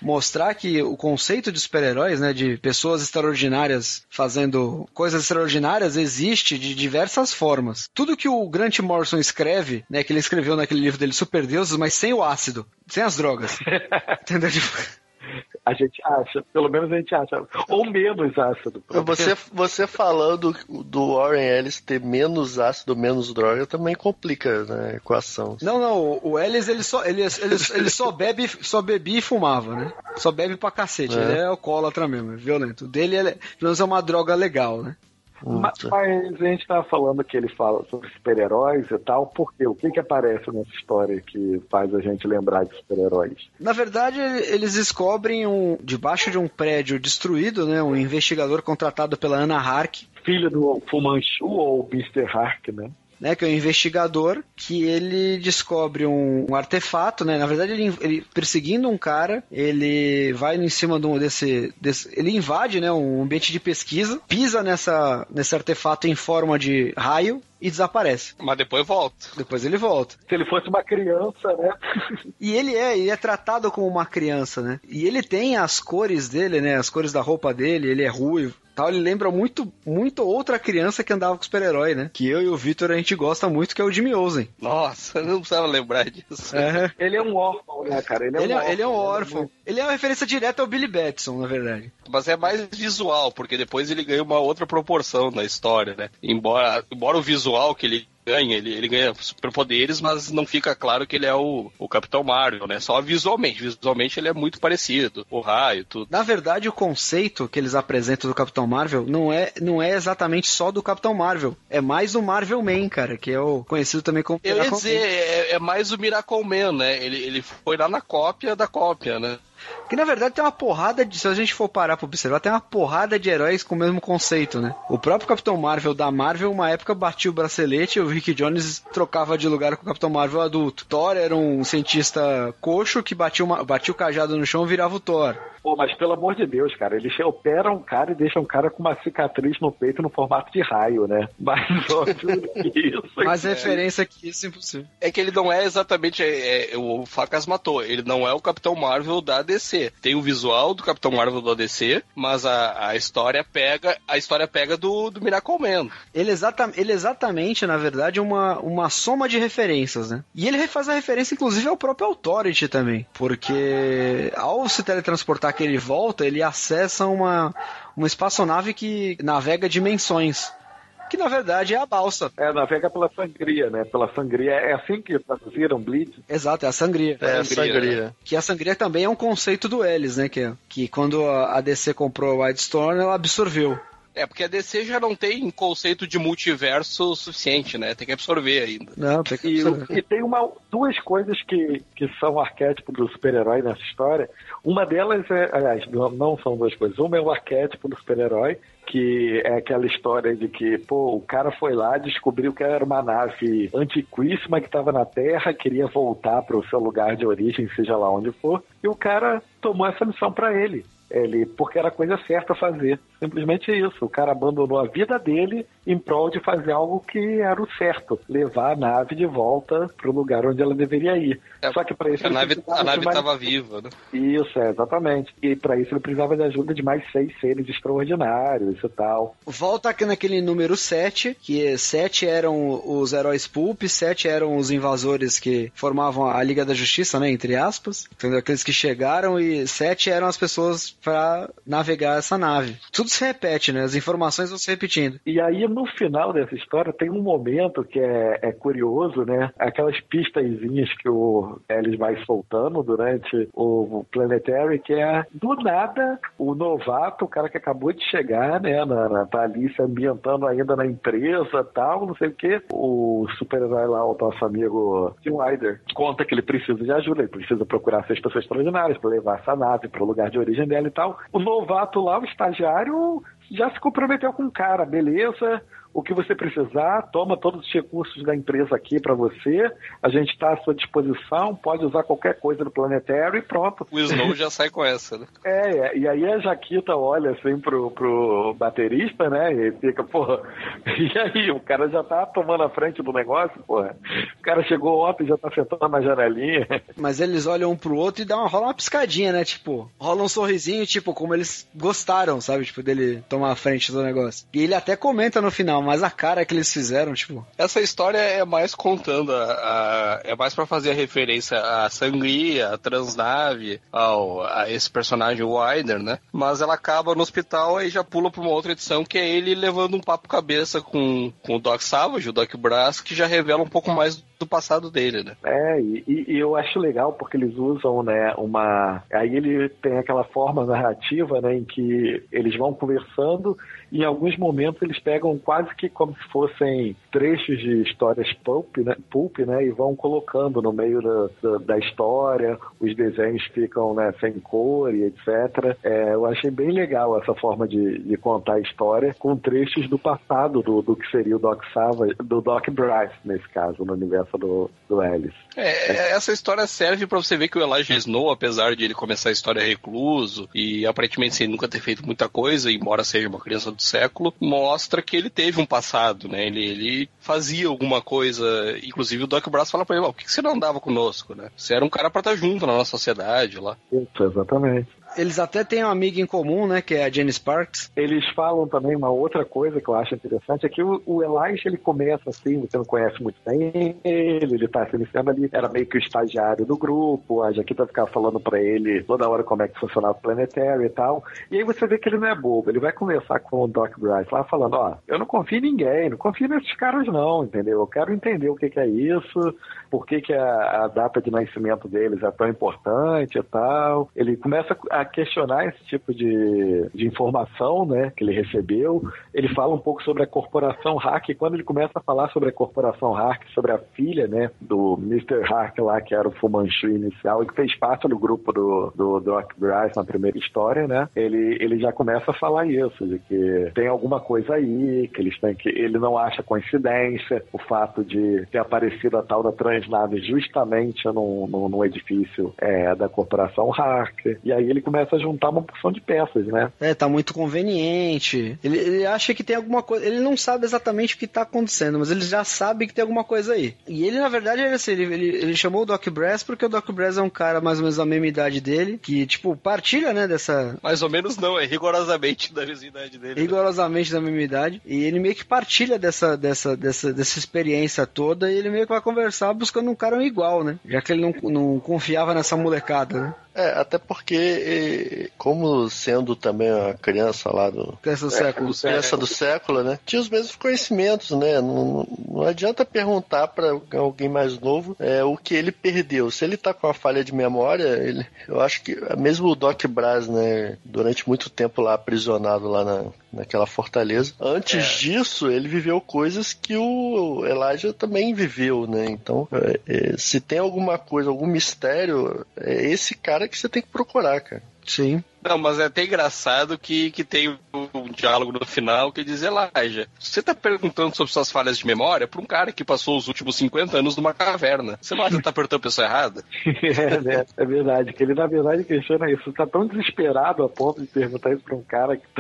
S4: mostrar que o conceito de super-heróis, né, de pessoas extraordinárias fazendo coisas extraordinárias, existe de diversas formas. Tudo que o Grant Morrison escreve, né, que ele escreveu naquele livro dele, Super Deuses, mas sem o ácido, sem as drogas. Entendeu?
S6: A gente acha, pelo menos a gente acha. Ou menos ácido.
S7: Você falando do Warren Ellis ter menos ácido, menos droga, também complica, né, a equação.
S4: Não, o Ellis, ele só bebia e fumava, né? Só bebe pra cacete, ele é alcoólatra mesmo, é violento. O dele, pelo menos é uma droga legal, né?
S6: Mas a gente tava falando que ele fala sobre super-heróis e tal, por quê? O que aparece nessa história que faz a gente lembrar de super-heróis?
S4: Na verdade, eles descobrem debaixo de um prédio destruído, né, um investigador contratado pela Anna Hark.
S6: Filho do Fu Manchu ou Mr. Hark, né?
S4: Que é um investigador, que ele descobre um artefato, né? Na verdade, ele perseguindo um cara, ele vai em cima ele invade, né, um ambiente de pesquisa, pisa nesse artefato em forma de raio e desaparece.
S5: Mas depois volta.
S4: Depois ele volta.
S6: Se ele fosse uma criança, né?
S4: E ele é tratado como uma criança, né? E ele tem as cores dele, né? As cores da roupa dele, ele é ruivo. Tal, ele lembra muito, muito outra criança que andava com super-herói, né? Que eu e o Vitor a gente gosta muito, que é o Jimmy Olsen.
S5: Nossa, eu não precisava lembrar disso.
S6: Ele é um órfão, né, cara?
S4: Ele é um órfão. Ele é uma referência direta ao Billy Batson, na verdade.
S5: Mas é mais visual, porque depois ele ganha uma outra proporção na história, né? Embora o visual que ele ganha, ele ganha superpoderes, mas não fica claro que ele é o Capitão Marvel, né? Só visualmente. Visualmente ele é muito parecido. O raio, tudo.
S4: Na verdade, o conceito que eles apresentam do Capitão Marvel não é exatamente só do Capitão Marvel. É mais o Marvel Man, cara, que é o conhecido também como
S5: Eu ia dizer, é mais o Miracle Man, né? Ele foi lá na cópia da cópia, né?
S4: Que na verdade tem uma porrada se a gente for parar pra observar, tem uma porrada de heróis com o mesmo conceito, né? O próprio Capitão Marvel da Marvel, uma época batia o bracelete e o Rick Jones trocava de lugar com o Capitão Marvel adulto. Thor era um cientista coxo que batia o cajado no chão e virava o Thor.
S6: Pô, mas pelo amor de Deus, cara, eles operam um cara e deixam um cara com uma cicatriz no peito no formato de raio, né? Mais óbvio que isso.
S4: Mais referência que isso, impossível.
S5: É que ele não é exatamente, o Facas matou, ele não é o Capitão Marvel da DC. Tem o visual do Capitão Marvel da DC, mas a história pega do Miracle Man.
S4: Ele exatamente, na verdade, é uma soma de referências, né? E ele faz a referência, inclusive, ao próprio Authority também, porque ao se teletransportar que ele volta, ele acessa uma espaçonave que navega dimensões, que na verdade é a balsa.
S6: Navega pela sangria, né? Pela sangria. É assim que traduziram Bleed?
S4: Exato, é a sangria.
S7: A sangria.
S4: Que a sangria também é um conceito do Ellis, né? Que quando a DC comprou a Wildstorm, ela absorveu.
S5: Porque a DC já não tem conceito de multiverso suficiente, né? Tem que absorver ainda.
S4: Não, tem que absorver.
S6: E tem duas coisas que são arquétipo do super-herói nessa história. Uma delas aliás, não são duas coisas. Uma é o arquétipo do super-herói, que é aquela história de que, o cara foi lá, descobriu que era uma nave antiquíssima que estava na Terra, queria voltar para o seu lugar de origem, seja lá onde for, e o cara tomou essa missão para ele. Porque era a coisa certa a fazer. Simplesmente isso. O cara abandonou a vida dele em prol de fazer algo que era o certo. Levar a nave de volta para o lugar onde ela deveria ir. Só que para isso
S5: a nave estava viva, né?
S6: Isso, exatamente. E para isso ele precisava de ajuda de mais 6 seres extraordinários e tal.
S4: Volta aqui naquele número 7, que 7 eram os heróis pulp, 7 eram os invasores que formavam a Liga da Justiça, né, entre aspas. Entendeu? Aqueles que chegaram, e 7 eram as pessoas para navegar essa nave. Tudo se repete, né? As informações vão se repetindo.
S6: E aí, no final dessa história, tem um momento que é curioso, né? Aquelas pistazinhas que o Ellis vai soltando durante o Planetary, que é, do nada, o novato, o cara que acabou de chegar, né? Tá ali se ambientando ainda na empresa, tal, não sei o quê. O super-herói lá, o nosso amigo Tim Ryder, conta que ele precisa de ajuda, ele precisa procurar 6 pessoas extraordinárias para levar essa nave para o lugar de origem dela e tal. O novato lá, o estagiário, já se comprometeu com o cara, beleza. o que você precisar, toma todos os recursos da empresa aqui para você, a gente está à sua disposição, pode usar qualquer coisa do Planetary e pronto.
S5: O Snow já sai com essa, né?
S6: E aí a Jaquita olha assim pro baterista, né, e fica, porra, e aí, o cara já tá tomando a frente do negócio, porra. O cara chegou ontem e já tá sentando na janelinha.
S4: Mas eles olham um pro outro e rola uma piscadinha, né, tipo, rola um sorrisinho, tipo, como eles gostaram, sabe, tipo, dele tomar a frente do negócio. E ele até comenta no final, mas a cara que eles fizeram, tipo...
S5: Essa história é mais contando, é mais pra fazer a referência à Sangria, à Transnave, a esse personagem Wider, né? Mas ela acaba no hospital e já pula pra uma outra edição, que é ele levando um papo cabeça com o Doc Savage, o Doc Brass, que já revela um pouco mais do passado dele, né?
S6: E eu acho legal porque eles usam, né, aí ele tem aquela forma narrativa, né, em que eles vão conversando e em alguns momentos eles pegam quase que como se fossem trechos de histórias pulp, né, e vão colocando no meio da história, os desenhos ficam, né, sem cor e etc. Eu achei bem legal essa forma de contar a história com trechos do passado do que seria o Doc Savage, do Doc Bryce, nesse caso, no universo do Ellis.
S5: Essa história serve pra você ver que o Elijah Snow, apesar de ele começar a história recluso e aparentemente sem nunca ter feito muita coisa, embora seja uma criança do século, mostra que ele teve um passado, né? Ele fazia alguma coisa, inclusive o Doc Brass fala pra ele, por que você não andava conosco, né? Você era um cara pra estar junto na nossa sociedade lá.
S6: Isso, exatamente.
S4: Eles até têm uma amiga em comum, né, que é a Jane Sparks.
S6: Eles falam também uma outra coisa que eu acho interessante, é que o Elijah, ele começa assim, você não conhece muito bem ele tá se iniciando ali, era meio que o estagiário do grupo, a Jaquita ficava falando pra ele toda hora como é que funcionava o Planetary e tal, e aí você vê que ele não é bobo, ele vai conversar com o Doc Bryce lá falando, eu não confio em ninguém, não confio nesses caras não, entendeu? Eu quero entender o que é isso, por que a data de nascimento deles é tão importante e tal. Ele começa a questionar esse tipo de informação, né, que ele recebeu. Ele fala um pouco sobre a Corporação Hark, e quando ele começa a falar sobre a Corporação Hark, sobre a filha, né, do Mr. Hark lá, que era o Fu Manchu inicial, e que fez parte do grupo do Doc Bryce na primeira história, né, ele já começa a falar isso, de que tem alguma coisa aí, que eles têm que... Ele não acha coincidência o fato de ter aparecido a tal da Transnave justamente num edifício da Corporação Hark. E aí ele começa a juntar uma porção de peças, né?
S4: Tá muito conveniente. Ele acha que tem alguma coisa... Ele não sabe exatamente o que tá acontecendo, mas ele já sabe que tem alguma coisa aí. E ele, na verdade, ele chamou o Doc Brass porque o Doc Brass é um cara mais ou menos da mesma idade dele, que, tipo, partilha, né, dessa...
S5: Mais ou menos não, é rigorosamente da mesma idade dele.
S4: Rigorosamente, né? Da mesma idade. E ele meio que partilha dessa experiência toda, e ele meio que vai conversar buscando um cara igual, né? Já que ele não confiava nessa molecada, né?
S7: Até porque, como sendo também uma criança lá criança do século, né? Tinha os mesmos conhecimentos, né? Não adianta perguntar para alguém mais novo o que ele perdeu. Se ele tá com uma falha de memória, eu acho que mesmo o Doc Brass, né? Durante muito tempo lá aprisionado lá naquela fortaleza. Antes disso, ele viveu coisas que o Elijah também viveu, né? Então, se tem alguma coisa, algum mistério, é esse cara que você tem que procurar, cara.
S4: Sim.
S5: Não, mas é até engraçado que tem um diálogo no final que diz, Elijah, você tá perguntando sobre suas falhas de memória pra um cara que passou os últimos 50 anos numa caverna. Você não acha que tá perguntando a pessoa errada?
S6: É verdade, que ele na verdade questiona isso. Tá tão desesperado a ponto de perguntar isso pra um cara que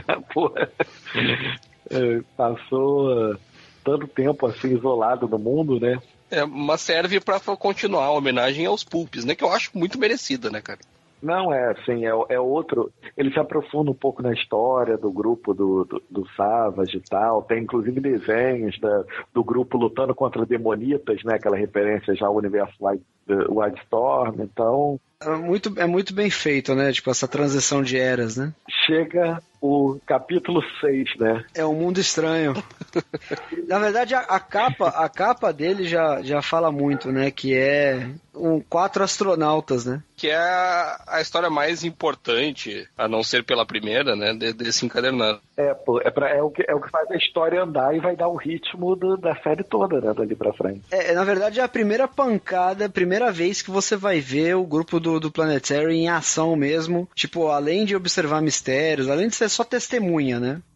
S6: passou tanto tempo assim isolado no mundo, né?
S5: Mas serve pra continuar a homenagem aos pulpes, né? Que eu acho muito merecida, né, cara?
S6: Não, assim, é outro... Ele se aprofunda um pouco na história do grupo do Savage e tal. Tem, inclusive, desenhos do grupo lutando contra demonitas, né? Aquela referência já ao universo Wildstorm, então...
S4: É muito bem feito, né? Tipo, essa transição de eras, né?
S6: Chega o capítulo 6, né?
S4: É um mundo estranho. Na verdade, a capa dele já fala muito, né? Que é 4 astronautas, né?
S5: Que é a história mais importante, a não ser pela primeira, né? Desse encadernado.
S6: É o que faz a história andar e vai dar o ritmo da série toda, né? Dali pra frente.
S4: Na verdade, é a primeira pancada, a primeira vez que você vai ver o grupo do Planetary em ação mesmo. Tipo, além de observar mistérios, além de ser só testemunha, né?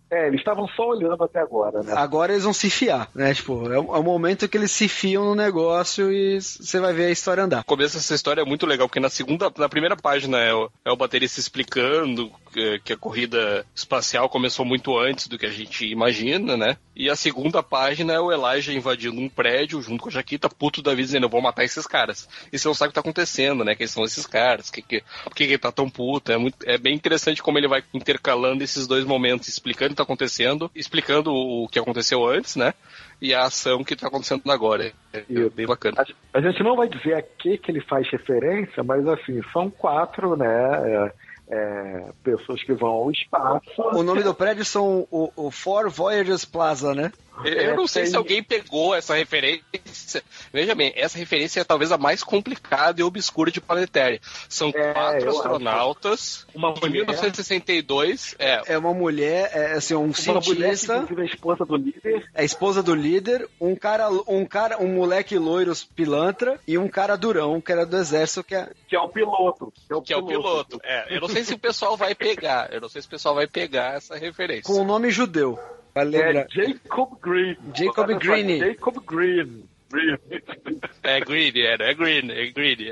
S6: Eles estavam só olhando até agora, né?
S4: Agora eles vão se fiar, né? Tipo, é o momento que eles se fiam no negócio e você vai ver a história andar.
S5: O começo dessa história é muito legal, porque na primeira página é o baterista explicando que a corrida espacial começou muito antes do que a gente imagina, né? E a segunda página é o Elijah invadindo um prédio junto com a Jaquita, puto da vida, dizendo, eu vou matar esses caras. E você não sabe o que tá acontecendo, né? Quem são esses caras? Por que ele tá tão puto? É bem interessante como ele vai intercalando esses dois momentos, explicando o que tá acontecendo, explicando o que aconteceu antes, né? E a ação que tá acontecendo agora. É bem bacana.
S6: A gente não vai dizer a que ele faz referência, mas assim, são 4, né? Pessoas que vão ao espaço.
S4: O nome do prédio são o Four Voyages Plaza, né?
S5: Eu não sei se alguém pegou essa referência. Veja bem, essa referência é talvez a mais complicada e obscura de Planetary. São 4 astronautas, uma mulher, 1962.
S4: É uma mulher, assim, um cientista.
S6: Mulher, a esposa do líder.
S4: É a esposa do líder, um moleque loiro pilantra e um cara durão, que era do exército, que
S6: é o piloto.
S5: Que é o piloto. Eu não sei se o pessoal vai pegar. Essa referência.
S4: Com o nome judeu.
S6: Jacob Green.
S4: Jacob Green.
S6: Jacob Green.
S5: Green.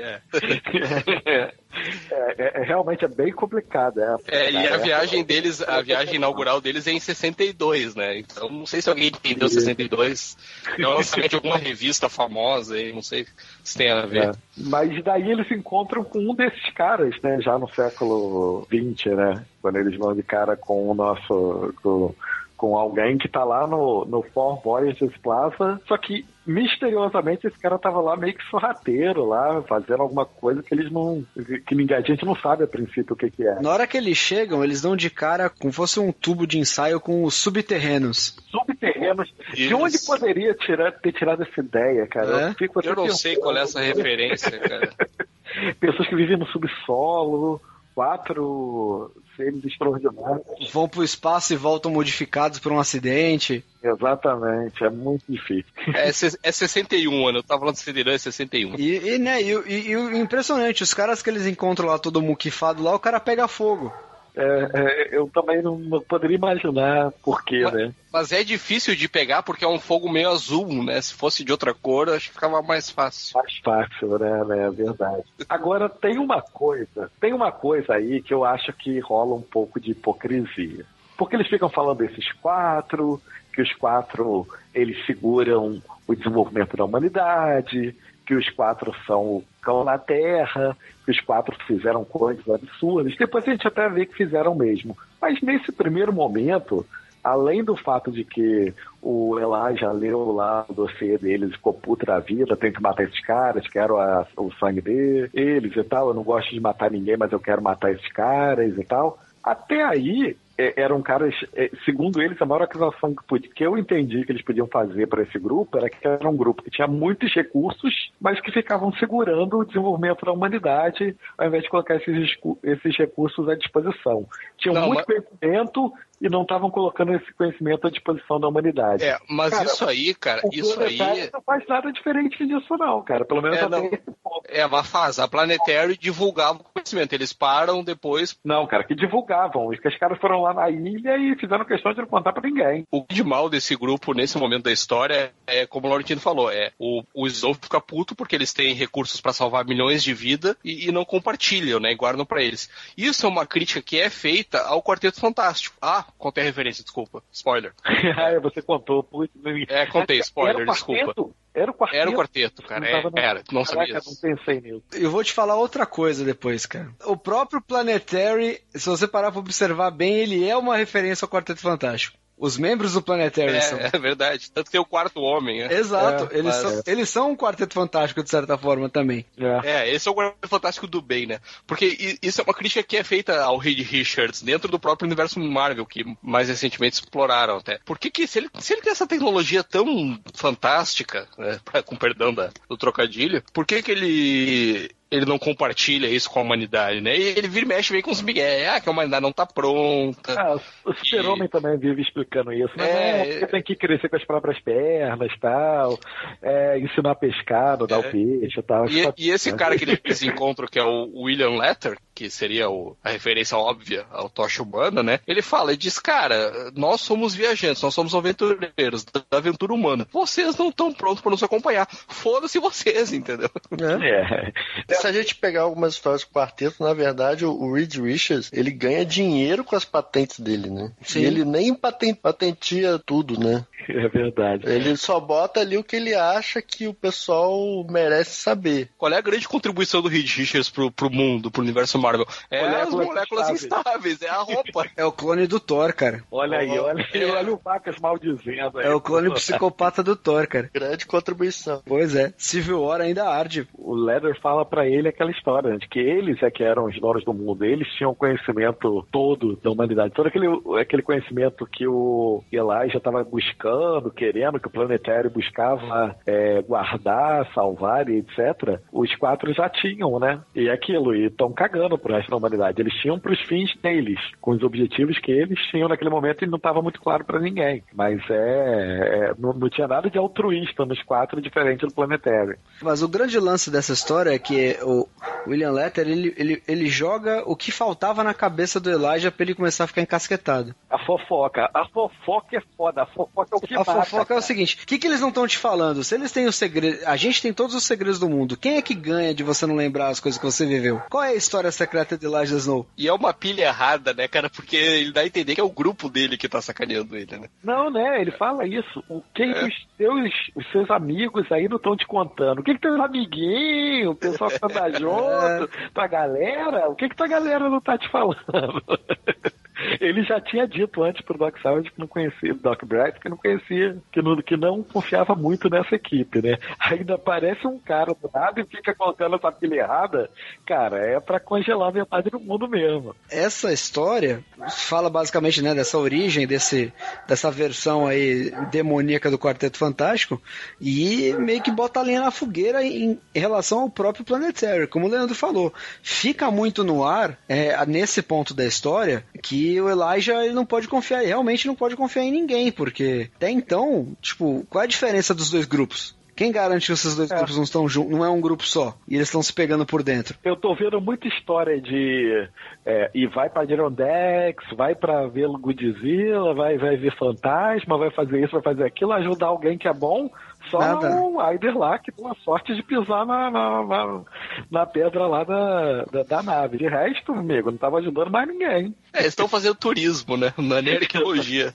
S6: Realmente é bem complicado.
S5: E a viagem deles, a viagem inaugural deles é em 62, né? Então não sei se alguém entendeu 62. É o lançamento de alguma revista famosa, não sei se tem a ver.
S6: Mas daí eles se encontram com um desses caras, né? Já no século XX, né? Quando eles vão de cara com o nosso... com alguém que tá lá no Four Voyages Plaza, só que misteriosamente esse cara tava lá meio que sorrateiro lá, fazendo alguma coisa que eles não... a gente não sabe a princípio o que é.
S4: Na hora que eles chegam, eles dão de cara como se fosse um tubo de ensaio com os subterrâneos.
S6: De onde poderia ter tirado essa ideia, cara?
S5: Eu não sei qual é essa referência, cara.
S6: Pessoas que vivem no subsolo, 4 seres extraordinários.
S4: Vão pro espaço e voltam modificados por um acidente.
S6: Exatamente, é muito difícil.
S5: É 61, eu tava falando de 62, é 61.
S4: E o impressionante, os caras que eles encontram lá todo muquifado lá, o cara pega fogo.
S6: Eu também não poderia imaginar por quê, né?
S5: Mas é difícil de pegar porque é um fogo meio azul, né? Se fosse de outra cor, acho que ficava mais fácil.
S6: Mais fácil, né? É verdade. Agora, tem uma coisa aí que eu acho que rola um pouco de hipocrisia. Porque eles ficam falando desses 4, que os 4, eles seguram o desenvolvimento da humanidade, que os 4 são o cão na terra, que os 4 fizeram coisas absurdas. Depois a gente até vê que fizeram mesmo. Mas nesse primeiro momento, além do fato de que o Elijah leu lá o dossiê deles e ficou puto da vida, tem que matar esses caras, quero o sangue deles e tal, eu não gosto de matar ninguém, mas eu quero matar esses caras e tal. Até aí, eram caras, segundo eles, a maior acusação que eu entendi que eles podiam fazer para esse grupo era que era um grupo que tinha muitos recursos, mas que ficavam segurando o desenvolvimento da humanidade ao invés de colocar esses recursos à disposição. Tinham muito conhecimento e não estavam colocando esse conhecimento à disposição da humanidade.
S5: Mas cara, isso aí, cara, isso aí...
S6: não faz nada diferente disso não, cara. Pelo menos
S5: mas faz. A Planetary divulgava o conhecimento. Eles param depois...
S6: Não, cara, que divulgavam. Os caras foram lá na ilha e fizeram questão de não contar pra ninguém.
S5: O de mal desse grupo, nesse momento da história, é como o Laurentino falou, o Snow fica puto porque eles têm recursos pra salvar milhões de vidas e não compartilham, né, e guardam pra eles. Isso é uma crítica que é feita ao Quarteto Fantástico. Contei a referência, desculpa. Spoiler.
S6: Você contou.
S5: Contei, spoiler, desculpa.
S6: Era o quarteto,
S5: cara. Não sabia isso.
S6: Não pensei nisso.
S4: Eu vou te falar outra coisa depois, cara. O próprio Planetary, se você parar pra observar bem, ele é uma referência ao Quarteto Fantástico. Os membros do Planetary são.
S5: É verdade. Tanto que tem o quarto homem, né?
S4: Exato. Eles são um Quarteto Fantástico, de certa forma, também.
S5: Esse é o Quarteto Fantástico do bem, né? Porque isso é uma crítica que é feita ao Reed Richards dentro do próprio universo Marvel, que mais recentemente exploraram até. Por que se ele tem essa tecnologia tão fantástica, né, com perdão do trocadilho, por que ele ele não compartilha isso com a humanidade, né? E ele vira e mexe meio com os migué, que a humanidade não tá pronta.
S6: O Super-Homem também vive explicando isso, né? Porque tem que crescer com as próprias pernas e tal, ensinar a pescar, dar o peixe e tal.
S5: E esse cara que eles encontram, que é o William Letter, que seria a referência óbvia ao Tocha Humana, né? Ele diz, cara, nós somos viajantes, nós somos aventureiros da aventura humana. Vocês não estão prontos para nos acompanhar. Foda-se vocês, entendeu?
S7: Se a gente pegar algumas histórias do quarteto, na verdade, o Reed Richards, ele ganha dinheiro com as patentes dele, né? Sim. E ele nem patentia tudo, né?
S6: É verdade.
S7: Ele só bota ali o que ele acha que o pessoal merece saber.
S5: Qual é a grande contribuição do Reed Richards pro mundo, pro universo Marvel? As moléculas instáveis, é a roupa.
S4: É o clone do Thor, cara.
S6: Olha aí, olha o Vacas maldizendo aí.
S4: É o clone psicopata do Thor, cara.
S7: Grande contribuição.
S4: Pois é. Civil War ainda arde.
S6: O Leather fala pra ele aquela história, né, de que eles que eram os donos do mundo, eles tinham o conhecimento todo da humanidade, todo aquele conhecimento que o Elijah estava buscando, querendo, que o Planetário buscava guardar, salvar e etc. Os 4 já tinham, né? E aquilo, e estão cagando pro resto da humanidade. Eles tinham pros fins deles, com os objetivos que eles tinham naquele momento e não estava muito claro pra ninguém. Mas não tinha nada de altruísta nos 4, diferente do Planetário.
S4: Mas o grande lance dessa história é que o William Letter, ele joga o que faltava na cabeça do Elijah pra ele começar a ficar encasquetado.
S6: A fofoca é foda, a fofoca é o que mata.
S4: A fofoca é o seguinte, o que eles não estão te falando? Se eles têm o segredo, a gente tem todos os segredos do mundo, quem é que ganha de você não lembrar as coisas que você viveu? Qual é a história secreta de Elijah Snow?
S5: E é uma pilha errada, né, cara, porque ele dá a entender que é o grupo dele que tá sacaneando ele, né?
S6: Não, né, ele fala isso, o que os seus amigos aí não estão te contando? O que teus amiguinhos, o pessoal que anda junto, tua galera, o que tua galera não tá te falando? Ele já tinha dito antes pro Doc Savage que não conhecia, Doc Bright, que não conhecia, que não confiava muito nessa equipe, né? Ainda aparece um cara do nada e fica contando essa pilha errada. Cara, é pra congelar a metade do mundo mesmo.
S4: Essa história fala basicamente, né, dessa origem, dessa versão aí demoníaca do Quarteto Fantástico e meio que bota a lenha na fogueira em relação ao próprio Planetary. Como o Leandro falou, fica muito no ar, nesse ponto da história, que o Elijah ele não pode confiar, realmente não pode confiar em ninguém, porque até então, tipo, qual é a diferença dos dois grupos? Quem garante que esses dois grupos não estão juntos, não é um grupo só, e eles estão se pegando por dentro?
S6: Eu tô vendo muita história de e vai pra Dirondex, vai pra ver o Godzilla, vai ver Fantasma, vai fazer isso, vai fazer aquilo, ajudar alguém que é bom. Só o Aider lá, que deu a sorte de pisar na pedra lá da nave. De resto, amigo, não tava ajudando mais ninguém.
S5: Eles estão fazendo turismo, né? Não é nem arqueologia.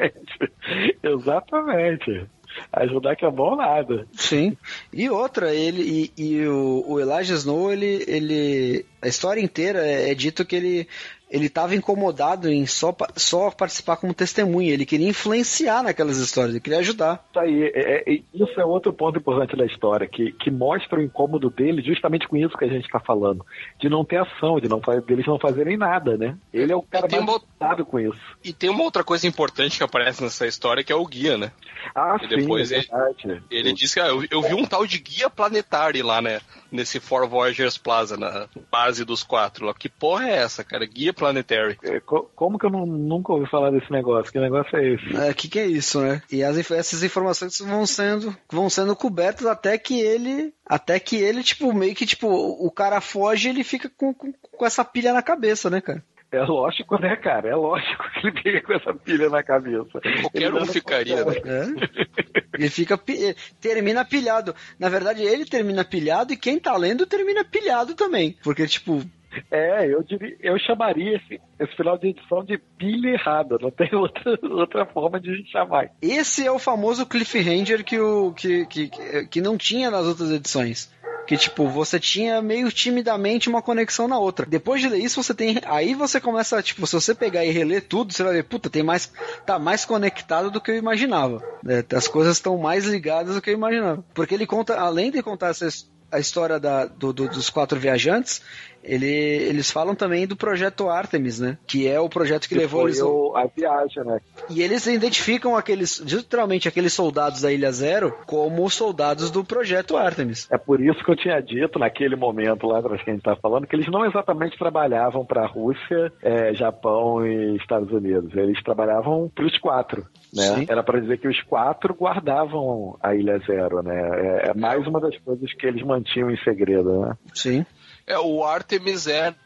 S6: Exatamente. Ajudar que é bom nada.
S4: Sim. E outra, o Elijah Snow, ele a história inteira é dito que ele estava incomodado em só participar como testemunha. Ele queria influenciar naquelas histórias, ele queria ajudar.
S6: Isso é outro ponto importante da história, que mostra o incômodo dele justamente com isso que a gente está falando, de não ter ação, deles não fazerem nada, né? Ele é o cara mais interessado com isso.
S5: E tem uma outra coisa importante que aparece nessa história, que é o guia, né?
S6: E depois é verdade.
S5: Ele disse que eu vi um tal de guia planetário lá, né? Nesse Four Voyagers Plaza, na base dos 4 lá. Que porra é essa, cara? Guia Planetary.
S6: Como que eu nunca ouvi falar desse negócio? Que negócio é esse?
S4: Que é isso, né? E essas informações vão sendo cobertas até que ele, tipo, meio que, tipo, o cara foge e ele fica com essa pilha na cabeça, né, cara?
S6: É lógico, né, cara? É lógico que ele fica com essa pilha na cabeça.
S5: Qualquer um ficaria, né?
S4: Ele termina pilhado. Na verdade, ele termina pilhado e quem tá lendo termina pilhado também. Porque, tipo...
S6: eu chamaria esse final de edição de pilha errada. Não tem outra forma de chamar.
S4: Esse é o famoso cliffhanger que não tinha nas outras edições. Que, tipo, você tinha meio timidamente uma conexão na outra. Depois de ler isso, aí você começa, tipo, se você pegar e reler tudo, você vai ver, puta, tá mais conectado do que eu imaginava. As coisas estão mais ligadas do que eu imaginava. Porque ele conta, além de contar a história dos 4 viajantes, eles falam também do projeto Artemis, né? Que é o projeto que levou eles...
S6: a viagem, né?
S4: E eles identificam literalmente aqueles soldados da Ilha Zero como soldados do projeto Artemis.
S6: É por isso que eu tinha dito naquele momento lá, atrás que a gente tá falando, que eles não exatamente trabalhavam para a Rússia, Japão e Estados Unidos. Eles trabalhavam para os 4, né? Sim. Era para dizer que os 4 guardavam a Ilha Zero, né? É mais uma das coisas que eles mantinham em segredo, né?
S4: Sim.
S5: O Artemis era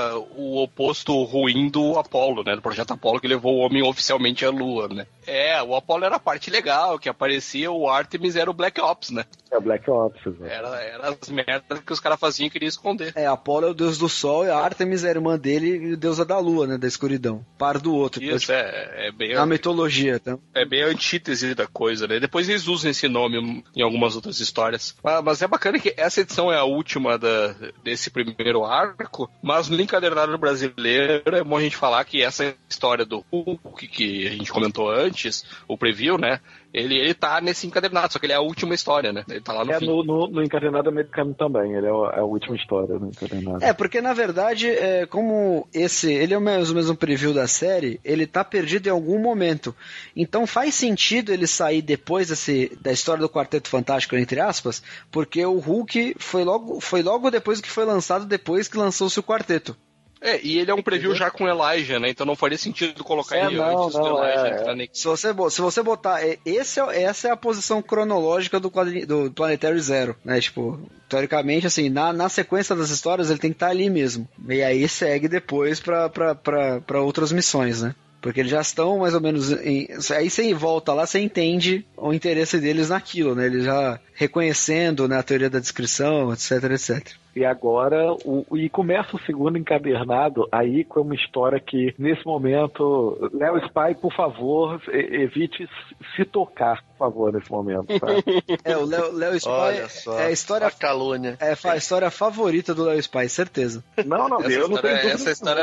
S5: o oposto ruim do Apollo, né? Do projeto Apollo, que levou o homem oficialmente à Lua, né? O Apollo era a parte legal, que aparecia, o Artemis era o Black Ops, né?
S6: É o Black Ops, né?
S5: Era as merdas que os caras faziam e queriam esconder.
S4: Apollo é o deus do sol e a Artemis é a irmã dele e o deusa da lua, né? Da escuridão. Par do outro.
S5: Isso, é bem...
S4: a mitologia, então.
S5: É bem a antítese da coisa, né? Depois eles usam esse nome em algumas outras histórias. Mas é bacana que essa edição é a última desse primeiro arco, mas no encadernado brasileiro é bom a gente falar que essa história do Hulk que a gente comentou antes, o preview, né? Ele tá nesse encadernado, só que ele é a última história, né? Ele tá lá no fim.
S6: No encadernado americano também, ele é a última história no encadernado.
S4: Porque na verdade, como ele é o mesmo preview da série, ele tá perdido em algum momento. Então faz sentido ele sair depois da história do Quarteto Fantástico, entre aspas, porque o Hulk foi logo depois que foi lançado, depois que lançou-se o Quarteto.
S5: E ele é um preview já com Elijah, né? Então não faria sentido colocar ele antes do Elijah.
S4: Se você botar... essa é a posição cronológica do Planetary Zero, né? Tipo, teoricamente, assim, na sequência das histórias ele tem que estar ali mesmo. E aí segue depois pra outras missões, né? Porque eles já estão mais ou menos... Aí você volta lá, você entende o interesse deles naquilo, né? Eles já reconhecendo, né, a teoria da descrição, etc, etc.
S6: E agora, começa o segundo encadernado aí com uma história que, nesse momento, Léo Spy, por favor, evite se tocar, por favor, nesse momento, tá?
S4: O Léo Spy é a história...
S7: A calúnia.
S4: É a história favorita do Léo Spy, certeza.
S6: Não, eu não tenho dúvida.
S5: Essa história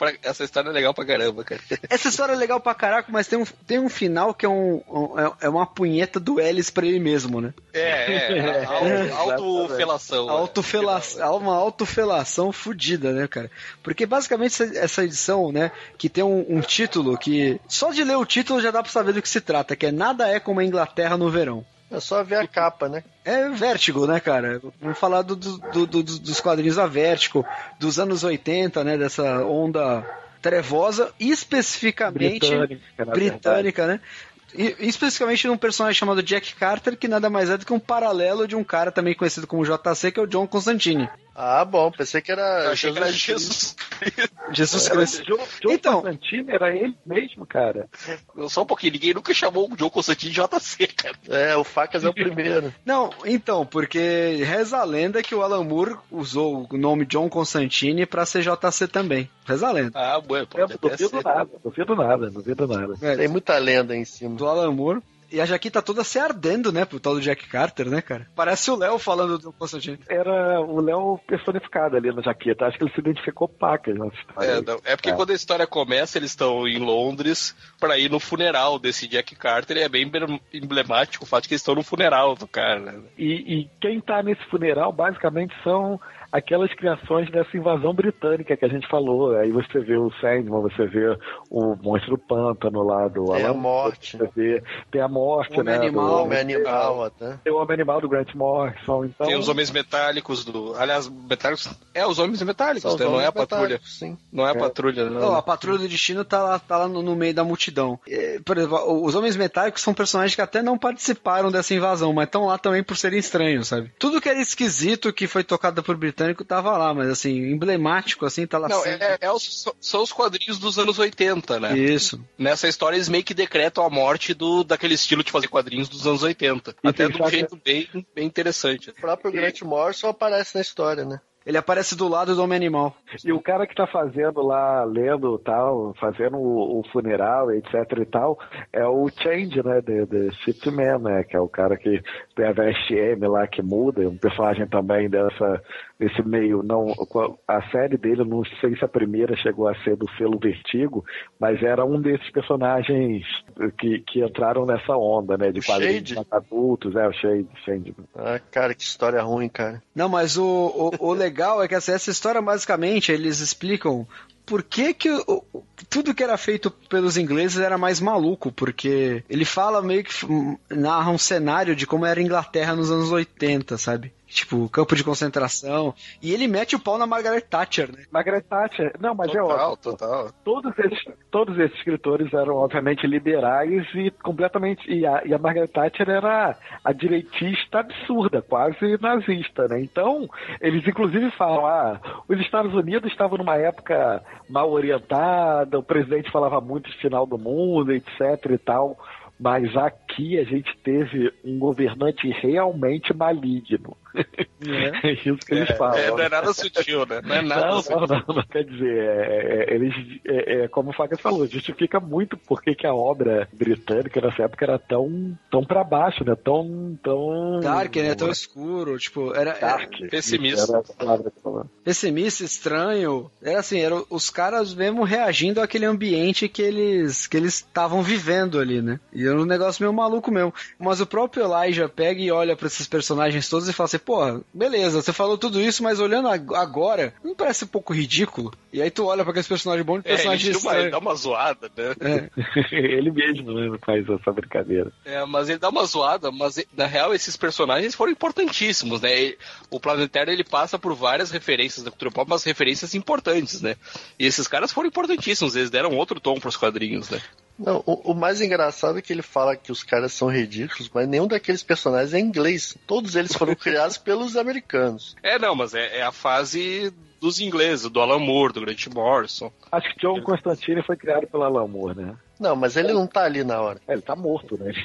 S5: é legal pra caramba, cara.
S4: Essa história é legal pra caraca, mas tem um final que é uma punheta do Ellis pra ele mesmo, né?
S5: Autofelação.
S4: Uma autofelação fodida, né, cara? Porque basicamente essa edição, né, que tem um título que só de ler o título já dá pra saber do que se trata, que é Nada é como a Inglaterra no verão.
S7: É só ver a capa, né?
S4: É Vértigo, né, cara? Vamos falar dos quadrinhos da Vértigo, dos anos 80, né, dessa onda trevosa, especificamente britânica, né? E especificamente num personagem chamado Jack Carter, que nada mais é do que um paralelo de um cara também conhecido como JC, que é o John Constantine.
S7: Ah, bom, pensei que era...
S5: Eu achei que era Jesus
S4: Cristo.
S6: John Constantine era ele mesmo, cara.
S5: Só um pouquinho, ninguém nunca chamou o John Constantine de JC, cara.
S7: O Facas é o primeiro.
S4: Não, então, porque reza a lenda que o Alan Moore usou o nome John Constantine pra ser JC também. Reza a lenda.
S5: Ah, bueno,
S6: pode duvido nada.
S7: Tem muita lenda em cima.
S4: Do Alan Moore. E a Jaquita toda se ardendo, né, pro tal do Jack Carter, né, cara? Parece o Léo falando do Constantine.
S6: Era o Léo personificado ali na Jaquita. Acho que ele se identificou pacas nessa história.
S5: Porque quando a história começa, eles estão em Londres pra ir no funeral desse Jack Carter, e é bem emblemático o fato de que eles estão no funeral do cara, né?
S6: E quem tá nesse funeral, basicamente, são aquelas criações dessa invasão britânica que a gente falou. Aí você vê o Sandman, você vê o Monstro do Pântano lá do
S7: Tem a morte.
S6: Tem a morte,
S4: né?
S7: O Homem-Animal até.
S6: Tem o Homem-Animal do Grant Morrison. Então...
S5: Tem os Homens Metálicos Aliás, Metálicos... os Homens Metálicos, não é a Patrulha.
S7: Sim.
S5: Não é a Patrulha, não.
S4: Não, a Patrulha do Destino tá lá no meio da multidão. Por exemplo, os Homens Metálicos são personagens que até não participaram dessa invasão, mas estão lá também por serem estranhos, sabe? Tudo que era esquisito que foi tocado por britânico tava lá, mas assim, emblemático, assim, tá lá.
S5: Não, são os quadrinhos dos anos 80, né?
S4: Isso.
S5: Nessa história eles meio que decretam a morte daquele estilo de fazer quadrinhos dos anos 80.
S6: E
S5: até de um jeito bem interessante.
S7: O próprio Grant Morrison aparece na história, né?
S4: Ele aparece do lado do Homem-Animal.
S6: E o cara que tá fazendo lá, lendo tal, fazendo o funeral, etc e tal, é o Change, né, de Shipman, né, que é o cara que tem a VSM lá que muda, um personagem também desse meio, não, a série dele, não sei se a primeira chegou a ser do selo Vertigo, mas era um desses personagens que entraram nessa onda, né, de quadrinhos adultos, o Shade.
S7: Ah, cara, que história ruim, cara.
S4: Não, mas o legal legal é que essa história, basicamente, eles explicam por que tudo que era feito pelos ingleses era mais maluco, porque ele fala meio que narra um cenário de como era a Inglaterra nos anos 80, sabe? Tipo, campo de concentração. E ele mete o pau na Margaret Thatcher, né?
S6: Margaret Thatcher, não, mas
S5: Total,
S6: é óbvio.
S5: total.
S6: Todos esses escritores eram, obviamente, liberais e completamente. E a Margaret Thatcher era a direitista absurda, quase nazista, né? Então, eles inclusive falam: os Estados Unidos estavam numa época mal orientada, o presidente falava muito de final do mundo, etc e tal. Mas aqui a gente teve um governante realmente maligno. É isso que eles falam.
S5: Não é nada sutil, né? Não é nada sutil.
S6: Não, quer dizer, como o Fagas falou, justifica muito porque que a obra britânica nessa época era tão pra baixo, né? Tão
S4: dark, né? Tão escuro, tipo, era
S5: pessimista.
S4: Pessimista, estranho. Era assim, eram os caras mesmo reagindo àquele ambiente que eles estavam vivendo ali, né? E era um negócio meio maluco mesmo. Mas o próprio Elijah pega e olha pra esses personagens todos e fala assim: porra, beleza, você falou tudo isso, mas olhando agora, não parece um pouco ridículo? E aí tu olha pra aqueles personagens bons e personagens estranhos.
S5: Ele dá uma zoada, né?
S6: Ele mesmo, né, faz essa brincadeira.
S5: Mas ele dá uma zoada, mas na real esses personagens foram importantíssimos, né? O Planetário, ele passa por várias referências da cultura pop, mas referências importantes, né? E esses caras foram importantíssimos, eles deram outro tom pros quadrinhos, né?
S7: Não, o mais engraçado é que ele fala que os caras são ridículos, mas nenhum daqueles personagens é inglês. Todos eles foram criados pelos americanos.
S5: Mas é a fase dos ingleses, do Alan Moore, do Grant Morrison.
S6: Acho que John Constantine foi criado pelo Alan Moore, né?
S7: Não, mas ele não tá ali na hora.
S6: Ele tá morto, né?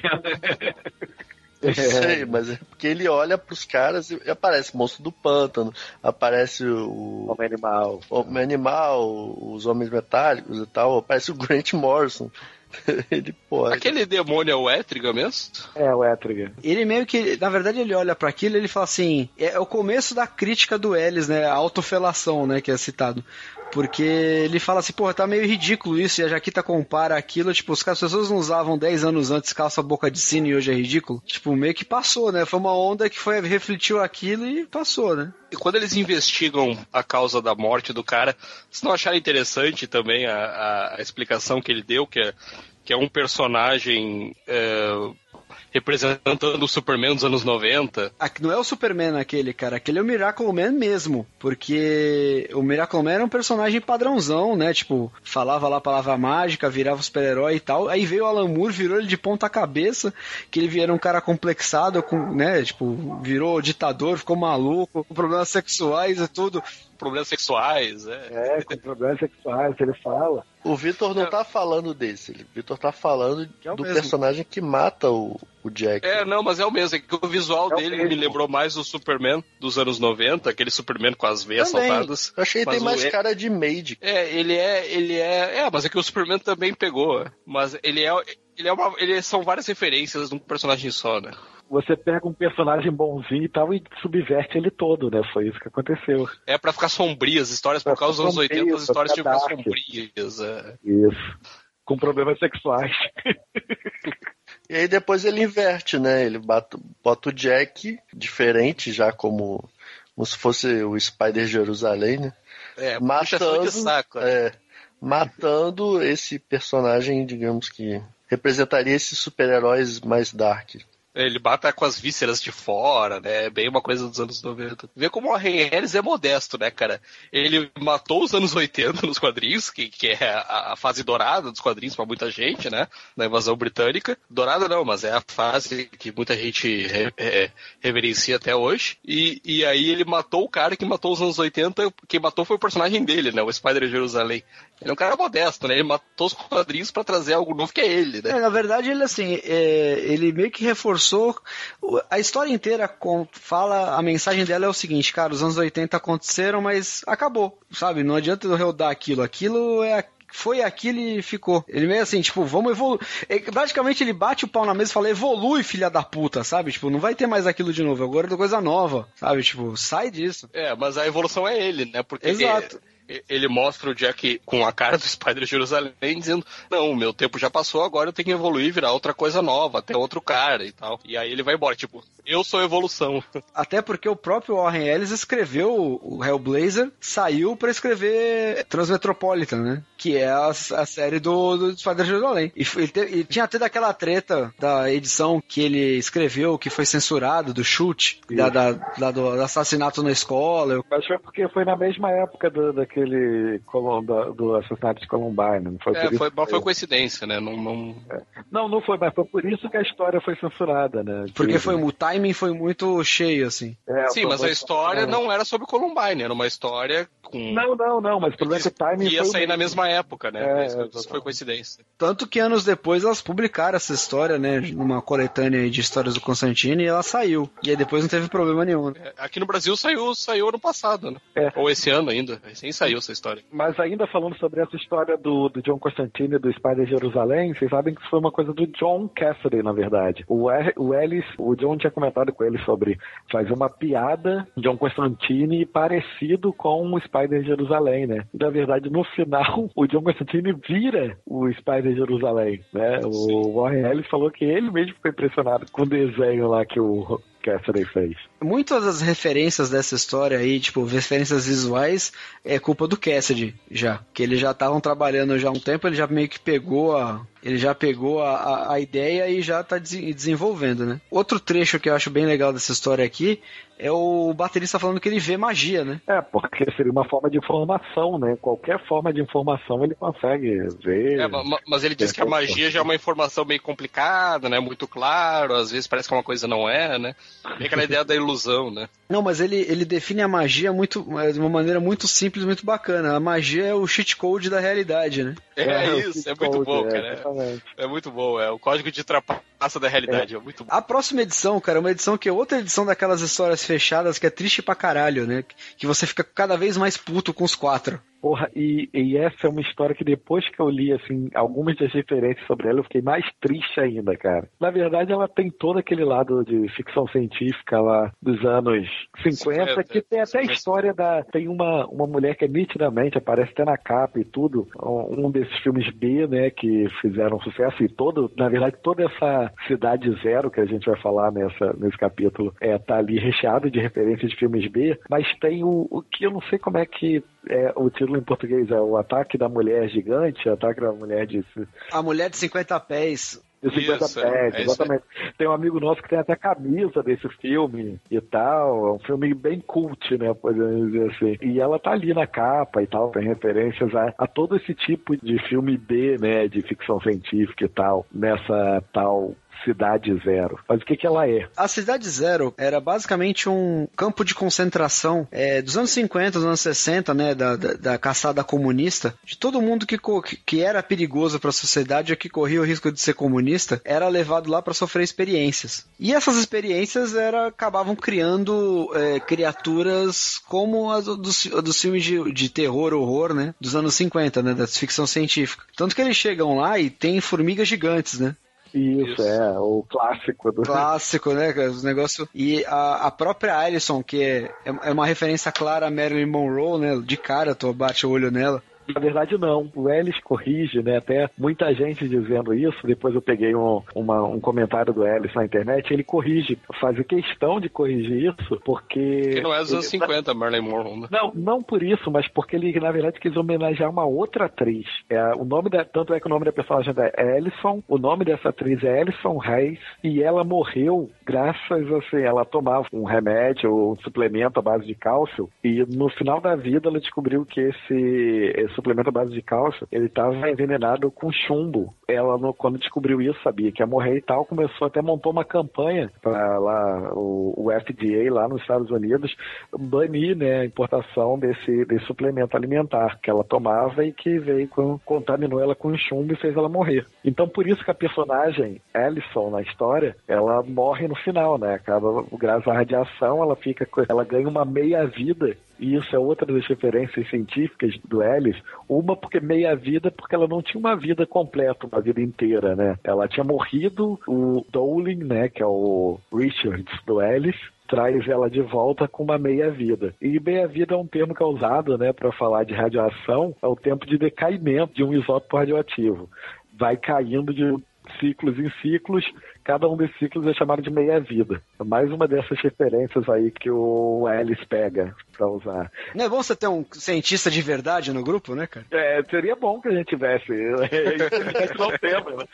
S7: Eu sei, mas é porque ele olha pros caras e aparece Monstro do Pântano, aparece o Homem-Animal, os Homens Metálicos e tal, aparece o Grant Morrison. Ele, porra.
S5: Aquele demônio é o Etrigan mesmo?
S6: É, o Etrigan.
S4: Ele meio que, na verdade, ele olha pra aquilo e ele fala assim, é o começo da crítica do Ellis, né, a autofelação, né, que é citado. Porque ele fala assim, porra, tá meio ridículo isso, e a Jaquita compara aquilo, tipo, as pessoas não usavam 10 anos antes calça boca de sino e hoje é ridículo. Tipo, meio que passou, né, foi uma onda que refletiu aquilo e passou, né.
S5: E quando eles investigam a causa da morte do cara, vocês não acharam interessante também a explicação que ele deu, que é um personagem representando o Superman dos anos 90?
S4: Não é o Superman aquele, cara. Aquele é o Miracle Man mesmo. Porque o Miracle Man era um personagem padrãozão, né? Tipo, falava lá a palavra mágica, virava super-herói e tal. Aí veio o Alan Moore, virou ele de ponta cabeça, que ele era um cara complexado, né? Tipo, virou ditador, ficou maluco, com problemas sexuais e tudo.
S5: Problemas sexuais,
S6: com problemas sexuais, ele fala.
S7: O Vitor não tá falando desse, o Vitor tá falando do personagem que mata o Jack.
S5: Mas é o mesmo, é que o visual dele me lembrou mais do Superman dos anos 90, aquele Superman com as veias saltadas.
S7: Eu achei que tem mais cara de Made.
S5: Mas é que o Superman também pegou, mas são várias referências num personagem só, né?
S6: Você pega um personagem bonzinho e tal e subverte ele todo, né? Foi isso que aconteceu.
S5: É pra ficar sombrio, as histórias por causa dos anos 80, as histórias tinham que ficar sombrias.
S6: Isso. Com problemas sexuais.
S7: E aí depois ele inverte, né? Ele bota o Jack diferente, já como se fosse o Spider Jerusalém, né? Matando esse personagem, digamos que representaria esses super-heróis mais dark.
S5: Ele bata com as vísceras de fora, né? É bem uma coisa dos anos 90. Vê como o Warren Ellis é modesto, né, cara? Ele matou os anos 80 nos quadrinhos, que é a fase dourada dos quadrinhos pra muita gente, né? Na invasão britânica. Dourada não, mas é a fase que muita gente reverencia até hoje. E aí ele matou o cara que matou os anos 80. Quem matou foi o personagem dele, né? O Spider Jerusalém. Ele é um cara modesto, né? Ele matou os quadrinhos pra trazer algo novo que é ele, né?
S4: Na verdade, ele assim, ele meio que reforçou a história inteira fala, a mensagem dela é o seguinte, cara, os anos 80 aconteceram, mas acabou, sabe? Não adianta eu rodar aquilo foi aquilo e ficou. Ele meio assim, tipo, vamos evoluir. Praticamente ele bate o pau na mesa e fala, evolui, filha da puta, sabe? Tipo, não vai ter mais aquilo de novo, agora é coisa nova, sabe? Tipo, sai disso.
S5: Mas a evolução é ele, né? Porque
S4: exato.
S5: Ele mostra o Jack com a cara do Spider Jerusalém dizendo, não, o meu tempo já passou, agora eu tenho que evoluir e virar outra coisa nova, até outro cara e tal. E aí ele vai embora, tipo, eu sou evolução.
S4: Até porque o próprio Warren Ellis escreveu o Hellblazer, saiu pra escrever Transmetropolitan, né? Que é a série do Spider Jerusalém. E tinha até daquela treta da edição que ele escreveu, que foi censurado, do chute, do assassinato na escola.
S6: Mas foi porque foi na mesma época do assassinato de Columbine. Não foi
S5: foi coincidência, né?
S6: Não foi, mas foi por isso que a história foi censurada, né?
S4: Porque o timing foi muito cheio, assim.
S5: Sim, mas a história não era sobre Columbine, era uma história com...
S6: Não, mas o problema é que o timing
S5: ia sair na mesma época, né? Isso foi coincidência.
S4: Tanto que anos depois elas publicaram essa história, né? Numa coletânea de histórias do Constantine, e ela saiu. E aí depois não teve problema nenhum.
S5: Aqui no Brasil saiu ano passado, né? Ou esse ano ainda. Recém saiu essa história.
S6: Mas ainda falando sobre essa história do John Constantine e do Spider Jerusalém, vocês sabem que isso foi uma coisa do John Cassaday, na verdade. O Ellis, o John tinha comentado com ele sobre fazer uma piada John Constantine parecido com o Spider Jerusalém, né? E, na verdade, no final, o John Constantine vira o Spider Jerusalém, né? O Warren Ellis falou que ele mesmo ficou impressionado com o desenho lá que o Cassaday fez.
S4: Muitas das referências dessa história aí, tipo, referências visuais, é culpa do Cassidy, já. Que eles já estavam trabalhando já há um tempo, ele já meio que pegou a ideia e já tá desenvolvendo, né? Outro trecho que eu acho bem legal dessa história aqui é o baterista falando que ele vê magia, né?
S6: Porque seria uma forma de informação, né? Qualquer forma de informação ele consegue ver.
S5: Mas ele diz que a magia já é uma informação meio complicada, né? Muito claro, às vezes parece que uma coisa não é, né? Tem aquela ideia da ilusão, né?
S4: Não, mas ele define a magia de uma maneira muito simples, muito bacana. A magia é o cheat code da realidade, né?
S5: Isso, é muito bom, cara. É muito bom, é o código de trapaça da realidade, é muito bom.
S4: A próxima edição, cara, é uma edição que é outra edição daquelas histórias fechadas que é triste pra caralho, né? Que você fica cada vez mais puto com os 4.
S6: Porra, e essa é uma história que depois que eu li, assim, algumas das referências sobre ela, eu fiquei mais triste ainda, cara. Na verdade, ela tem todo aquele lado de ficção científica lá dos anos 50, que tem até a história tem uma mulher que nitidamente aparece até na capa e tudo, um desses filmes B, né, que fizeram sucesso, e na verdade, toda essa cidade zero que a gente vai falar nesse capítulo, tá ali recheado de referências de filmes B, mas tem o que eu não sei como é que o título em português é o Ataque da Mulher Gigante, Ataque da Mulher de...
S4: A Mulher de 50 pés.
S6: De 50 pés, exatamente. Tem um amigo nosso que tem até camisa desse filme e tal, é um filme bem cult, né, podemos dizer assim. E ela tá ali na capa e tal, tem referências a todo esse tipo de filme B, né, de ficção científica e tal, nessa tal Cidade Zero. Mas o que ela é?
S4: A Cidade Zero era basicamente um campo de concentração dos anos 50, dos anos 60, né, da caçada comunista, de todo mundo que era perigoso para a sociedade ou que corria o risco de ser comunista, era levado lá para sofrer experiências. E essas experiências acabavam criando criaturas como as dos filmes de terror, horror, né, dos anos 50, né, da ficção científica. Tanto que eles chegam lá e tem formigas gigantes, né?
S6: Isso, o clássico.
S4: Clássico, né, os negócios... E a própria Alison, que é uma referência clara a Marilyn Monroe, né, de cara, tu bate o olho nela.
S6: Na verdade, não. O Ellis corrige, né? Até muita gente dizendo isso. Depois eu peguei um comentário do Ellis na internet. Ele corrige, faz questão de corrigir isso, porque...
S5: Que não é dos anos 50, Marilyn Monroe, né?
S6: Não por isso, mas porque ele, na verdade, quis homenagear uma outra atriz. Tanto é que o nome da personagem é Alison, o nome dessa atriz é Alison Hayes, e ela morreu graças ela tomava um remédio, um suplemento à base de cálcio, e no final da vida ela descobriu que esse suplemento à base de cálcio, ele estava envenenado com chumbo. Ela, quando descobriu isso, sabia que ia morrer e tal, montou uma campanha para lá, o FDA lá nos Estados Unidos, banir, né, a importação desse suplemento alimentar que ela tomava e que contaminou ela com chumbo e fez ela morrer. Então, por isso que a personagem Alison, na história, ela morre no final, né? Acaba, graças à radiação, ela ganha uma meia-vida e isso é outra das referências científicas do Ellis, uma porque meia-vida, porque ela não tinha uma vida completa, uma vida inteira, né? Ela tinha morrido, o Dowling, né, que é o Richards do Ellis, traz ela de volta com uma meia-vida. E meia-vida é um termo que é usado, né, para falar de radiação, é o tempo de decaimento de um isótopo radioativo. Vai caindo de ciclos em ciclos, cada um desses ciclos é chamado de meia-vida. É mais uma dessas referências aí que o Ellis pega pra usar.
S4: Não é bom você ter um cientista de verdade no grupo, né, cara?
S6: Seria bom que a gente tivesse. Não temos, né?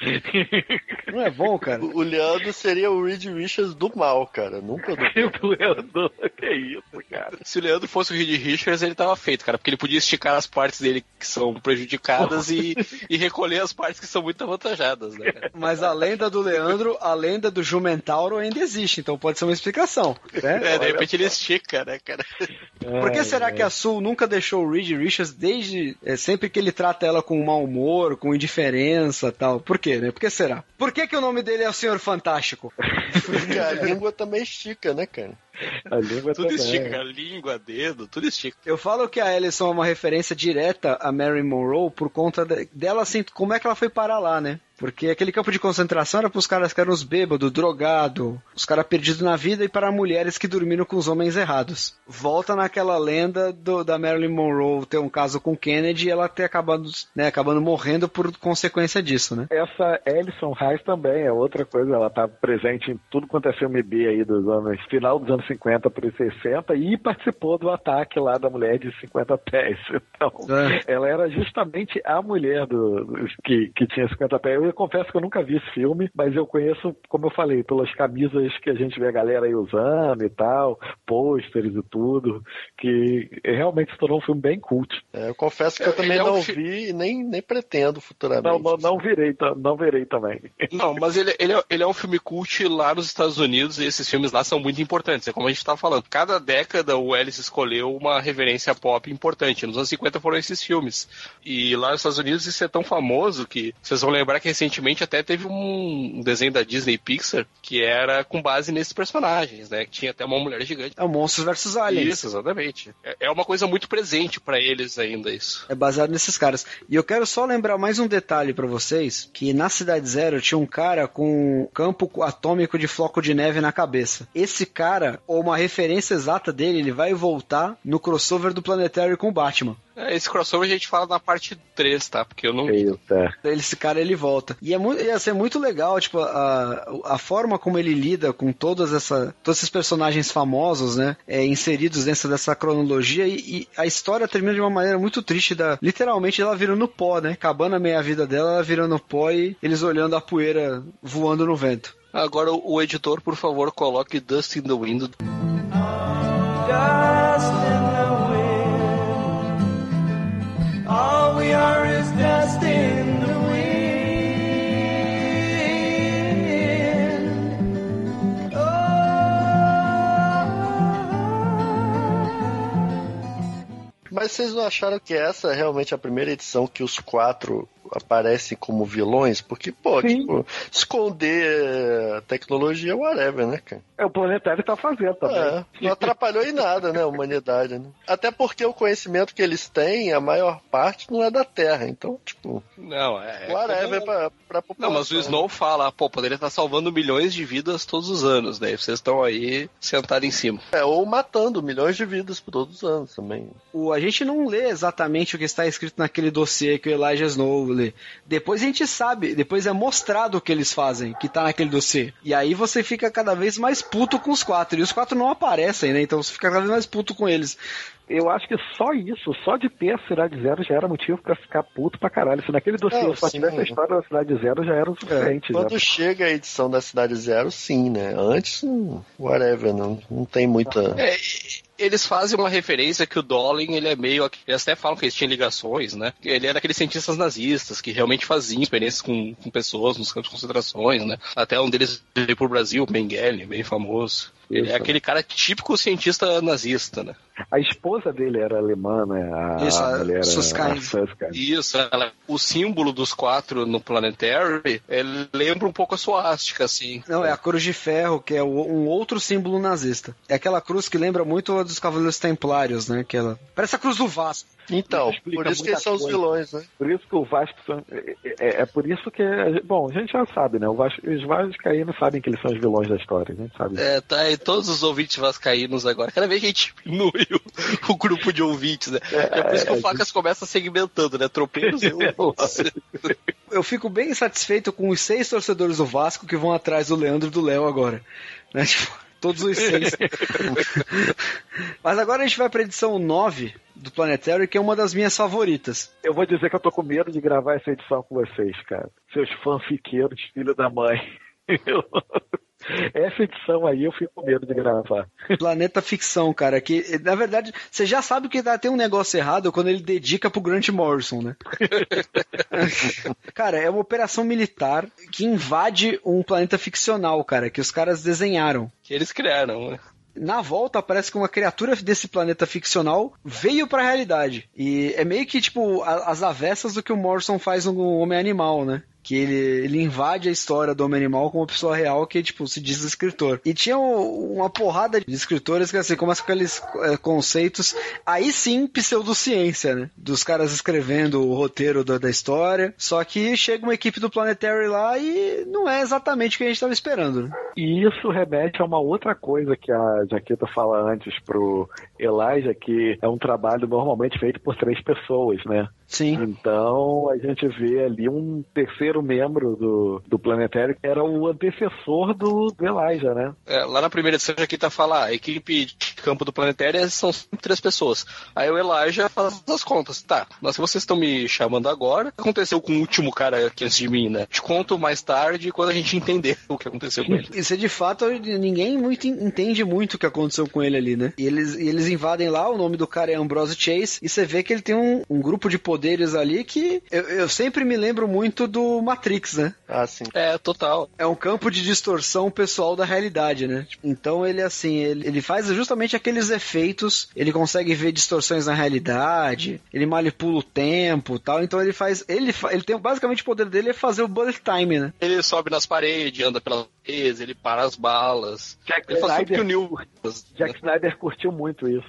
S4: Não é bom, cara?
S7: O Leandro seria o Reed Richards do mal, cara. Nunca do bem.
S6: Leandro, que isso, cara.
S5: Se o Leandro fosse o Reed Richards, ele tava feito, cara, porque ele podia esticar as partes dele que são prejudicadas e recolher as partes que são muito avantajadas, né, cara?
S4: Mas a lenda do Leandro, a lenda do Jumentauro ainda existe, então pode ser uma explicação. Né?
S5: De repente ele estica, né, cara?
S4: Por que será que a Sul nunca deixou o Reed Richards desde sempre que ele trata ela com mau humor, com indiferença e tal? Por quê, né? Por que será? Por que o nome dele é o Senhor Fantástico?
S7: Porque a língua também estica, né, cara?
S6: A língua
S5: tudo
S6: também.
S5: estica, língua, dedo, tudo estica.
S4: Eu falo que a Ellison é uma referência direta a Marilyn Monroe por conta dela, assim, como é que ela foi parar lá, né? Porque aquele campo de concentração era pros caras que eram os bêbados, drogados, os caras perdidos na vida e para mulheres que dormiram com os homens errados. Volta naquela lenda da Marilyn Monroe ter um caso com Kennedy e ela ter acabado morrendo por consequência disso, né?
S6: Essa Alison Rice também é outra coisa, ela tá presente em tudo quanto é filme B aí dos anos, final dos anos 50 para os 60 e participou do ataque lá da mulher de 50 pés. Então, ela era justamente a mulher que tinha 50 pés. Eu confesso que eu nunca vi esse filme, mas eu conheço, como eu falei, pelas camisas que a gente vê a galera aí usando e tal, pôsteres e tudo, que realmente se tornou um filme bem cult.
S7: Eu confesso que eu também não vi e nem pretendo futuramente.
S6: Não verei também.
S5: Não, mas ele é um filme cult lá nos Estados Unidos e esses filmes lá são muito importantes. É como a gente estava falando. Cada década o Ellis escolheu uma referência pop importante. Nos anos 50 foram esses filmes. E lá nos Estados Unidos isso é tão famoso que vocês vão lembrar que recentemente até teve um desenho da Disney Pixar que era com base nesses personagens, né? Que tinha até uma mulher gigante.
S4: É o Monstros vs Aliens.
S5: Isso, exatamente. É uma coisa muito presente pra eles ainda, isso.
S4: É baseado nesses caras. E eu quero só lembrar mais um detalhe pra vocês, que na Cidade Zero tinha um cara com um campo atômico de floco de neve na cabeça. Esse cara, ou uma referência exata dele, ele vai voltar no crossover do Planetary com o Batman.
S5: Esse crossover a gente fala na parte 3, tá? Porque eu não...
S4: Esse cara, ele volta. E ia ser muito legal, tipo, a forma como ele lida com todos esses personagens famosos, né? Inseridos dentro dessa cronologia e a história termina de uma maneira muito triste, literalmente ela virando pó, né? Acabando a meia-vida dela, ela virando pó e eles olhando a poeira voando no vento.
S5: Agora o editor, por favor, coloque Dust in the Wind.
S10: Dust in the wind. All we are is dust in the wind. Oh.
S7: Mas vocês não acharam que essa é realmente a primeira edição que os 4 aparecem como vilões? Porque, tipo, esconder tecnologia, whatever, né, cara?
S6: O Planetário tá fazendo também.
S7: Não atrapalhou em nada, né, a humanidade, né? Até porque o conhecimento que eles têm, a maior parte não é da Terra, então, tipo...
S5: Não,
S7: whatever pra população.
S5: Não, mas o Snow fala, poderia estar salvando milhões de vidas todos os anos, né? Vocês estão aí sentados em cima.
S7: Ou matando milhões de vidas por todos os anos também.
S4: A gente não lê exatamente o que está escrito naquele dossiê que o Elijah Snow lê. Depois a gente sabe, depois é mostrado o que eles fazem, que tá naquele dossiê. E aí você fica cada vez mais puto com os 4. E os 4 não aparecem, né? Então você fica cada vez mais puto com eles.
S6: Eu acho que só isso, só de ter a Cidade Zero já era motivo pra ficar puto pra caralho. Se naquele dossiê só tivesse a história da Cidade Zero, já era o suficiente.
S7: Quando chega a edição da Cidade Zero, sim, né? Antes, whatever, não tem muita...
S5: Eles fazem uma referência que o Dowling, ele é meio... Eles até falam que eles tinham ligações, né? Ele era aqueles cientistas nazistas que realmente faziam experiências com pessoas nos campos de concentrações, né? Até um deles veio pro Brasil, Mengele, bem famoso. Ele é aquele cara típico cientista nazista, né?
S6: A esposa dele era alemã, né? A mulher
S4: Suskind.
S5: Isso, o símbolo dos 4 no Planetary, ele lembra um pouco a suástica, assim.
S4: Não, é a Cruz de Ferro, que é um outro símbolo nazista. É aquela cruz que lembra muito a dos Cavaleiros Templários, né? Parece a Cruz do Vasco.
S7: Então, por isso que eles são os vilões, né?
S6: Por isso que o Vasco é por isso que bom, a gente já sabe, né? Os vascaínos sabem que eles são os vilões da história, a gente sabe.
S5: Tá aí todos os ouvintes vascaínos agora. Cada vez que a gente diminui o grupo de ouvintes, né? É por isso que o Facas começa segmentando, né? Tropeiros e
S4: Eu fico bem satisfeito com os 6 torcedores do Vasco que vão atrás do Leandro e do Léo agora, né? Tipo, todos os 6. Mas agora a gente vai pra edição 9 do Planetary, que é uma das minhas favoritas.
S6: Eu vou dizer que eu tô com medo de gravar essa edição com vocês, cara. Seus fanfiqueiros, filho da mãe. Essa edição aí eu fico com medo de gravar.
S4: Planeta Ficção, cara, que na verdade você já sabe que tem um negócio errado quando ele dedica pro Grant Morrison, né? Cara, é uma operação militar que invade um planeta ficcional, cara, que os caras desenharam.
S5: Que eles criaram, né?
S4: Na volta, parece que uma criatura desse planeta ficcional veio pra realidade. E é meio que, tipo, as avessas do que o Morrison faz no Homem-Animal, né? Que ele invade a história do Homem-Animal com uma pessoa real que, tipo, se diz escritor. E tinha uma porrada de escritores que, assim, começam com aqueles conceitos, aí sim, pseudociência, né? Dos caras escrevendo o roteiro da história. Só que chega uma equipe do Planetary lá e não é exatamente o que a gente estava esperando, né?
S6: E isso remete a uma outra coisa que a Jaqueta fala antes pro Elijah, que é um trabalho normalmente feito por 3 pessoas, né?
S4: Sim.
S6: Então a gente vê ali um terceiro membro do Planetary, que era o antecessor do Elijah, né?
S5: Lá na primeira edição, a Jaqueta fala, a equipe de campo do Planetary são 3 pessoas. Aí o Elijah faz as contas. Tá, mas se vocês estão me chamando agora, o que aconteceu com o último cara aqui antes de mim, né? Te conto mais tarde, quando a gente entender o que aconteceu com ele.
S4: Isso é de fato, ninguém entende muito o que aconteceu com ele ali, né? E eles invadem lá, o nome do cara é Ambrose Chase, e você vê que ele tem um grupo de poderes ali que eu sempre me lembro muito do Matrix, né?
S7: Ah, sim.
S5: Total.
S4: É um campo de distorção pessoal da realidade, né? Então ele, assim, ele faz justamente aqueles efeitos, ele consegue ver distorções na realidade, ele manipula o tempo e tal, então ele tem, basicamente o poder dele é fazer o bullet time, né?
S5: Ele sobe nas paredes, anda pelas paredes, ele para as balas. Ele faz tudo que o Neil...
S6: Jack Snyder curtiu muito isso.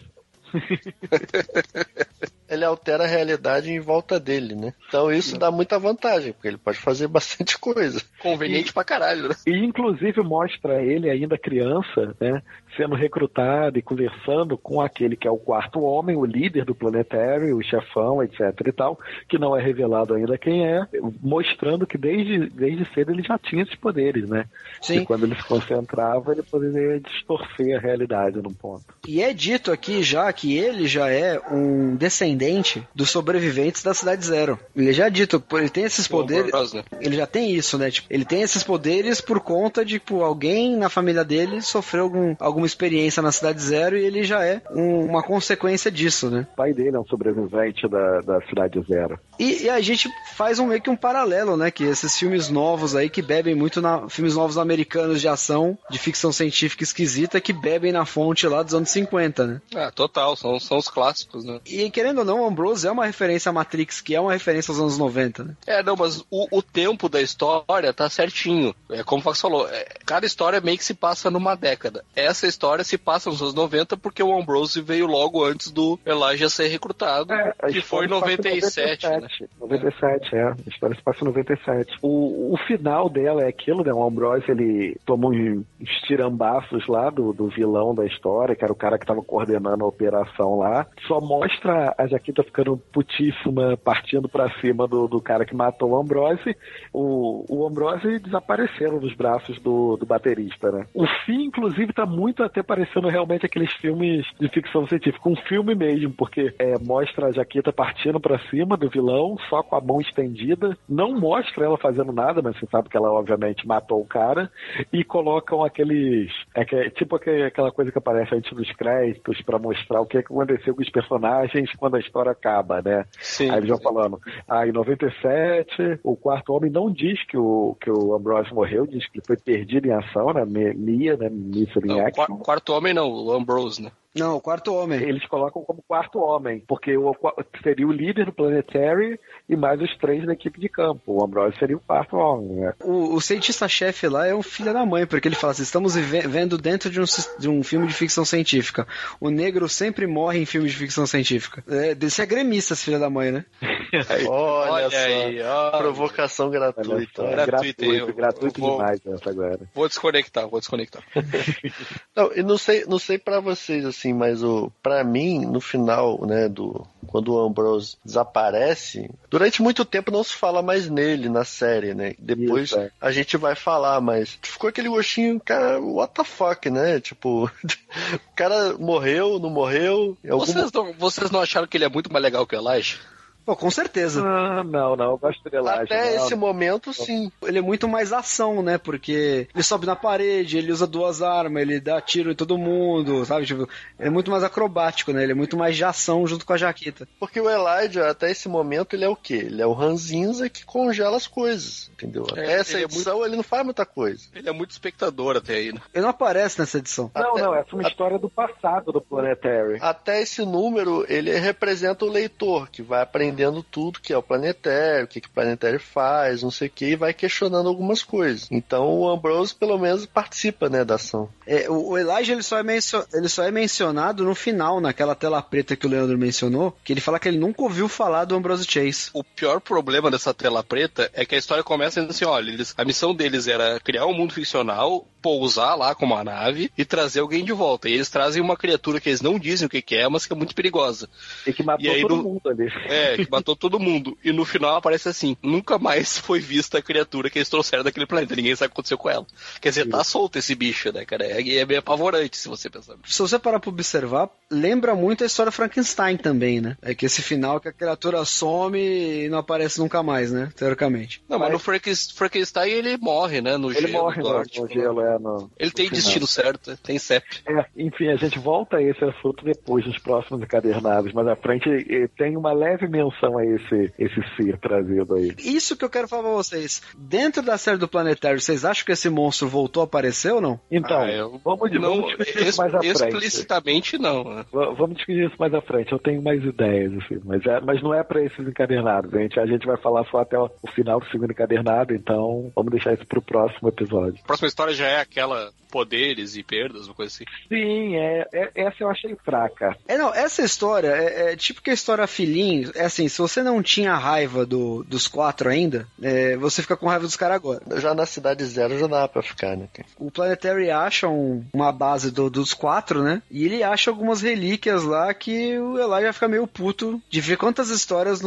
S7: Ele altera a realidade em volta dele, né? Então isso dá muita vantagem, porque ele pode fazer bastante coisa.
S5: Conveniente pra caralho, né?
S6: E inclusive mostra ele ainda criança, né? Sendo recrutado e conversando com aquele que é o 4º homem, o líder do Planetary, o chefão, etc e tal, que não é revelado ainda quem é, mostrando que desde cedo ele já tinha esses poderes, né?
S4: Sim.
S6: E quando ele se concentrava, ele poderia distorcer a realidade num ponto.
S4: E é dito aqui já que ele já é um descendente dos sobreviventes da Cidade Zero. Ele já é dito, ele tem esses poderes, ele já tem isso, né? Tipo, ele tem esses poderes por conta de, tipo, alguém na família dele sofreu alguma experiência na Cidade Zero e ele já é uma consequência disso, né?
S6: O pai dele é um sobrevivente da Cidade Zero.
S4: E a gente faz meio que um paralelo, né? Que esses filmes novos aí que bebem muito filmes novos americanos de ação, de ficção científica esquisita, que bebem na fonte lá dos anos 50, né?
S5: Total, são os clássicos, né?
S4: E querendo ou não, Ambrose é uma referência à Matrix, que é uma referência aos anos 90, né?
S5: Não, mas o tempo da história tá certinho. Como o Fox falou, cada história meio que se passa numa década. Essa história se passa nos anos 90 porque o Ambrose veio logo antes do Elijah ser recrutado, que foi em 97, né?
S6: 97, a história se passa em 97. O final dela é aquilo, né? O Ambrose, ele tomou uns tirambaços lá do vilão da história, que era o cara que tava coordenando a operação lá. Só mostra a Jaqueta ficando putíssima, partindo pra cima do cara que matou o Ambrose. O Ambrose desapareceram nos braços do baterista, né? O fim, inclusive, tá muito até parecendo realmente aqueles filmes de ficção científica. Um filme mesmo, porque mostra a Jaqueta partindo pra cima do vilão, só com a mão estendida. Não mostra ela fazendo nada, mas você sabe que ela, obviamente, matou o cara. E colocam aqueles... tipo aquela coisa que aparece antes dos créditos pra mostrar o que aconteceu com os personagens quando as história acaba, né?
S5: Sim,
S6: aí eles vão falando, em 97, o Quarto Homem não diz que o Ambrose morreu, diz que ele foi perdido em ação, né? Mia, né? Missile in Action.
S5: Quarto Homem não, o Ambrose, né?
S4: Não, o Quarto Homem.
S6: Eles colocam como Quarto Homem, porque seria o líder do Planetary e mais os 3 da equipe de campo. O Ambrose seria o Quarto Homem, né?
S4: O cientista-chefe lá é um filho da mãe, porque ele fala assim, estamos vivendo dentro de um filme de ficção científica. O negro sempre morre em filmes de ficção científica. Você é gremista, esse filho da mãe, né?
S7: Olha só,
S5: aí,
S7: provocação gratuita.
S6: Gratuito demais essa agora.
S5: Vou desconectar.
S7: Não, e não sei pra vocês, assim, mas pra mim, no final, né, quando o Ambrose desaparece, durante muito tempo não se fala mais nele na série, né? Depois
S6: Isso,
S7: a gente vai falar, mas ficou aquele gostinho, cara, what the fuck, né? Tipo, o cara morreu, não morreu?
S5: Vocês não acharam que ele é muito mais legal que o Elijah?
S4: Pô, com certeza.
S6: Não, eu gosto dele lá.
S7: Até esse momento, sim.
S4: Ele é muito mais ação, né? Porque ele sobe na parede, ele usa 2 armas, ele dá tiro em todo mundo, sabe? Tipo, ele é muito mais acrobático, né? Ele é muito mais de ação junto com a Jaquita.
S7: Porque o Elijah, até esse momento, ele é o quê? Ele é o Ranzinza que congela as coisas, entendeu? Até essa edição, ele não faz muita coisa.
S5: Ele é muito espectador até aí, né?
S4: Ele não aparece nessa edição.
S6: Não, essa é uma história do passado do Planetary.
S7: Até esse número, ele representa o leitor, que vai aprendendo tudo que é o Planetário, o que o Planetário faz, não sei o que, e vai questionando algumas coisas. Então o Ambrose pelo menos participa, né, da ação.
S4: O Elijah ele só é mencionado no final, naquela tela preta que o Leandro mencionou, que ele fala que ele nunca ouviu falar do Ambrose Chase.
S5: O pior problema dessa tela preta é que a história começa dizendo assim, olha, a missão deles era criar um mundo ficcional, pousar lá com uma nave e trazer alguém de volta. E eles trazem uma criatura que eles não dizem o que é, mas que é muito perigosa.
S6: E que matou todo mundo ali.
S5: Que matou todo mundo. E no final aparece assim, nunca mais foi vista a criatura que eles trouxeram daquele planeta. Ninguém sabe o que aconteceu com ela. Quer dizer, tá solto esse bicho, né, cara? É meio apavorante, se você pensar.
S4: Se você parar pra observar, lembra muito a história Frankenstein também, né? É que esse final que a criatura some e não aparece nunca mais, né? Teoricamente.
S5: Não, mas no Frankenstein ele morre, né? No
S6: ele
S5: gelo.
S6: Morre no gelo,
S5: ele tem destino certo, tem CEP.
S6: Enfim, a gente volta a esse assunto depois, nos próximos encadernados, mas à frente tem uma leve menção a esse ser trazido aí.
S4: Isso que eu quero falar pra vocês. Dentro da série do Planetário, vocês acham que esse monstro voltou a aparecer ou não?
S6: Então, vamos discutir isso mais à frente.
S5: Explicitamente não. Né?
S6: Vamos discutir isso mais à frente. Eu tenho mais ideias, assim, mas não é pra esses encadernados. A gente vai falar só até o final do segundo encadernado, então vamos deixar isso pro próximo episódio.
S5: A próxima história já é aquela poderes e perdas, uma coisa assim.
S6: Sim, essa eu achei fraca.
S4: Essa história é tipo que a história Filhinho, é assim, se você não tinha raiva dos 4 ainda, você fica com raiva dos caras agora.
S7: Já na Cidade Zero já dá pra ficar, né?
S4: O Planetary acha uma base dos 4, né? E ele acha algumas relíquias lá que o Elijah fica meio puto de ver quantas histórias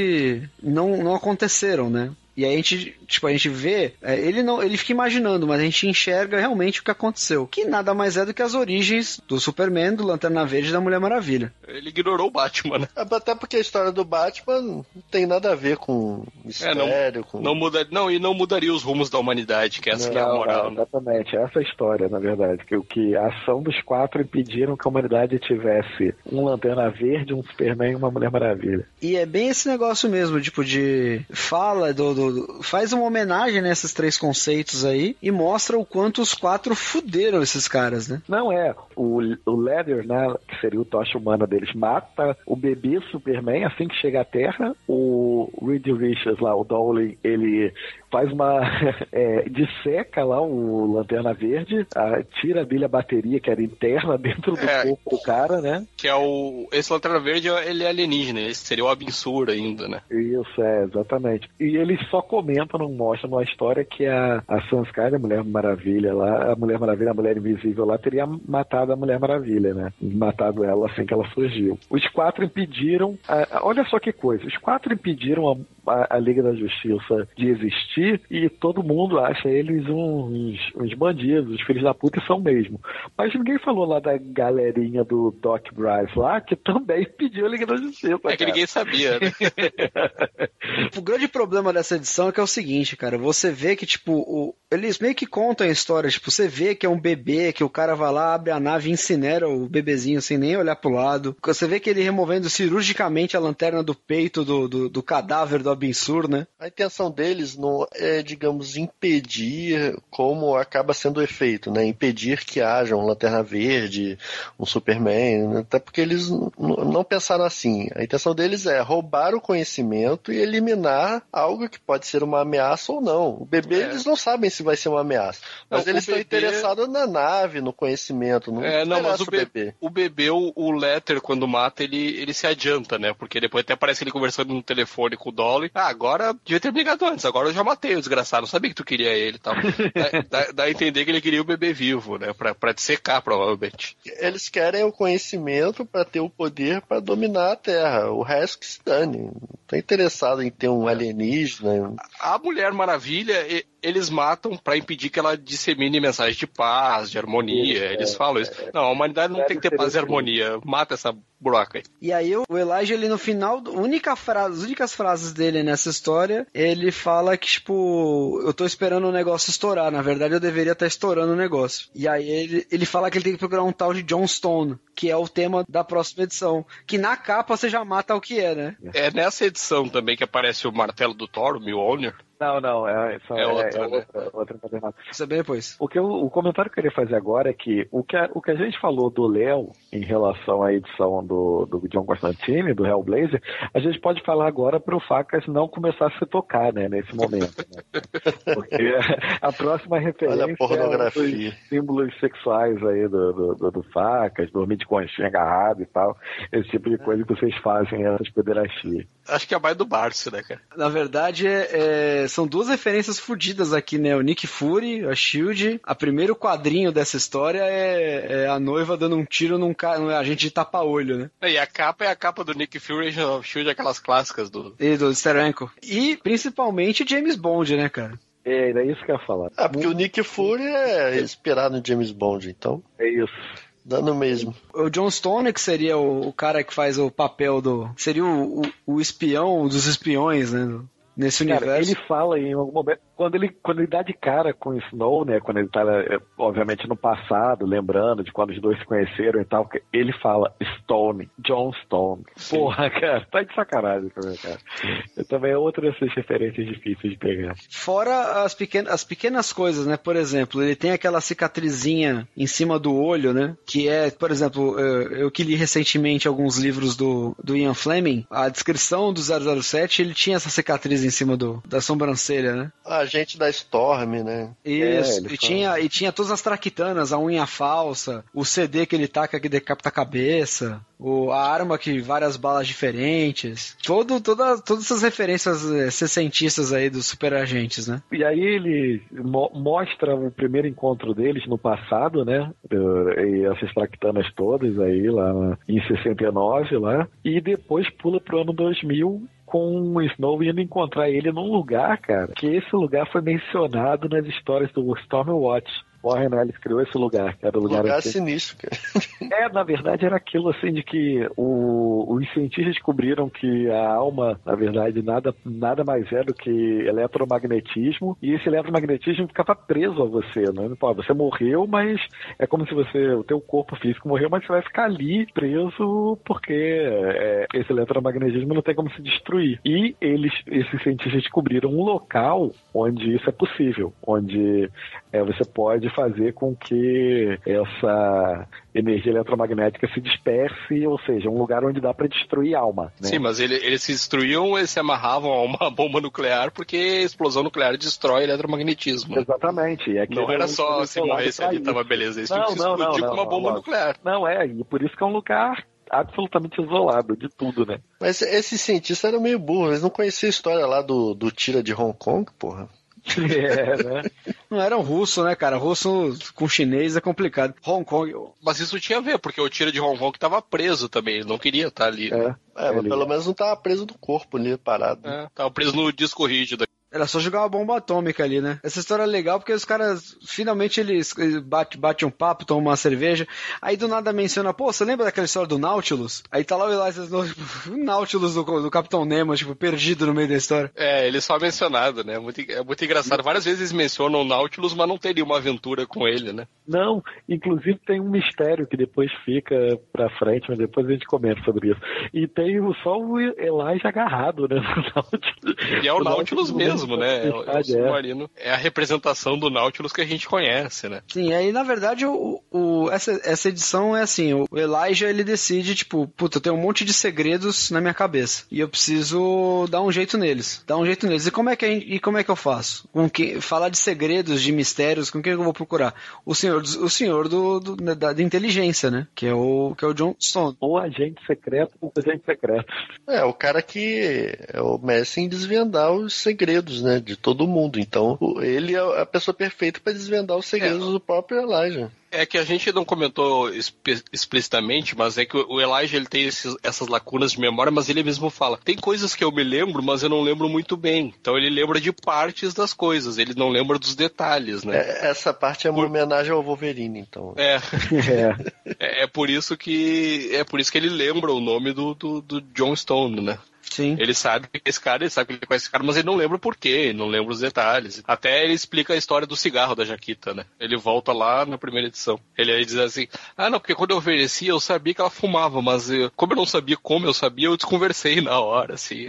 S4: não aconteceram, né? E aí a gente vê, ele fica imaginando, mas a gente enxerga realmente o que aconteceu. Que nada mais é do que as origens do Superman, do Lanterna Verde e da Mulher Maravilha.
S5: Ele ignorou o Batman, né?
S7: Até porque a história do Batman não tem nada a ver com mistério.
S5: Não mudaria os rumos da humanidade, que essa que é a moral.
S6: Exatamente, essa é a história, na verdade. Que a ação dos 4 impediram que a humanidade tivesse um Lanterna Verde, um Superman e uma Mulher Maravilha.
S4: E é bem esse negócio mesmo, tipo de fala faz uma homenagem nesses 3 conceitos aí e mostra o quanto os 4 fuderam esses caras, né?
S6: Não o Leather, né, que seria o tocha humana deles, mata o bebê Superman assim que chega à Terra. O Reed Richards lá, o Dowling, ele faz uma disseca lá o Lanterna Verde, tira a bilha bateria que era interna dentro do corpo do cara, né?
S5: Que é esse Lanterna Verde, ele é alienígena, esse seria o Absur ainda, né?
S6: Isso, exatamente. E eles só comentam, não mostram na história que a Sunskyle, a Mulher Maravilha lá, a Mulher Invisível lá, teria matado a Mulher Maravilha, né? Matado ela assim que ela surgiu. Os 4 impediram, olha só que coisa, os 4 impediram a Liga da Justiça de existir e todo mundo acha eles uns bandidos, os filhos da puta, e são mesmo. Mas ninguém falou lá da galerinha do Doc Bryce lá, que também pediu a Liga da Justiça.
S5: É que ninguém sabia, né?
S4: O grande problema dessa edição é que é o seguinte, cara, você vê que, tipo, eles meio que contam a história, tipo, você vê que é um bebê, que o cara vai lá, abre a nave e incinera o bebezinho sem nem olhar pro lado. Você vê que ele removendo cirurgicamente a lanterna do peito do cadáver do Abin-Sur, né?
S7: A intenção deles não é, digamos, impedir como acaba sendo o efeito, né? Impedir que haja um Lanterna Verde, um Superman, né? Até porque eles não pensaram assim. A intenção deles é roubar o conhecimento e eliminar algo que pode ser uma ameaça ou não. O bebê, eles não sabem se vai ser uma ameaça. Mas eles estão interessados na nave, no conhecimento. Não,
S5: mas o bebê, o Letter, quando mata, ele se adianta, né? Porque depois até parece ele conversando no telefone com o Dolly. Agora devia ter brigado antes, agora eu já matei o desgraçado, não sabia que tu queria ele e tal. dá a entender que ele queria o bebê vivo, né? Pra te secar, provavelmente.
S7: Eles querem o conhecimento pra ter o poder pra dominar a Terra. O resto que se dane. Não tá interessado em ter um alienígena.
S5: A Mulher Maravilha, eles matam pra impedir que ela dissemine mensagens de paz, de harmonia. Eles falam isso. Não, a humanidade não tem que ter paz e harmonia. Mata essa buraca aí.
S4: E aí o Elijah, ele no final, as únicas frases dele nessa história, ele fala que, tipo, eu tô esperando o negócio estourar. Na verdade, eu deveria estar estourando o negócio. E aí ele fala que ele tem que procurar um tal de John Stone, que é o tema da próxima edição. Que na capa você já mata o que é, né?
S5: É nessa edição também que aparece o martelo do Thor, o Mjolnir.
S6: Não, é outra,
S5: né?
S6: outra coordenada.
S4: Isso é bem depois.
S6: O comentário que eu queria fazer agora é que o que a gente falou do Léo em relação à edição do John Constantine, do Hellblazer, a gente pode falar agora para o Facas não começar a se tocar, né, nesse momento. Né? Porque a próxima referência
S7: a pornografia.
S6: É os símbolos sexuais aí do Facas, dormir de conchinha agarrado e tal, esse tipo de coisa que vocês fazem, essas pederastias.
S5: Acho que é mais do Barça, né, cara?
S4: Na verdade, são duas referências fodidas aqui, né? O Nick Fury, a SHIELD. A primeiro quadrinho dessa história é a noiva dando um tiro num agente de tapa-olho, né?
S5: E a capa é a capa do Nick Fury, SHIELD, aquelas clássicas do
S4: Steranko. E, principalmente, James Bond, né, cara?
S6: É isso que eu ia falar.
S7: Porque o Nick Fury é inspirado no James Bond, então.
S6: É isso.
S7: Dando mesmo.
S4: O John Stone, que seria o cara que faz o papel seria o espião dos espiões, né? Nesse universo.
S6: Ele fala em algum momento, quando ele dá de cara com o Snow, né, quando ele tá, obviamente, no passado, lembrando de quando os dois se conheceram e tal, ele fala Stone, John Stone. Sim. Porra, cara, tá de sacanagem também, cara. Também é outra dessas referências difíceis de pegar.
S4: Fora as pequenas coisas, né, por exemplo, ele tem aquela cicatrizinha em cima do olho, né, que é, por exemplo, eu que li recentemente alguns livros do Ian Fleming, a descrição do 007, ele tinha essa cicatriz em cima da sobrancelha, né?
S7: A gente da Storm, né?
S4: Isso, e tinha todas as traquitanas, a unha falsa, o CD que ele taca que decapita a cabeça, a arma que várias balas diferentes, todas essas referências sessentistas aí dos superagentes, né?
S6: E aí ele mostra o primeiro encontro deles no passado, né? E essas traquitanas todas aí lá em 69 lá, e depois pula pro ano 2000 com o Snow indo encontrar ele num lugar, cara, que esse lugar foi mencionado nas histórias do Stormwatch. Warren Ellis criou esse lugar, que era o lugar
S7: assim. Sinistro, cara.
S6: Na verdade era aquilo assim de que os cientistas descobriram que a alma, na verdade, nada mais é do que eletromagnetismo, e esse eletromagnetismo ficava preso a você, né? Pô, você morreu, mas é como se o teu corpo físico morreu, mas você vai ficar ali preso porque esse eletromagnetismo não tem como se destruir. E esses cientistas descobriram um local onde isso é possível, onde você pode fazer com que essa energia eletromagnética se disperse, ou seja, um lugar onde dá para destruir alma, né?
S5: Sim, mas eles se destruíam, eles se amarravam a uma bomba nuclear porque a explosão nuclear destrói
S6: eletromagnetismo. Exatamente. E
S5: não era só se morresse ali, tava beleza. Eles tinham que se explodir com uma bomba nuclear.
S6: Não, e por isso que é um lugar absolutamente isolado de tudo, né?
S7: Mas esses cientistas eram meio burros, eles não conheciam a história lá do Tira de Hong Kong, porra.
S6: Né?
S4: Não era um russo, né, cara? Russo com chinês é complicado. Hong Kong...
S5: Mas isso tinha a ver, porque o tiro de Hong Kong tava preso também, ele não queria estar ali.
S7: Mas pelo menos não tava preso no corpo ali, parado.
S5: Tava preso no disco rígido.
S4: Era só jogar uma bomba atômica ali, né? Essa história é legal porque os caras, finalmente, eles batem um papo, tomam uma cerveja, aí do nada menciona, pô, você lembra daquela história do Nautilus? Aí tá lá o Elias, o Nautilus do Capitão Nemo, tipo, perdido no meio da história.
S5: Ele só mencionado, né? É muito engraçado. Várias vezes eles mencionam o Nautilus, mas não teria uma aventura com ele, né?
S6: Não, inclusive tem um mistério que depois fica pra frente, mas depois a gente comenta sobre isso. E tem só o Elijah agarrado, né?
S5: E é o Nautilus mesmo. Né? O submarino é a representação do Nautilus que a gente conhece, né?
S4: Sim, aí na verdade essa edição é assim, o Elijah ele decide, tipo, puta, eu tenho um monte de segredos na minha cabeça e eu preciso dar um jeito neles. E como é que eu faço? Falar de segredos, de mistérios, com quem eu vou procurar? O senhor da inteligência, né? Que é o John Stone.
S6: Ou agente secreto.
S7: O cara que é o mestre em desvendar os segredos, né, de todo mundo. Então, ele é a pessoa perfeita para desvendar os segredos do próprio Elijah.
S5: É que a gente não comentou explicitamente, mas é que o Elijah ele tem essas lacunas de memória, mas ele mesmo fala, tem coisas que eu me lembro, mas eu não lembro muito bem. Então ele lembra de partes das coisas, ele não lembra dos detalhes, né?
S7: Essa parte é uma homenagem ao Wolverine, então.
S5: É por isso que ele lembra o nome do John Stone, né?
S4: Sim.
S5: Ele sabe que esse cara, ele sabe que ele conhece esse cara, mas ele não lembra o porquê, ele não lembra os detalhes. Até ele explica a história do cigarro da Jaquita, né? Ele volta lá na primeira edição. Ele aí diz assim, não, porque quando eu ofereci, eu sabia que ela fumava, mas como eu não sabia como eu sabia, eu desconversei na hora, assim.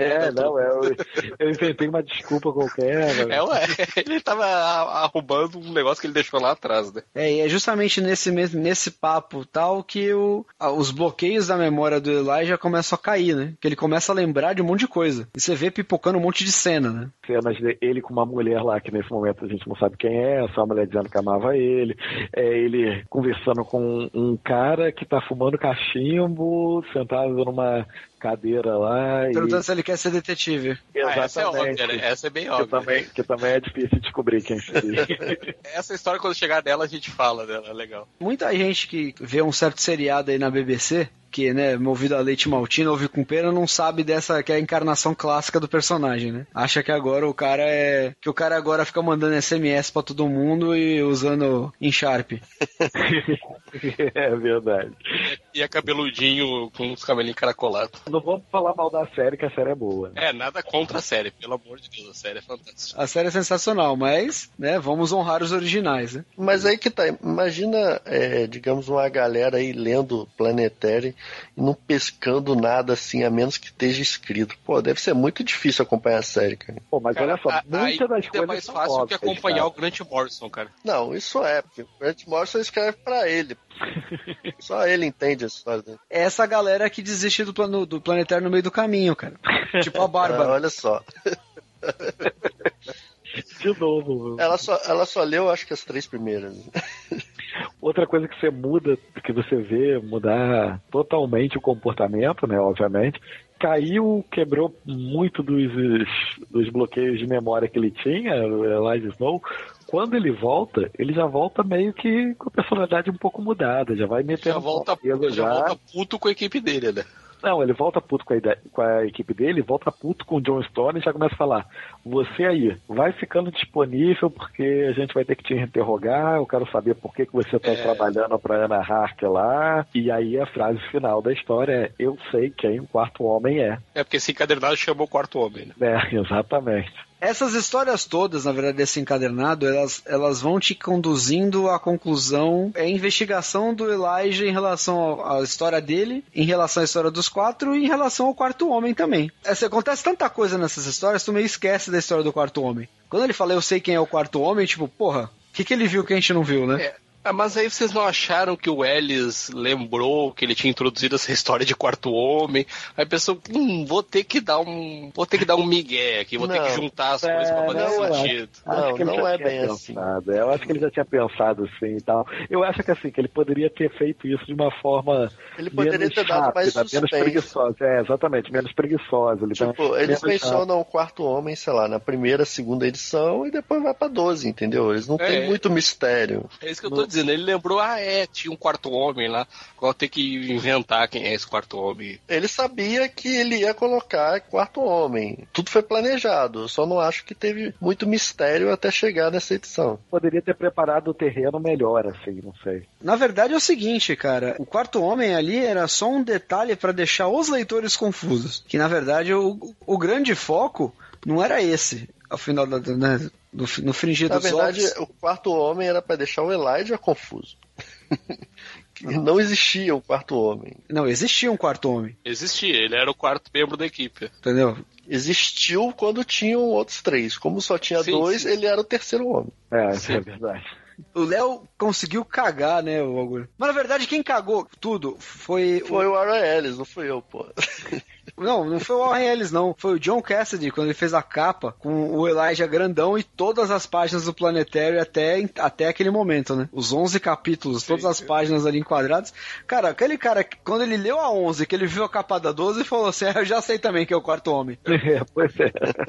S6: Eu inventei uma desculpa qualquer.
S5: Ele tava arrumando um negócio que ele deixou lá atrás, né?
S4: E é justamente nesse papo tal que os bloqueios da memória do Elijah começam a cair, né? Que ele começa a lembrar de um monte de coisa. E você vê pipocando um monte de cena, né?
S6: Cenas dele com uma mulher lá, que nesse momento a gente não sabe quem é, só a mulher dizendo que amava ele. Ele conversando com um cara que tá fumando cachimbo, sentado numa cadeira lá.
S4: Perguntando se ele quer ser detetive.
S6: Exatamente.
S5: Essa é bem óbvia.
S6: Que também é difícil descobrir quem seria.
S5: Essa história, quando chegar dela, a gente fala dela, é legal.
S4: Muita gente que vê um certo seriado aí na BBC, que, né, movido a leite maltino, ouve com pera, não sabe dessa, que é a encarnação clássica do personagem, né? Acha que agora o cara agora fica mandando SMS pra todo mundo e usando em Sharp.
S6: É verdade.
S5: E é cabeludinho com os cabelinhos caracolados.
S6: Não vamos falar mal da série, que a série é boa.
S5: Nada contra a série, pelo amor de Deus, a série é fantástica.
S4: A série é sensacional, mas, né, vamos honrar os originais, né?
S7: Mas aí que tá, imagina, digamos, uma galera aí lendo Planetary e não pescando nada assim, a menos que esteja escrito. Pô, deve ser muito difícil acompanhar a série, cara.
S6: Pô, mas olha só, muitas das coisas
S5: é mais fácil que acompanhar o Grant Morrison, cara.
S7: Não, isso porque o Grant Morrison escreve pra ele. Só ele entende a história dele.
S4: É essa galera que desiste do Planetário no meio do caminho, cara. Tipo a Bárbara.
S7: Olha só.
S6: De novo.
S7: Ela só leu, acho que as 3 primeiras.
S6: Outra coisa que você muda, que você vê mudar totalmente o comportamento, né, obviamente, quebrou muito dos bloqueios de memória que ele tinha, o Elijah Snow. Quando ele já volta meio que com a personalidade um pouco mudada, já vai metendo...
S5: Já volta puto com a equipe dele, né?
S6: Não, ele volta puto com a equipe dele, volta puto com o John Stone e já começa a falar, você aí, vai ficando disponível porque a gente vai ter que te interrogar, eu quero saber por que você está trabalhando para Anna Harker lá, e aí a frase final da história é, eu sei quem o quarto homem é.
S5: É porque esse encadernado chamou o quarto homem, né?
S6: Exatamente.
S4: Essas histórias todas, na verdade, desse encadernado, elas vão te conduzindo à conclusão, a investigação do Elijah em relação à história dele, em relação à história dos 4 e em relação ao quarto homem também. Acontece tanta coisa nessas histórias, tu meio esquece da história do quarto homem. Quando ele fala, eu sei quem é o quarto homem, tipo, porra, o que ele viu que a gente não viu, né?
S5: Mas aí vocês não acharam que o Ellis lembrou que ele tinha introduzido essa história de quarto homem? Aí pensou, vou ter que dar um migué aqui, vou ter que juntar as coisas pra fazer sentido.
S7: Não é bem assim.
S6: Eu acho que ele já tinha pensado assim e tal. Eu acho que assim, que ele poderia ter feito isso de uma forma
S7: ele poderia ter dado mais suspense.
S6: Menos preguiçosa. Exatamente, menos preguiçosa.
S7: Eles mencionam o quarto homem, sei lá, na primeira, segunda edição e depois vai pra 12, entendeu? Eles não têm muito mistério.
S5: É isso que eu tô dizendo. Ele lembrou, tinha um quarto homem lá. Vou ter que inventar quem é esse quarto homem.
S7: Ele sabia que ele ia colocar quarto homem. Tudo foi planejado. Eu só não acho que teve muito mistério até chegar nessa edição.
S6: Poderia ter preparado o terreno melhor, assim, não sei.
S4: Na verdade é o seguinte, cara. O quarto homem ali era só um detalhe pra deixar os leitores confusos. Que na verdade o grande foco não era esse. Ao final no fringir dos ovos.
S7: Na verdade, o quarto homem era pra deixar o Elijah confuso. Não existia um quarto homem.
S4: Não, existia um quarto homem.
S5: Existia, ele era o quarto membro da equipe.
S4: Entendeu?
S7: Existiu quando tinham outros 3. Como só tinha 2, ele era o terceiro homem.
S6: Isso é verdade.
S4: O Léo conseguiu cagar, né, o bagulho. Mas na verdade quem cagou tudo foi
S7: o Warren Ellis, não fui eu, pô.
S4: Não foi o Warren Ellis, não. Foi o John Cassidy, quando ele fez a capa com o Elijah grandão e todas as páginas do Planetário até aquele momento, né? Os 11 capítulos, todas as páginas ali enquadradas. Cara, aquele cara, quando ele leu a 11, que ele viu a capa da 12, falou assim, eu já sei também que é o quarto homem.
S6: Pois é.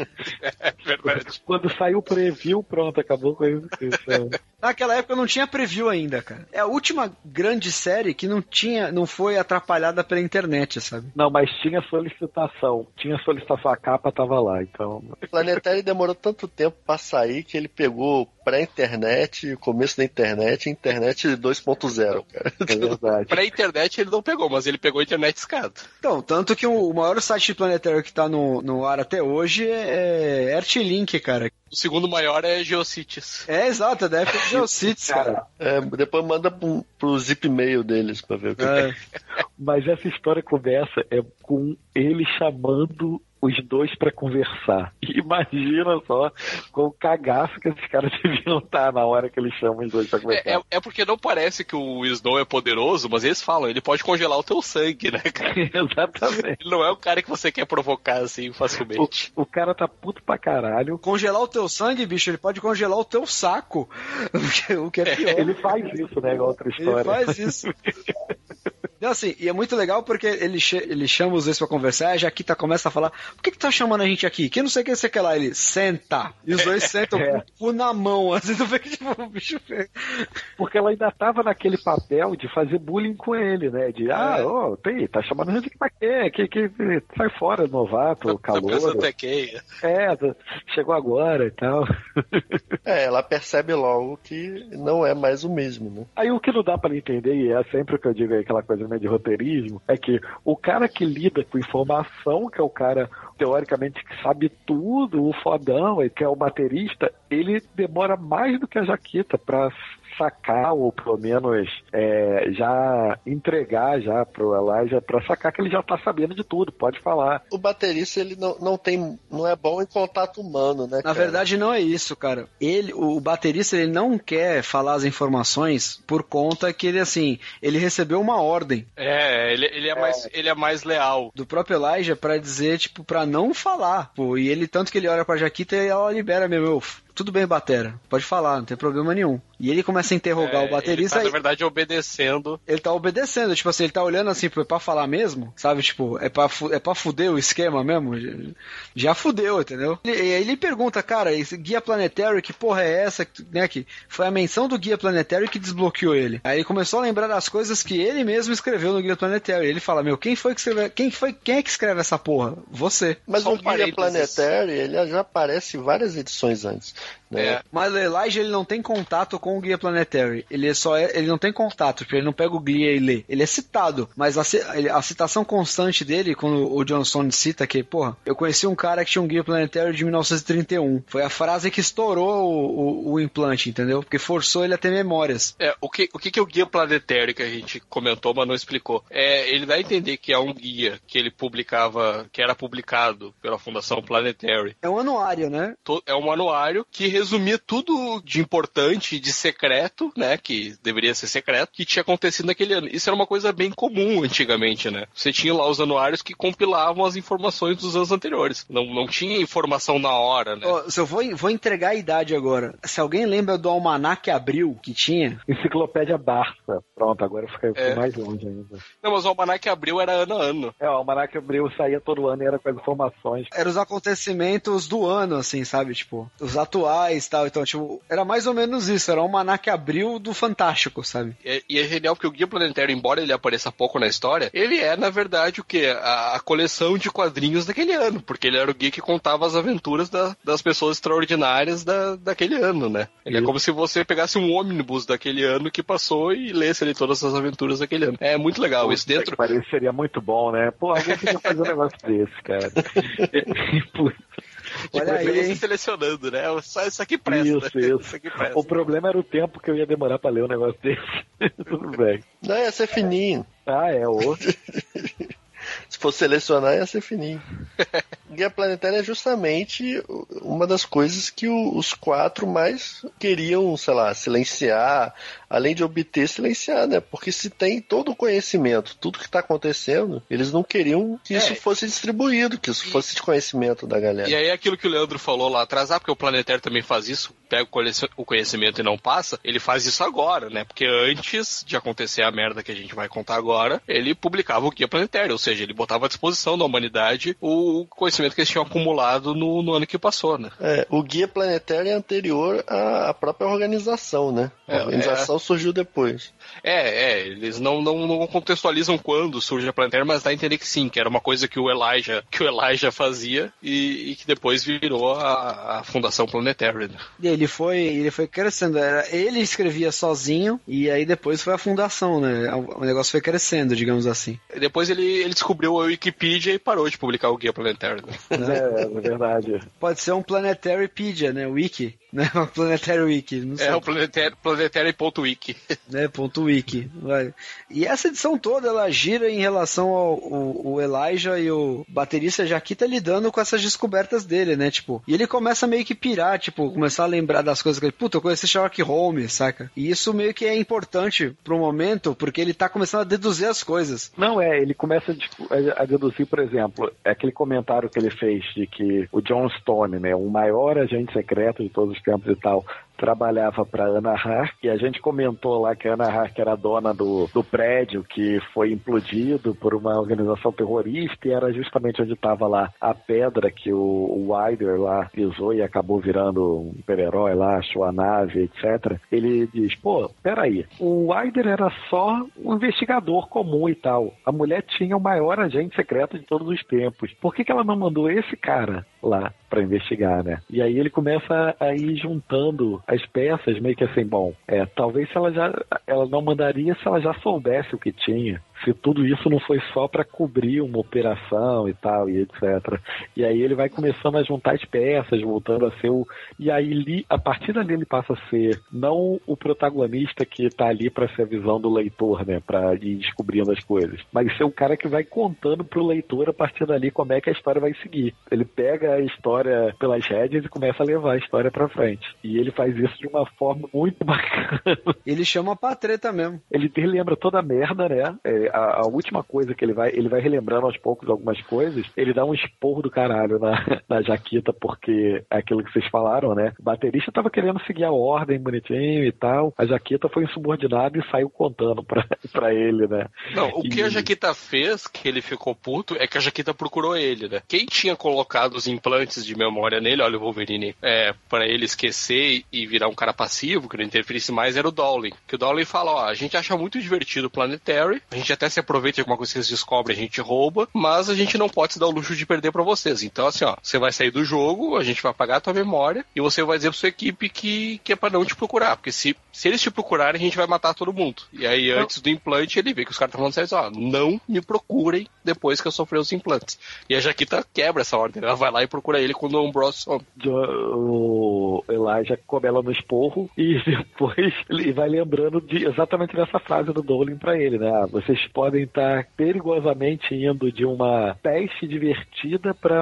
S5: É verdade.
S6: Quando saiu o preview, pronto, acabou com isso.
S4: Naquela época não tinha preview ainda, cara. É a última grande série que não foi atrapalhada pela internet, sabe?
S6: Não, mas tinha solicitação. A capa tava lá, então...
S7: O Planetário demorou tanto tempo pra sair que ele pegou pré-internet, começo da internet e internet 2.0, cara.
S6: É verdade.
S5: Pré-internet ele não pegou, mas ele pegou a internet escada.
S4: Então, tanto que o maior site de Planetário que tá no ar até hoje é Earthlink, cara.
S5: O segundo maior é Geocities.
S4: É, exato, deve ser Geocities, cara.
S7: Depois manda pro zip mail deles pra ver o que é.
S6: Mas essa história começa com ele chamando os dois pra conversar. E imagina só com o cagaço que esses caras deviam estar na hora que eles chamam os dois pra conversar.
S5: É porque não parece que o Snow é poderoso, mas eles falam, ele pode congelar o teu sangue, né, cara?
S6: Exatamente.
S5: Ele não é o cara que você quer provocar assim facilmente.
S6: O cara tá puto pra caralho.
S4: Congelar o teu sangue, bicho, ele pode congelar o teu saco. O que é pior.
S6: Ele faz isso, né? Outra história.
S4: Ele faz isso. Então, assim, e é muito legal porque ele chama os dois pra conversar, a Jaquita começa a falar, por que tá chamando a gente aqui? Que não sei o que você quer lá. Ele, senta. E os dois sentam com o cu na mão, assim, tu vê que tipo, o bicho feio.
S6: Porque ela ainda tava naquele papel de fazer bullying com ele, né? De, tá chamando a gente aqui pra quê? Que sai fora, novato, calor. Chegou agora e tal.
S7: Ela percebe logo que não é mais o mesmo, né?
S6: Aí o que não dá pra entender, e é sempre o que eu digo aí, aquela coisa de roteirismo, é que o cara que lida com informação, que é o cara teoricamente que sabe tudo, o fodão, que é o baterista, ele demora mais do que a Jaquita pra sacar, ou pelo menos já entregar já pro Elijah, pra sacar que ele já tá sabendo de tudo, pode falar.
S7: O baterista, ele não é bom em contato humano, né,
S4: Na verdade, não é isso, cara. O baterista, ele não quer falar as informações por conta que ele recebeu uma ordem.
S5: Ele é mais leal.
S4: Do próprio Elijah pra dizer, tipo, pra não falar. Pô, e ele, tanto que ele olha pra Jaquita e ela libera mesmo. Tudo bem, batera, pode falar, não tem problema nenhum. E ele começa a interrogar o baterista.
S5: Ele tá, na verdade, obedecendo.
S4: Ele tá obedecendo, tipo assim, ele tá olhando assim, pra falar mesmo, sabe? Tipo, é pra fuder o esquema mesmo? Já fudeu, entendeu? E aí ele pergunta, cara, esse guia planetário, que porra é essa, né? Que foi a menção do guia planetário que desbloqueou ele. Aí ele começou a lembrar das coisas que ele mesmo escreveu no guia planetário. E ele fala, quem é que escreve essa porra? Você.
S7: Mas o guia planetário, ele já aparece em várias edições antes. Né?
S4: Mas o Elijah, ele não tem contato com o Guia Planetary. Ele não tem contato, porque ele não pega o guia e lê. Ele é citado, mas a citação constante dele, quando o Johnson cita que, porra, eu conheci um cara que tinha um Guia Planetary de 1931. Foi a frase que estourou o implante, entendeu? Porque forçou ele a ter memórias.
S5: O que é o Guia Planetário que a gente comentou, mas não explicou? Ele dá a entender que é um guia que ele publicava, que era publicado pela Fundação Planetary.
S4: É um anuário, né?
S5: É um anuário que resumia tudo de importante, de secreto, né, que deveria ser secreto, que tinha acontecido naquele ano. Isso era uma coisa bem comum antigamente, né? Você tinha lá os anuários que compilavam as informações dos anos anteriores. Não tinha informação na hora, né?
S4: Se eu vou entregar a idade agora. Se alguém lembra do Almanac Abril que tinha?
S6: Enciclopédia Barça. Pronto, agora eu fiquei mais longe ainda.
S5: Não, mas o Almanac Abril era ano a ano.
S6: O Almanac Abril saía todo ano e era com as informações.
S4: Eram os acontecimentos do ano, assim, sabe? Tipo, os atuais e tal. Então, tipo, era mais ou menos isso. Era o Almanac Abril do Fantástico, sabe?
S5: E é genial porque o Guia Planetário, embora ele apareça pouco na história, ele é, na verdade, o quê? A coleção de quadrinhos daquele ano. Porque ele era o guia que contava as aventuras das pessoas extraordinárias daquele ano, né? Ele é como se você pegasse um ônibus daquele ano que passou e lesse ali todas as aventuras daquele ano. É muito legal isso dentro.
S6: Seria muito bom, né? Pô, alguém podia fazer um negócio desse, cara.
S5: Olha aí, selecionando, né? Só isso aqui presta.
S6: Isso aqui presta. O problema era o tempo que eu ia demorar pra ler um negócio desse. Tudo bem.
S7: Não, ia ser fininho.
S6: Outro.
S7: Se for selecionar, ia ser fininho. Guia Planetária é justamente uma das coisas que os 4 mais queriam, sei lá, silenciar, além de obter, silenciar, né? Porque se tem todo o conhecimento, tudo que está acontecendo, eles não queriam que isso fosse distribuído, que isso fosse de conhecimento da galera.
S5: E aí aquilo que o Leandro falou lá atrás, porque o Planetário também faz isso, pega o conhecimento e não passa, ele faz isso agora, né? Porque antes de acontecer a merda que a gente vai contar agora, ele publicava o Guia Planetário, ou seja, ele botava à disposição da humanidade o conhecimento que eles tinham acumulado no ano que passou, né?
S7: O Guia Planetário é anterior à própria organização, né? A organização surgiu depois.
S5: Eles não contextualizam quando surge a Planetária, mas dá a entender que sim, que era uma coisa que o Elijah fazia e que depois virou a Fundação Planetária, né?
S4: E ele foi crescendo, ele escrevia sozinho e aí depois foi a fundação, né? O negócio foi crescendo, digamos assim.
S5: Depois ele descobriu a Wikipedia e parou de publicar o Guia Planetário. Né?
S6: É verdade.
S4: Pode ser um Planetarypedia, né? Wiki. Né? Uma Planetary Wiki. Não sei.
S5: O Planetary.wiki.
S4: Né? .wiki. Vai. E essa edição toda, ela gira em relação ao Elijah e o baterista Jaquita lidando com essas descobertas dele, né? Tipo, e ele começa meio que pirar, tipo, começar a lembrar das coisas que ele, eu conheci Sherlock Holmes, saca? E isso meio que é importante pro momento, porque ele tá começando a deduzir as coisas.
S6: Não, ele começa a deduzir, por exemplo, aquele comentário que ele fez de que o John Stone, né, o maior agente secreto de todos os tempos e tal, trabalhava para Anna Hark, e a gente comentou lá que a Anna Hark era dona do prédio que foi implodido por uma organização terrorista, e era justamente onde estava lá a pedra que o Wilder lá pisou e acabou virando um super-herói lá, achou a nave, etc. Ele diz, peraí, o Wilder era só um investigador comum e tal. A mulher tinha o maior agente secreto de todos os tempos. Por que ela não mandou esse cara lá para investigar, né? E aí ele começa a ir juntando as peças, meio que assim, talvez se ela não mandaria se ela já soubesse o que tinha. Se tudo isso não foi só para cobrir uma operação e tal, e etc. E aí ele vai começando a juntar as peças, voltando a ser E aí, a partir dali, ele passa a ser não o protagonista que tá ali para ser a visão do leitor, né? Pra ir descobrindo as coisas. Mas ser o cara que vai contando pro leitor, a partir dali, como é que a história vai seguir. Ele pega a história pelas rédeas e começa a levar a história pra frente. E ele faz isso de uma forma muito bacana.
S4: Ele chama pra treta mesmo.
S6: Ele relembra toda a merda, né? A última coisa que ele vai relembrando aos poucos algumas coisas, ele dá um esporro do caralho na Jaquita, porque é aquilo que vocês falaram, né? O baterista tava querendo seguir a ordem bonitinho e tal, a Jaquita foi insubordinada e saiu contando pra ele, né?
S5: Não, o que a Jaquita fez, que ele ficou puto, é que a Jaquita procurou ele, né? Quem tinha colocado os implantes de memória nele, olha o Wolverine, pra ele esquecer e virar um cara passivo, que não interferisse mais, era o Dowling. Que o Dowling fala, a gente acha muito divertido o Planetary, a gente até se aproveita de alguma coisa que vocês descobrem, a gente rouba, mas a gente não pode se dar o luxo de perder pra vocês. Então, assim, você vai sair do jogo, a gente vai apagar a tua memória e você vai dizer pra sua equipe que é pra não te procurar. Porque se se eles te procurarem, a gente vai matar todo mundo. E aí, antes do implante, ele vê que os caras estão falando sério, não me procurem depois que eu sofrer os implantes. E a Jaquita quebra essa ordem, ela vai lá e procura ele quando o Ambrose some.
S6: O Elijah come ela no esporro e depois ele vai lembrando exatamente dessa frase do Dolan pra ele, né? Vocês podem estar perigosamente indo de uma peste divertida pra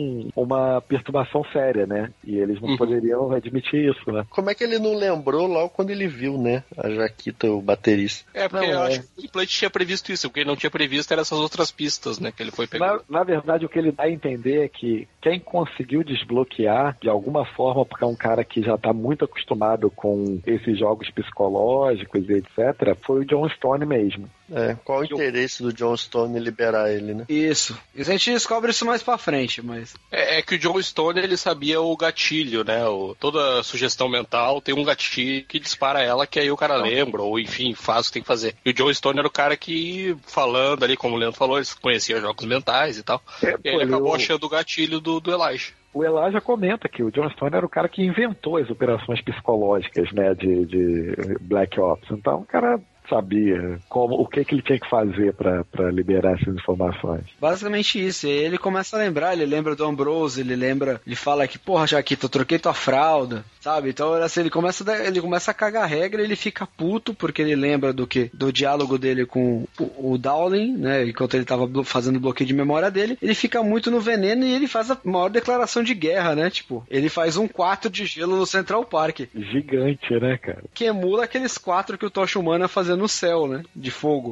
S6: uma perturbação séria, né? E eles não poderiam admitir isso, né?
S7: Como é que ele não lembrou logo quando ele viu, né? A Jaquita, o baterista.
S5: Porque eu acho que o implante tinha previsto isso. O que ele não tinha previsto era essas outras pistas, né? Que ele foi pegando.
S6: Na verdade, o que ele dá a entender é que quem conseguiu desbloquear, de alguma forma, porque é um cara que já tá muito acostumado com esses jogos psicológicos e etc., foi o John Stone mesmo.
S7: Qual o interesse do John Stone em liberar ele, né?
S4: Isso. A gente descobre isso mais pra frente, mas...
S5: É que o John Stone, ele sabia o gatilho, né? Toda sugestão mental tem um gatilho que dispara ela, que aí o cara lembra, ou enfim, faz o que tem que fazer. E o John Stone era o cara que, falando ali, como o Leandro falou, ele conhecia jogos mentais e tal. E aí ele acabou achando o gatilho do Elijah.
S6: O Elijah comenta que o John Stone era o cara que inventou as operações psicológicas, né, de Black Ops. Então, o cara sabia o que ele tinha que fazer pra liberar essas informações.
S4: Basicamente isso. E aí ele começa a lembrar, ele lembra do Ambrose, ele fala que, porra, Jaquita, eu troquei tua fralda, sabe? Então, assim, ele começa a cagar a regra, ele fica puto, porque ele lembra do diálogo dele com o Dowling, né, enquanto ele tava fazendo bloqueio de memória dele, ele fica muito no veneno e ele faz a maior declaração de guerra, né, tipo, ele faz um 4 de gelo no Central Park.
S6: Gigante, né, cara?
S4: Que emula aqueles 4 que o Tocha Humana fazendo no céu, né? De fogo.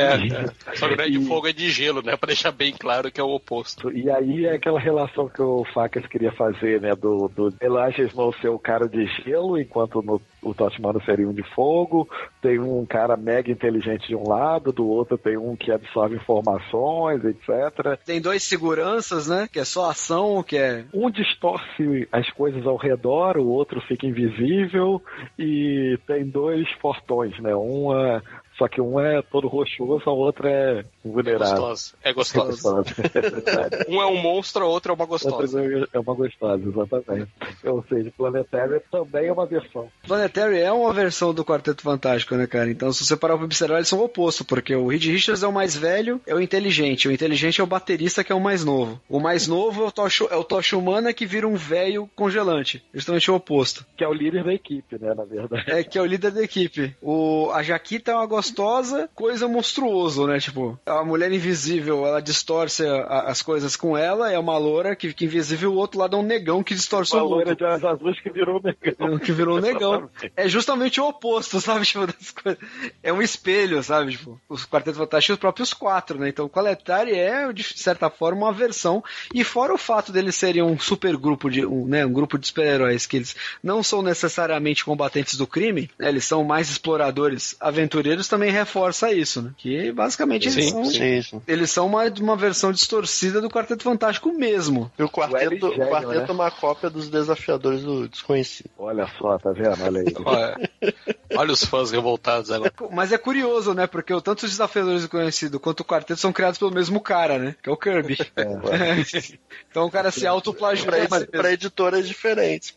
S5: Só que não é de fogo, é de gelo, né? Pra deixar bem claro que é o oposto.
S6: E aí é aquela relação que o Facas queria fazer, né? Do Elijah Snow ser o cara de gelo, enquanto o Tocha Humana seria um de fogo. Tem um cara mega inteligente de um lado, do outro tem um que absorve informações, etc.
S4: Tem 2 seguranças, né? Que é só ação, que é...
S6: Um distorce as coisas ao redor, o outro fica invisível, e tem 2 fortões, né? Só que um é todo rochoso, a outra é vulnerável.
S5: É gostosa. Um é um monstro, a outra é uma gostosa.
S6: É uma gostosa, exatamente. Ou seja, Planetary também é uma versão.
S4: Planetary é uma versão do Quarteto Fantástico, né, cara? Então, se você parar pra observar, eles são o oposto, porque o Reed Richards é o mais velho, é o inteligente é o baterista, que é o mais novo. O mais novo é o Tocha Humana, que vira um velho congelante. Justamente o oposto.
S6: Que é o líder da equipe, né, na verdade.
S4: Que é o líder da equipe. A Jaquita é uma gostosa, coisa monstruoso, né? Tipo, a mulher invisível, ela distorce as coisas com ela, é uma loura que fica invisível, o outro lado é um negão que distorce o mundo.
S6: Uma loura de olhos azuis que virou negão.
S4: Que virou negão. É justamente o oposto, sabe? Tipo, das coisas. É um espelho, sabe? Tipo, os Quartetos Fantásticos, os próprios 4, né? Então, o Planetary é, de certa forma, uma versão. E fora o fato deles serem um super grupo um grupo de super-heróis, que eles não são necessariamente combatentes do crime, né? Eles são mais exploradores, aventureiros, também reforça isso, né? Que basicamente eles são uma versão distorcida do Quarteto Fantástico mesmo.
S7: E o quarteto é uma cópia dos Desafiadores do Desconhecido.
S6: Olha só, tá vendo? Olha aí.
S5: Olha os fãs revoltados agora.
S4: Mas é curioso, né? Porque tanto os Desafiadores do Desconhecido quanto o Quarteto são criados pelo mesmo cara, né? Que é o Kirby. Então o cara se autoplagiou.
S7: Pra editoras diferentes.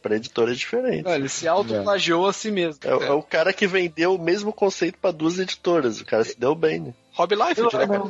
S4: Ele se autoplagiou a si mesmo.
S7: É o cara que vendeu o mesmo conceito pra 2 editoras. O cara se deu bem, né?
S5: Rob Liefeld, né, cara?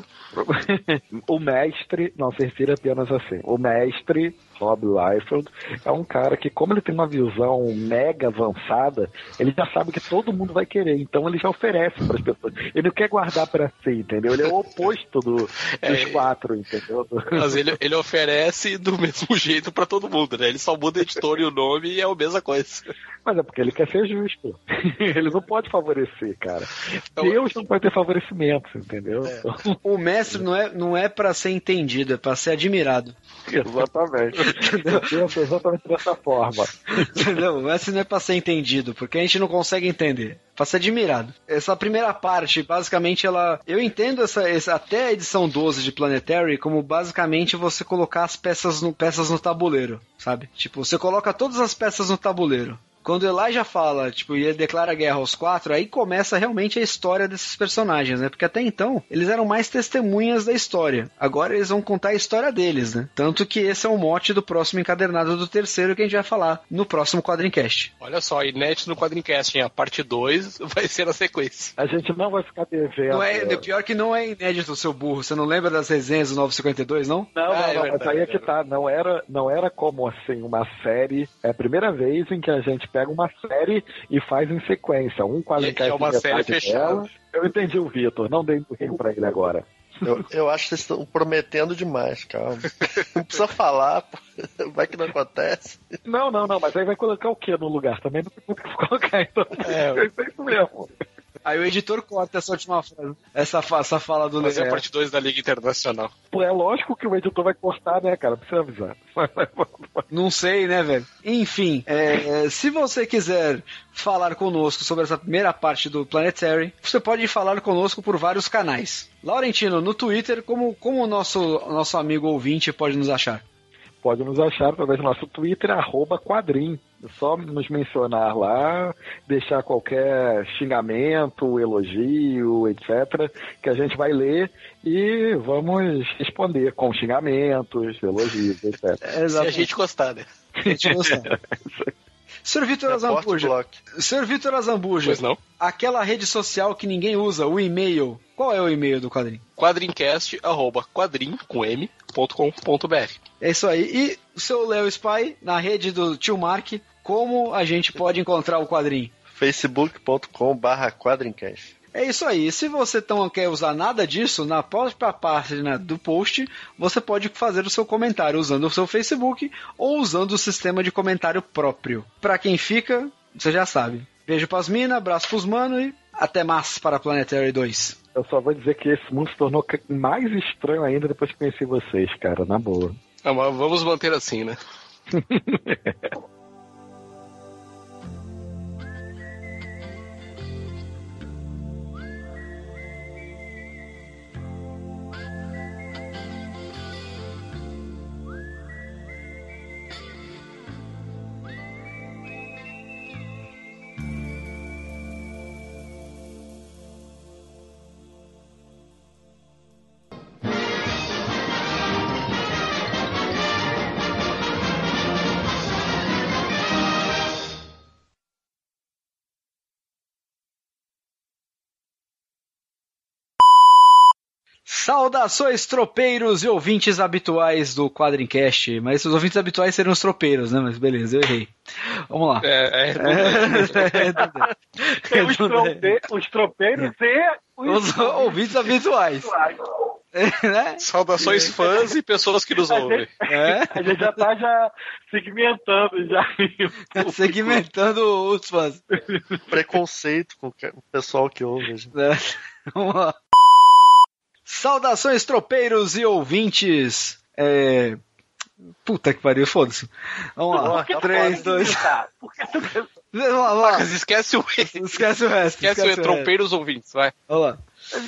S6: O mestre, não se refere apenas assim. O mestre, Rob Liefeld, é um cara que, como ele tem uma visão mega avançada, ele já sabe que todo mundo vai querer, então ele já oferece para as pessoas. Ele não quer guardar para si, entendeu? Ele é o oposto dos 4, entendeu?
S5: Mas ele oferece do mesmo jeito para todo mundo, né? Ele só muda a editora e o nome e é a mesma coisa.
S6: Mas é porque ele quer ser justo. Ele não pode favorecer, cara. Deus não pode ter favorecimento, entendeu?
S4: O mestre não é para ser entendido, é para ser admirado.
S6: Exatamente. Eu penso exatamente dessa forma.
S4: Entendeu? O mestre não é para ser entendido, porque a gente não consegue entender. Para ser admirado. Essa primeira parte, basicamente, eu entendo essa até a edição 12 de Planetary como basicamente você colocar as peças no tabuleiro, sabe? Tipo, você coloca todas as peças no tabuleiro. quando o Elijah fala, tipo, e ele declara guerra aos 4, aí começa realmente a história desses personagens, né? Porque até então, eles eram mais testemunhas da história. Agora eles vão contar a história deles, né? Tanto que esse é o mote do próximo encadernado do terceiro que a gente vai falar no próximo Quadrincast.
S5: Olha só, inédito no Quadrincast, hein? A parte 2 vai ser na sequência.
S6: A gente não vai ficar devendo.
S4: Não é, pior que não é inédito, seu burro. Você não lembra das resenhas do 952, não?
S6: Não,
S5: verdade,
S6: mas aí é que tá. Não era como assim, uma série. É a primeira vez em que a gente pega uma série e faz em sequência. Um Quadrincast
S5: é uma série fechada.
S6: Eu entendi o Vitor, não dei um pra ele agora.
S7: Eu acho que vocês estão prometendo demais, calma. Não precisa falar, pô. Vai que não acontece.
S6: Não, mas aí vai colocar o que no lugar? Também não tem muito o que colocar, então. É isso mesmo.
S4: Aí o editor corta essa última frase. Essa fala do
S5: Mas é a parte 2 da Liga Internacional.
S6: Pô, é lógico que o editor vai cortar, né, cara? Precisa avisar.
S4: Não sei, né, velho? Enfim, se você quiser falar conosco sobre essa primeira parte do Planetary, você pode falar conosco por vários canais. Laurentino, no Twitter, como o nosso amigo ouvinte pode nos achar?
S6: Pode nos achar através do nosso Twitter, @quadrim. É só nos mencionar lá, deixar qualquer xingamento, elogio, etc., que a gente vai ler e vamos responder com xingamentos, elogios, etc.
S5: Se a gente gostar, né?
S4: Se a gente gostar. Sr. Vitor Azambuja, Sr. Vitor Azambuja,
S5: pois não?
S4: Aquela rede social que ninguém usa, o e-mail, qual é o e-mail do Quadrim?
S5: quadrincast@quadrim.com.br.
S4: É isso aí. E o seu Léo Spy, na rede do tio Mark, como a gente pode encontrar o Quadrim?
S7: facebook.com/quadrincast.
S4: É isso aí. Se você não quer usar nada disso, na própria página do post, você pode fazer o seu comentário usando o seu Facebook ou usando o sistema de comentário próprio. Pra quem fica, você já sabe. Beijo pras minas, abraço pros manos e até mais para Planetary 2.
S6: Eu só vou dizer que esse mundo se tornou mais estranho ainda depois que conheci vocês, cara, na boa.
S5: Ah, mas vamos manter assim, né?
S4: Saudações, tropeiros e ouvintes habituais do Quadrincast. Mas os ouvintes habituais seriam os tropeiros, né? Mas beleza, eu errei. Vamos lá.
S6: Os tropeiros e
S4: os ouvintes habituais. Né?
S5: Saudações fãs e pessoas que nos ouvem.
S6: A gente já tá segmentando já.
S4: Segmentando os fãs.
S7: Preconceito com o pessoal que ouve.
S4: Vamos lá. Saudações, tropeiros e ouvintes. Puta que pariu, foda-se. Vamos lá. 3, 2.
S5: Mas esquece o resto.
S4: Esquece o resto.
S5: Esquece o tropeiros ouvintes, vai.
S4: Vamos lá.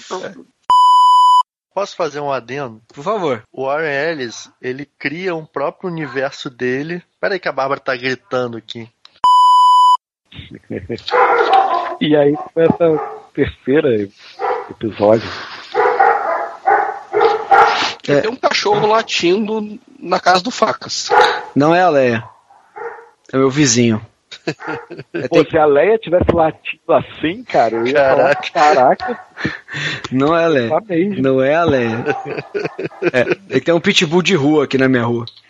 S7: Posso fazer um adendo?
S4: Por favor.
S7: O Warren Ellis, ele cria um próprio universo dele. Peraí que a Bárbara tá gritando aqui.
S6: E aí começa o terceiro episódio.
S5: Tem um cachorro latindo na casa do Facas.
S4: Não é a Leia. É meu vizinho.
S6: Se a Leia tivesse latido assim, cara, eu ia falar, caraca.
S4: Não é a Leia. Não é a Leia. Ele tem um pitbull de rua aqui na minha rua.